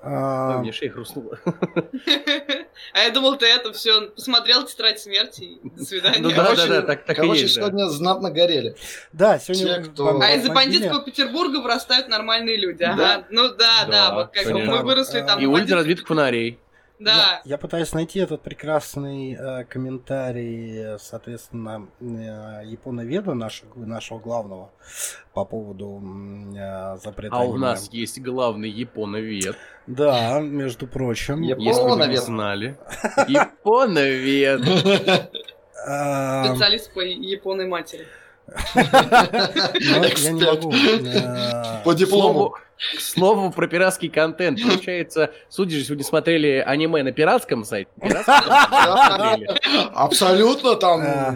Ой, мне шея хрустнула. А я думал, ты это все посмотрел «Тетрадь смерти» и до свидания. Ну да, да, да, так так и Короче, есть. да. сегодня знатно горели. Да, сегодня... Те, кто- А из-за Бомбили. бандитского Петербурга вырастают нормальные люди. Ага. Да. Ну да, Да, да, вот как конечно. мы выросли там. И на улицы бандитском- разбитых фонарей. Да. Я, я пытаюсь найти этот прекрасный э, комментарий, соответственно, э, японоведа нашего, нашего главного по поводу э, запрета А у аниме. нас есть главный японовед. Да, между прочим. Яп- Если вы не Японовед. знали. Японовед. А, Специалист по японной матери. но я не могу. э, По диплому. Слову- К слову про пиратский контент. Получается, судьи же сегодня смотрели аниме на пиратском сайте. Пиратском смотрели. Абсолютно там... А,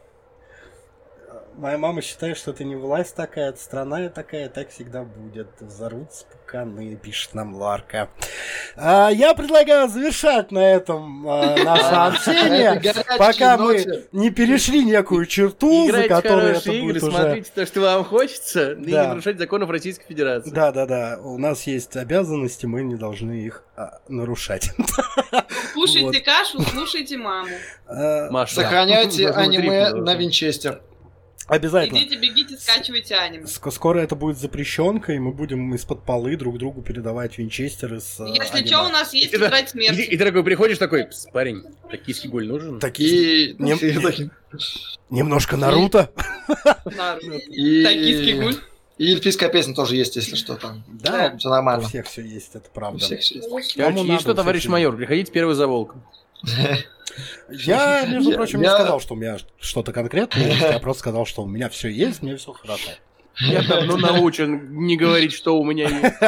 Моя мама считает, что это не власть такая, это страна такая, так всегда будет. Взорвутся пуканы, пишет нам Ларка. А, я предлагаю завершать на этом а, наше общение, На этой горячей пока ноте. мы не перешли некую черту, за Играйте в которой это хорошие игры, будет уже... смотрите то, что вам хочется, и Да. не нарушать законов Российской Федерации. Да, да, да. У нас есть обязанности, мы не должны их а, нарушать. Кушайте кашу, слушайте маму. А, Маша, Сохраняйте да. аниме Внутри, на Винчестер. Обязательно. Идите, бегите, скачивайте аниме. Ск- Скоро это будет запрещенкой, и мы будем из-под полы друг другу передавать винчестеры с э, Если аниме. что, у нас есть И ты- тетрадь И, смерти. и ты такой приходишь, такой, «Пс, парень, токийский гуль нужен?» Такие... И... Не- и- Немножко Наруто. Наруто. и- Токийский гуль. И эльфийская песня тоже есть, если что там. Да, Все у нормально. всех все есть, это У правда. всех все есть. Короче, Кому и надо, что, у товарищ всех майор, приходите первый за волком. Я, между Я- прочим, не я- сказал, что у меня что-то конкретное есть, я просто сказал, что у меня все есть, мне все хорошо. Я давно научен не говорить, что у меня есть.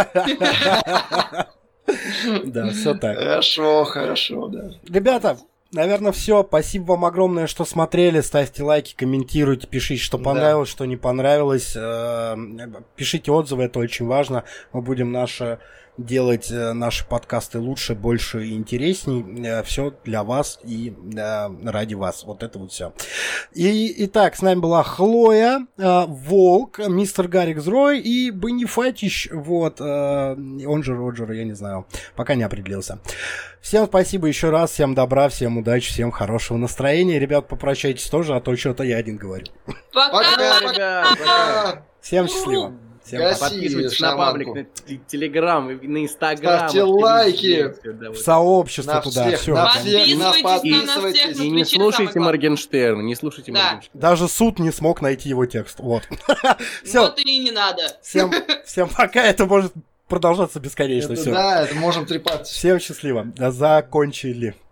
Да, все так. Хорошо, хорошо, да. Ребята, наверное, все. Спасибо вам огромное, что смотрели. Ставьте лайки, комментируйте, пишите, что Да. понравилось, что не понравилось. Э, Пишите отзывы, это очень важно. Мы будем наши делать э, наши подкасты лучше, больше и интересней. Все для вас и э, ради вас. Вот это вот все. И, итак, с нами была Хлоя, э, Волк, мистер Гарик Зрой и Бонифатич. Вот, э, он же Роджер, я не знаю. Пока не определился. Всем спасибо еще раз, всем добра, всем удачи, всем хорошего настроения. Ребят, попрощайтесь тоже, а то что-то я один говорю. Пока, Пока! Ребят, пока. Всем счастливо. Всем Гаси. пока. Подписывайтесь на шаманку. паблик, на т- Телеграм, и на Инстаграм. Ставьте вообще лайки. везде, всё, да, В вот. сообщество На туда, всех, все. на всех, нас Подписывайтесь на нас всех подписывайтесь. на И не Твиче, слушайте самое главное. Моргенштерна, не слушайте Да. Моргенштерна. Даже суд не смог найти его текст. Вот. Все. Вот и не надо. Всем, всем пока. Это может продолжаться бесконечно. Это Все. да, это можем трепать. Всем счастливо. Закончили.